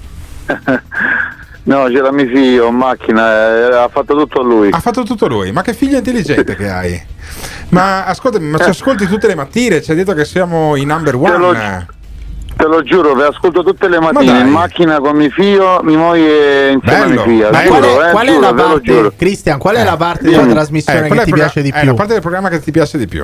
No, c'era mio figlio in macchina, eh, ha fatto tutto lui. ha fatto tutto lui, ma che figlio intelligente che hai. Ma ascoltami, ma ci ascolti tutte le mattine, ci hai detto che siamo i number Te lo, one. te lo giuro, vi ascolto tutte le mattine dai. in macchina con mio figlio, mia moglie insieme Bello, a mia figlia. bello. Giuro, Qual è, eh, qual è giuro, la ve lo parte, giuro. Cristian, qual è Eh, la parte dimmi. della trasmissione Eh, che qual è ti il piace di programma- eh, più? la parte del programma che ti piace di più.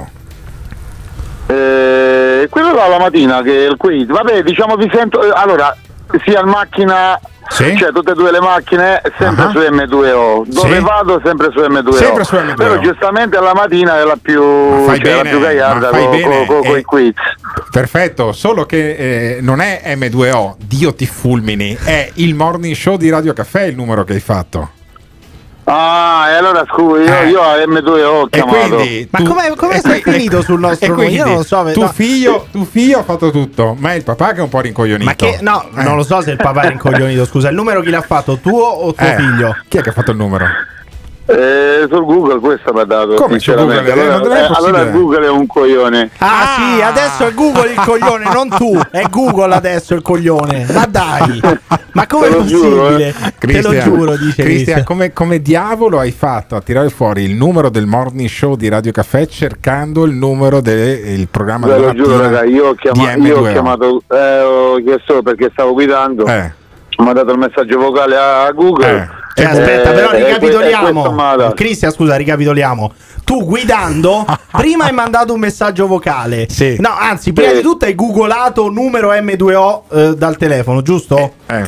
Eh, quello là la mattina che è il quiz. Vabbè, diciamo vi sento. eh, Allora, sia in macchina, Sì? cioè tutte e due le macchine, sempre Ah. su M due O. Dove Sì? vado, sempre su M due O. Sempre su M due O. Però giustamente alla mattina è la più, fai cioè, la bene, più gagliarda ma fai con bene, i eh. quiz. Perfetto, solo che eh, non è M due O, Dio ti fulmini, è il morning show di Radio Caffè il numero che hai fatto. Ah, e allora scusa, io, Eh. io a M due O ho E chiamato. quindi Ma tu- come, come e sei qui- finito sul nostro e numero? Io quindi non lo so. Tu no. figlio, tu figlio ha fatto tutto, ma è il papà che è un po' rincoglionito. Ma che no, Eh. non lo so se il papà è rincoglionito. Scusa, il numero chi l'ha fatto? Tuo o tuo Eh, figlio? Chi è che ha fatto il numero? Eh, sul Google questo mi ha dato. Come su sinceramente. Google? Eh, Allora, non è eh, possibile. allora Google è un coglione. Ah, sì, adesso è Google il coglione, non tu. È Google adesso il coglione. Ma dai, ma come è Te lo giuro, possibile? eh. Te lo Cristian, giuro, dice Cristian, Cristian. come, come diavolo hai fatto a tirare fuori il numero del morning show di Radio Caffè cercando il numero del programma Ve della lo giuro, mattina raga, io ho, chiama- di io ho M due O? chiamato, eh, ho chiesto perché stavo guidando, Eh. mi ha dato il messaggio vocale a Google. Eh. Cioè, aspetta, però Eh, e que- e ricapitoliamo. questo m'ha dato. Cristian, scusa, ricapitoliamo. Tu guidando, prima hai mandato un messaggio vocale. Sì. No, anzi, prima Sì. di tutto hai googolato numero M due O eh, dal telefono, giusto? Eh.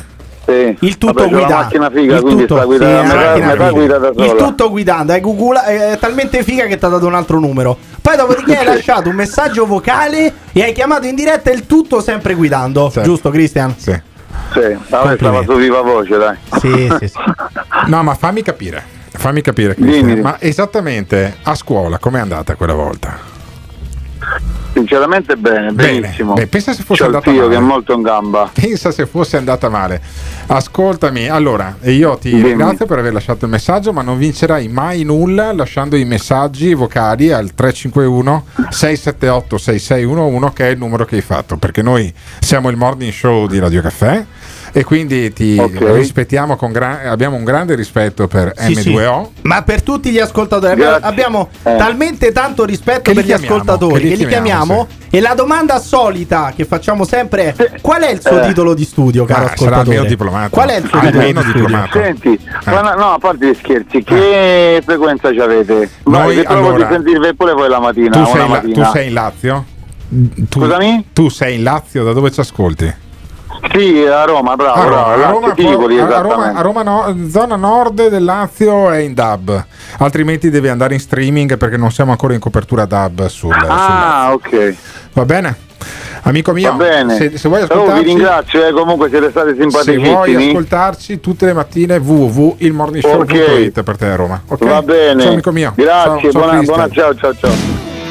Sì. Il tutto Vabbè, c'è la guidando. macchina figa, il quindi tutto, sta guida- sì, metà- la macchina metà figa. guida da Il sola. tutto guidando, è, Google, è talmente figa che ti ha dato un altro numero. Poi dopodiché hai lasciato un messaggio vocale e hai chiamato in diretta il tutto sempre guidando. Certo. Giusto, Cristian? Sì. Sì, vabbè, stava su viva voce, dai. Sì, sì, sì. No, ma fammi capire. Fammi capire, Cristian. Ma esattamente a scuola com'è andata quella volta? Sinceramente bene, benissimo. Beh, pensa se fosse C'ho il andata figlio male. che è molto in gamba. Pensa se fosse andata male. Ascoltami, allora, io ti Dimmi. ringrazio per aver lasciato il messaggio, ma non vincerai mai nulla lasciando i messaggi vocali al tre cinque uno sei sette otto sei sei uno uno, che è il numero che hai fatto, perché noi siamo il morning show di Radio Caffè e quindi ti Ok. rispettiamo con gran- abbiamo un grande rispetto per Sì, M due O. sì. Ma per tutti gli ascoltatori abbiamo, Grazie. abbiamo Eh. talmente tanto rispetto Che li per gli chiamiamo, ascoltatori che li che li chiamiamo, chiamiamo, e la domanda solita che facciamo sempre è: qual è il suo Eh. titolo di studio, caro Ah, sarà ascoltatore? almeno diplomato. Qual è il suo Almeno titolo di studio? diplomato. Senti, ma no, no, a parte gli scherzi, che frequenza ci avete? Vai, Noi, che trovo allora, di sentirvi pure voi la mattina. Tu una sei, la- mattina. tu sei in Lazio? Tu, Scusami? Tu sei in Lazio, da dove ci ascolti? Sì, a Roma, bravo, A bravo, Roma, a Lazio, Roma, Tivoli, a Roma, esattamente. a Roma no, zona nord del Lazio è in D A B, altrimenti devi andare in streaming perché non siamo ancora in copertura D A B sul, sul Ah, ok. Va bene? Amico mio, Va bene. se, se vuoi Oh, ascoltarci, vi ringrazio, eh, comunque siete stati se vuoi simpaticissimi. ascoltarci tutte le mattine, w w w punto il morning show punto it per te a Roma. Ok? Va bene. Ciao amico mio. Grazie, Ciao, ciao, buona, Cristian. buona ciao, ciao, ciao.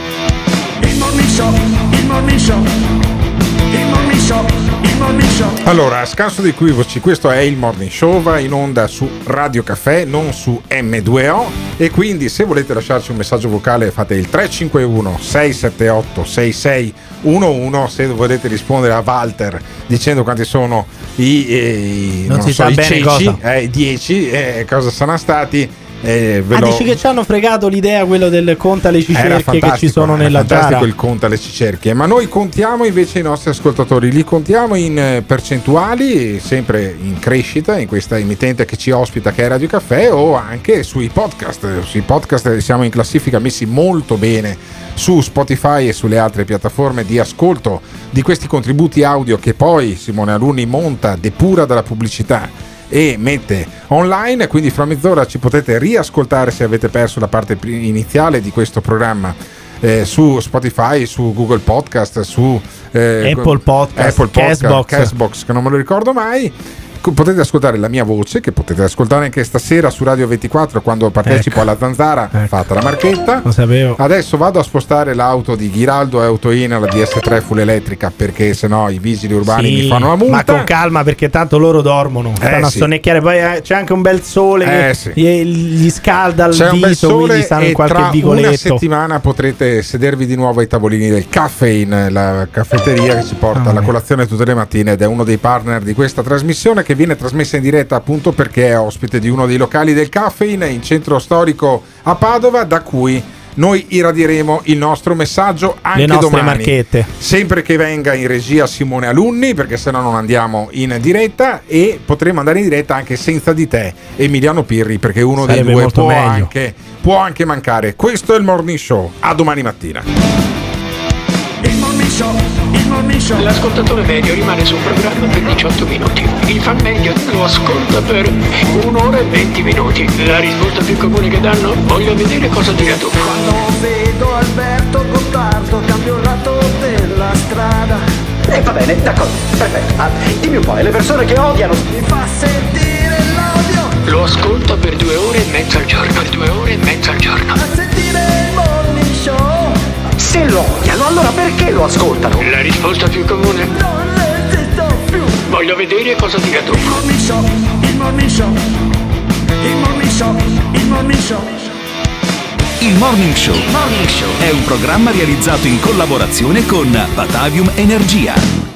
Il morning show, il morning show, il morning show, il morning show. Allora, a scanso di equivoci, questo è il Morning Show, va in onda su Radio Caffè, non su M due O, e quindi se volete lasciarci un messaggio vocale fate il tre cinque uno sei sette otto sei sei uno uno, se volete rispondere a Walter dicendo quanti sono i, eh, i Non si so, sa i bene ceci, cosa. eh, i dieci, eh, cosa sono stati. Eh, ve Ah, lo- dici che ci hanno fregato l'idea quello del conta le Era cicerche che fantastico, ci sono era nella fantastico giara? il conta le cicerche, ma noi contiamo invece i nostri ascoltatori, li contiamo in eh, percentuali, sempre in crescita in questa emittente che ci ospita, che è Radio Caffè, o anche sui podcast. Sui podcast siamo in classifica messi molto bene su Spotify e sulle altre piattaforme di ascolto di questi contributi audio che poi Simone Alunni monta, depura dalla pubblicità e mette online, quindi fra mezz'ora ci potete riascoltare se avete perso la parte pri- iniziale di questo programma eh, su Spotify, su Google Podcast, su eh, Apple Podcast, Apple Podcast, Castbox. Castbox, che non me lo ricordo mai. Co- Potete ascoltare la mia voce, che potete ascoltare anche stasera su Radio ventiquattro quando partecipo Ecco. alla Zanzara, fatta la marchetta. Lo sapevo. Adesso vado a spostare l'auto di Ghiraldo e Autoin alla D S tre full elettrica, perché sennò i vigili urbani Sì, mi fanno la multa. ma con calma, perché tanto loro dormono, stanno a sì. sonnecchiare. Poi eh, c'è anche un bel sole Eh, che sì. gli, gli scalda il C'è un bel viso, quindi sole stanno in e qualche tra vicoletto. una settimana potrete sedervi di nuovo ai tavolini del Caffeine, la caffetteria che ci porta Ah, la beh. colazione tutte le mattine ed è uno dei partner di questa trasmissione, che viene trasmessa in diretta appunto perché è ospite di uno dei locali del Caffeine in centro storico a Padova, da cui noi irradieremo il nostro messaggio anche Le nostre domani. marchette. Sempre che venga in regia Simone Alunni, perché sennò non andiamo in diretta, e potremo andare in diretta anche senza di te, Emiliano Pirri, perché uno Sarebbe dei due molto può meglio. anche, può anche mancare. Questo è il Morning Show, a domani mattina. Il morning show, il morning show. L'ascoltatore medio rimane sul programma per diciotto minuti. Il fan medio lo ascolta per un'ora e venti minuti. La risposta più comune che danno? Voglio vedere cosa dirà tu. Quando vedo Alberto Gottardo cambio il lato della strada. E va bene, d'accordo, perfetto. Ah, dimmi un po', e le persone che odiano? Mi fa sentire l'odio. Lo ascolta per due ore e mezza al giorno. Per due ore e mezza al giorno. A sentire il morning show. Se lo odiano, allora perché lo ascoltano? La risposta più comune? Non resisto più. Voglio vedere cosa dirà tu. Il morning show, il morning show. Il morning show, il morning show. Il Morning Show è un programma realizzato in collaborazione con Batavium Energia.